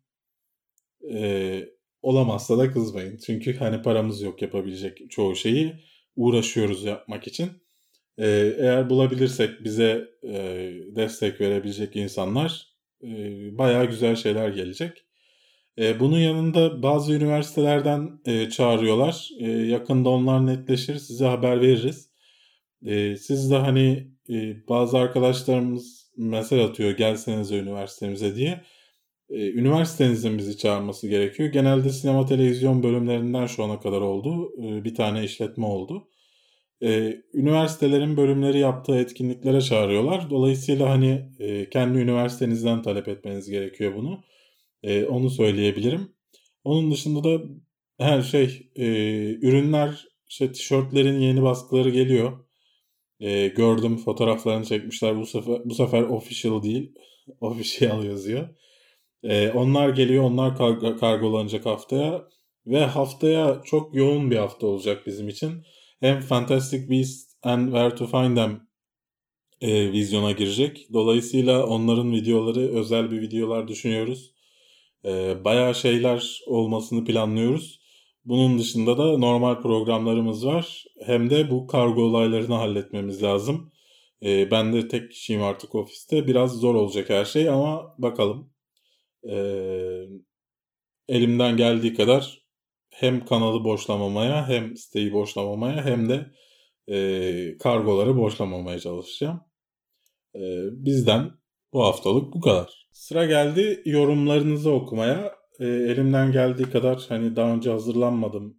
Olamazsa da kızmayın. Çünkü hani paramız yok yapabilecek çoğu şeyi. Uğraşıyoruz yapmak için. Eğer bulabilirsek bize destek verebilecek insanlar bayağı güzel şeyler gelecek. Bunun yanında bazı üniversitelerden çağırıyorlar. Yakında onlar netleşir. Size haber veririz. Siz de hani bazı arkadaşlarımız mesaj atıyor gelsenize üniversitemize diye. Üniversitenizin bizi çağırması gerekiyor. Genelde sinema televizyon bölümlerinden şu ana kadar oldu. Bir tane işletme oldu. Üniversitelerin bölümleri yaptığı etkinliklere çağırıyorlar. Dolayısıyla hani kendi üniversitenizden talep etmeniz gerekiyor bunu. Onu söyleyebilirim. Onun dışında da her şey ürünler, işte tişörtlerin yeni baskıları geliyor. Gördüm fotoğraflarını çekmişler. Bu sefer official değil, official yazıyor. Onlar geliyor, onlar kargolanacak haftaya ve haftaya çok yoğun bir hafta olacak bizim için. Hem Fantastic Beasts and Where to Find Them vizyona girecek. Dolayısıyla onların videoları, özel bir videolar düşünüyoruz. Bayağı şeyler olmasını planlıyoruz. Bunun dışında da normal programlarımız var. Hem de bu kargo olaylarını halletmemiz lazım. Ben de tek kişiyim artık ofiste. Biraz zor olacak her şey ama bakalım. Elimden geldiği kadar hem kanalı boşlamamaya hem siteyi boşlamamaya hem de kargoları boşlamamaya çalışacağım. Bizden bu haftalık bu kadar. Sıra geldi yorumlarınızı okumaya. Elimden geldiği kadar hani daha önce hazırlanmadım.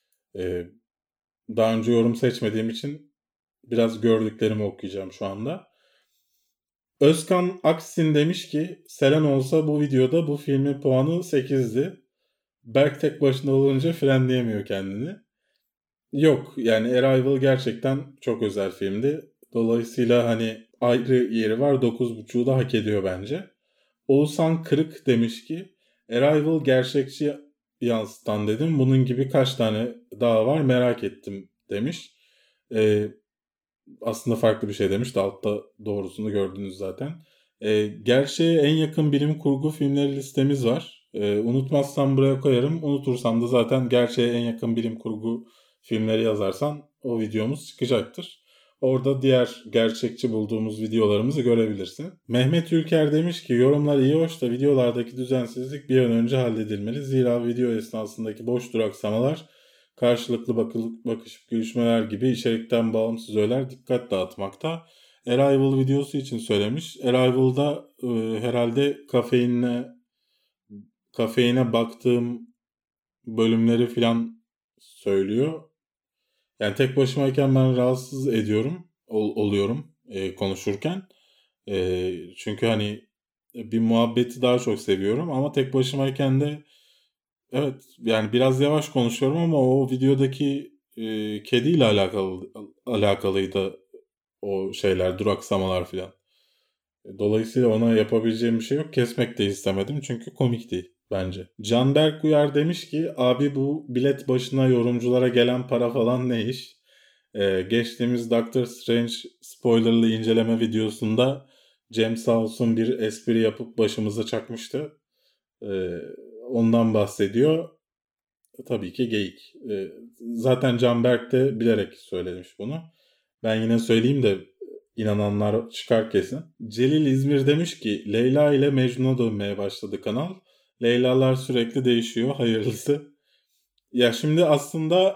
Daha önce yorum seçmediğim için biraz gördüklerimi okuyacağım şu anda. Özkan Aksin demiş ki Selen olsa bu videoda bu filmin puanı 8'di. Berk tek başına olunca frenleyemiyor kendini. Yok yani Arrival gerçekten çok özel filmdi. Dolayısıyla hani ayrı yeri var, 9.5'u da hak ediyor bence. Oğuzhan Kırık demiş ki Arrival gerçekçi yansıtan dedim. Bunun gibi kaç tane daha var merak ettim demiş. Aslında farklı bir şey demiş de altta doğrusunu gördünüz zaten. Gerçeğe en yakın bilim kurgu filmleri listemiz var. Unutmazsam buraya koyarım. Unutursam da zaten gerçeğe en yakın bilim kurgu filmleri yazarsan o videomuz çıkacaktır. Orada diğer gerçekçi bulduğumuz videolarımızı görebilirsin. Mehmet Ülker demiş ki yorumlar iyi hoş da videolardaki düzensizlik bir an önce halledilmeli. Zira video esnasındaki boş duraksamalar, karşılıklı bakışıp gülüşmeler gibi içerikten bağımsız öğeler dikkat dağıtmakta. Arrival videosu için söylemiş. Arrival'da herhalde kafeine baktığım bölümleri falan söylüyor. Yani tek başımayken ben rahatsız oluyorum konuşurken. Çünkü hani bir muhabbeti daha çok seviyorum ama tek başımayken de evet yani biraz yavaş konuşuyorum ama o videodaki kediyle alakalıydı o şeyler, duraksamalar filan. Dolayısıyla ona yapabileceğim bir şey yok. Kesmek de istemedim çünkü komik değil bence. Canberk Uyar demiş ki abi bu bilet başına yorumculara gelen para falan ne iş? Geçtiğimiz Doctor Strange spoilerlı inceleme videosunda Cem sağ olsun bir espri yapıp başımıza çakmıştı. Ondan bahsediyor. Tabii ki geyik. Zaten Canberk de bilerek söylemiş bunu. Ben yine söyleyeyim de inananlar çıkar kesin. Celil İzmir demiş ki Leyla ile Mecnun'a dönmeye başladı kanal. Leylalar sürekli değişiyor. Hayırlısı. Ya şimdi aslında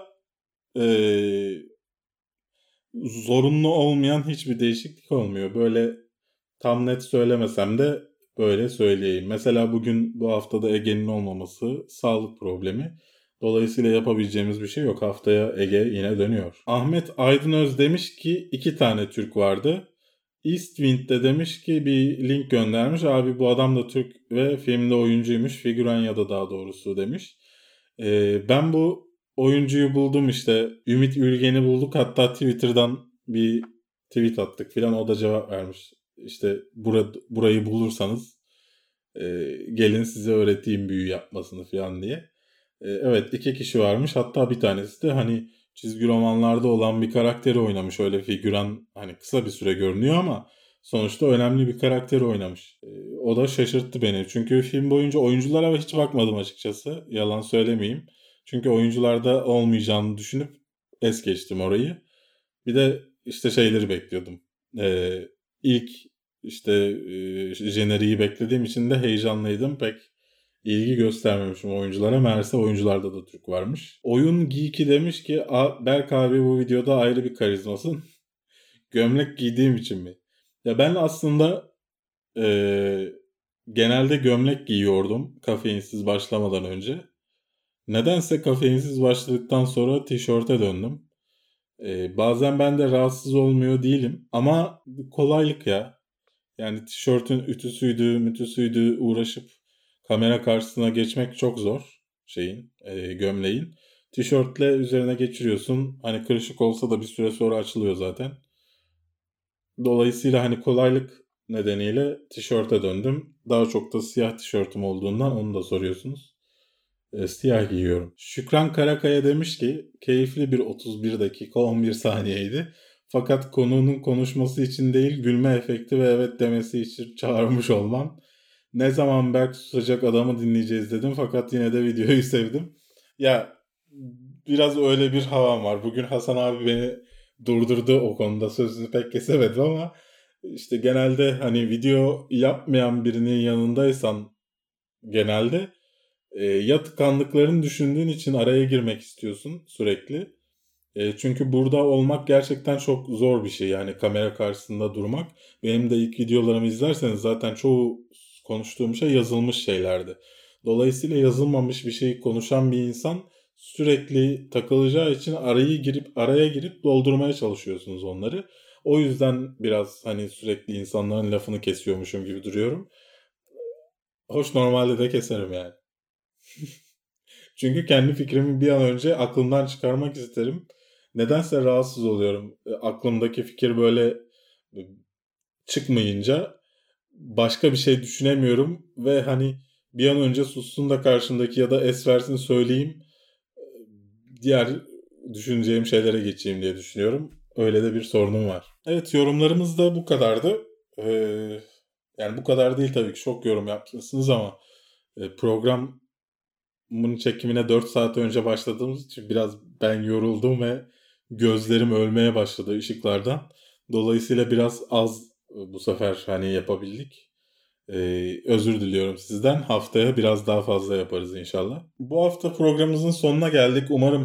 zorunlu olmayan hiçbir değişiklik olmuyor. Böyle tam net söylemesem de böyle söyleyeyim. Mesela bugün bu haftada Ege'nin olmaması sağlık problemi. Dolayısıyla yapabileceğimiz bir şey yok. Haftaya Ege yine dönüyor. Ahmet Aydınöz demiş ki 2 tane Türk vardı. Eastwind de demiş ki bir link göndermiş. Abi bu adam da Türk ve filmde oyuncuymuş. Figüran ya da daha doğrusu demiş. Ben bu oyuncuyu buldum işte. Ümit Ülgen'i bulduk. Hatta Twitter'dan bir tweet attık filan. O da cevap vermiş. İşte burayı bulursanız gelin size öğreteyim büyü yapmasını falan diye. Evet 2 kişi varmış. Hatta bir tanesi de hani çizgi romanlarda olan bir karakteri oynamış. Öyle figüran hani kısa bir süre görünüyor ama sonuçta önemli bir karakteri oynamış. O da şaşırttı beni. Çünkü film boyunca oyunculara hiç bakmadım açıkçası. Yalan söylemeyeyim. Çünkü oyuncularda olmayacağını düşünüp es geçtim orayı. Bir de işte şeyleri bekliyordum. İlk işte jeneriği beklediğim için de heyecanlıydım. Pek ilgi göstermemişim oyunculara. Meğerse oyuncularda da Türk varmış. Oyun Geek'i demiş ki Berk abi bu videoda ayrı bir karizmasın. Gömlek giydiğim için mi? Ya ben aslında genelde gömlek giyiyordum kafeinsiz başlamadan önce. Nedense kafeinsiz başladıktan sonra tişörte döndüm. Bazen ben de rahatsız olmuyor değilim. Ama kolaylık ya. Yani tişörtün mütüsüydü uğraşıp kamera karşısına geçmek çok zor gömleğin. Tişörtle üzerine geçiriyorsun. Hani kırışık olsa da bir süre sonra açılıyor zaten. Dolayısıyla hani kolaylık nedeniyle tişörte döndüm. Daha çok da siyah tişörtüm olduğundan onu da soruyorsunuz. Siyah giyiyorum. Şükran Karakaya demiş ki keyifli bir 31 dakika 11 saniyeydi. Fakat konuğunun konuşması için değil gülme efekti ve evet demesi için çağırmış olman. Ne zaman Berk susacak adamı dinleyeceğiz dedim fakat yine de videoyu sevdim. Ya biraz öyle bir havam var. Bugün Hasan abi beni durdurdu o konuda sözünü pek kesemedim ama işte genelde hani video yapmayan birinin yanındaysan genelde Ya tıkandıklarını düşündüğün için araya girmek istiyorsun sürekli. Çünkü burada olmak gerçekten çok zor bir şey. Yani kamera karşısında durmak. Benim de ilk videolarımı izlerseniz zaten çoğu konuştuğum şey yazılmış şeylerdi. Dolayısıyla yazılmamış bir şeyi konuşan bir insan sürekli takılacağı için araya girip doldurmaya çalışıyorsunuz onları. O yüzden biraz hani sürekli insanların lafını kesiyormuşum gibi duruyorum. Hoş, normalde de keserim yani. Çünkü kendi fikrimi bir an önce aklımdan çıkarmak isterim. Nedense rahatsız oluyorum. Aklımdaki fikir böyle e, çıkmayınca başka bir şey düşünemiyorum ve hani bir an önce sussun da karşımdaki ya da es versin söyleyeyim, diğer düşüneceğim şeylere geçeyim diye düşünüyorum. Öyle de bir sorunum var. Evet, yorumlarımız da bu kadardı. Yani bu kadar değil tabii ki, çok yorum yapmışsınız ama program bunun çekimine 4 saat önce başladığımız için biraz ben yoruldum ve gözlerim ölmeye başladı ışıklardan. Dolayısıyla biraz az bu sefer hani yapabildik. Özür diliyorum sizden. Haftaya biraz daha fazla yaparız inşallah. Bu hafta programımızın sonuna geldik. Umarım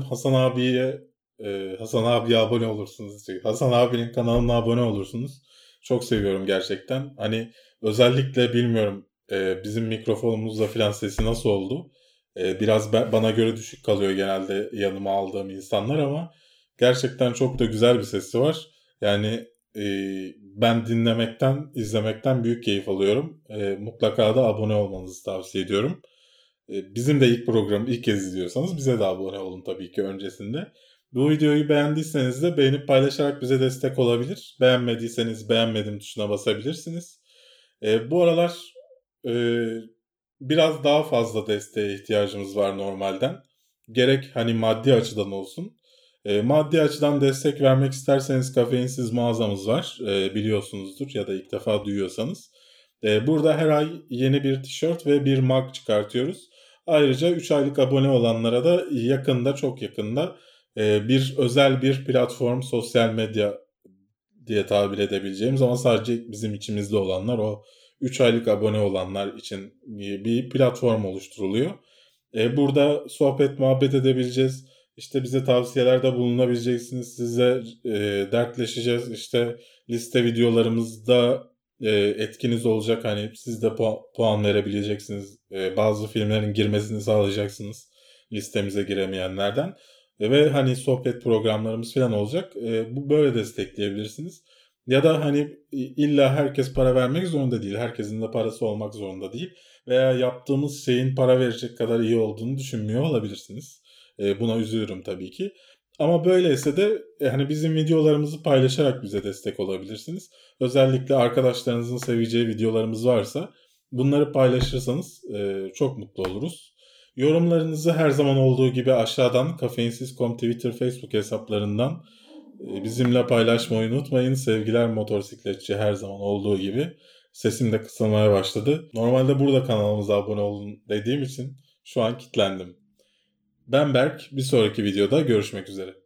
Hasan abiye abone olursunuz. Hasan abinin kanalına abone olursunuz. Çok seviyorum gerçekten. Hani özellikle bilmiyorum, bizim mikrofonumuzla filan sesi nasıl oldu? Biraz bana göre düşük kalıyor genelde yanıma aldığım insanlar ama gerçekten çok da güzel bir sesi var. Yani ben dinlemekten, izlemekten büyük keyif alıyorum. Mutlaka da abone olmanızı tavsiye ediyorum. Bizim de ilk programı ilk kez izliyorsanız bize de abone olun tabii ki öncesinde. Bu videoyu beğendiyseniz de beğenip paylaşarak bize destek olabilir. Beğenmediyseniz beğenmedim tuşuna basabilirsiniz. Bu aralar e, biraz daha fazla desteğe ihtiyacımız var normalden. Gerek hani maddi açıdan olsun. Maddi açıdan destek vermek isterseniz Kafeinsiz mağazamız var. Biliyorsunuzdur ya da ilk defa duyuyorsanız. Burada her ay yeni bir tişört ve bir mug çıkartıyoruz. Ayrıca 3 aylık abone olanlara da yakında, çok yakında bir özel bir platform, sosyal medya diye tabir edebileceğimiz ama sadece bizim içimizde olanlar, o 3 aylık abone olanlar için bir platform oluşturuluyor. Burada sohbet muhabbet edebileceğiz. İşte bize tavsiyelerde bulunabileceksiniz. Size dertleşeceğiz. İşte liste videolarımızda etkiniz olacak. Hani siz de puan verebileceksiniz. Bazı filmlerin girmesini sağlayacaksınız listemize giremeyenlerden. Ve hani sohbet programlarımız falan olacak. Bu böyle destekleyebilirsiniz. Ya da hani illa herkes para vermek zorunda değil. Herkesin de parası olmak zorunda değil. Veya yaptığımız şeyin para verecek kadar iyi olduğunu düşünmüyor olabilirsiniz. Buna üzülürüm tabii ki. Ama böyleyse de hani bizim videolarımızı paylaşarak bize destek olabilirsiniz. Özellikle arkadaşlarınızın seveceği videolarımız varsa bunları paylaşırsanız çok mutlu oluruz. Yorumlarınızı her zaman olduğu gibi aşağıdan Kafeinsiz.com Twitter, Facebook hesaplarından bizimle paylaşmayı unutmayın. Sevgiler motosikletçi, her zaman olduğu gibi. Sesim de kısılmaya başladı. Normalde burada kanalımıza abone olun dediğim için şu an kilitlendim. Ben Berk. Bir sonraki videoda görüşmek üzere.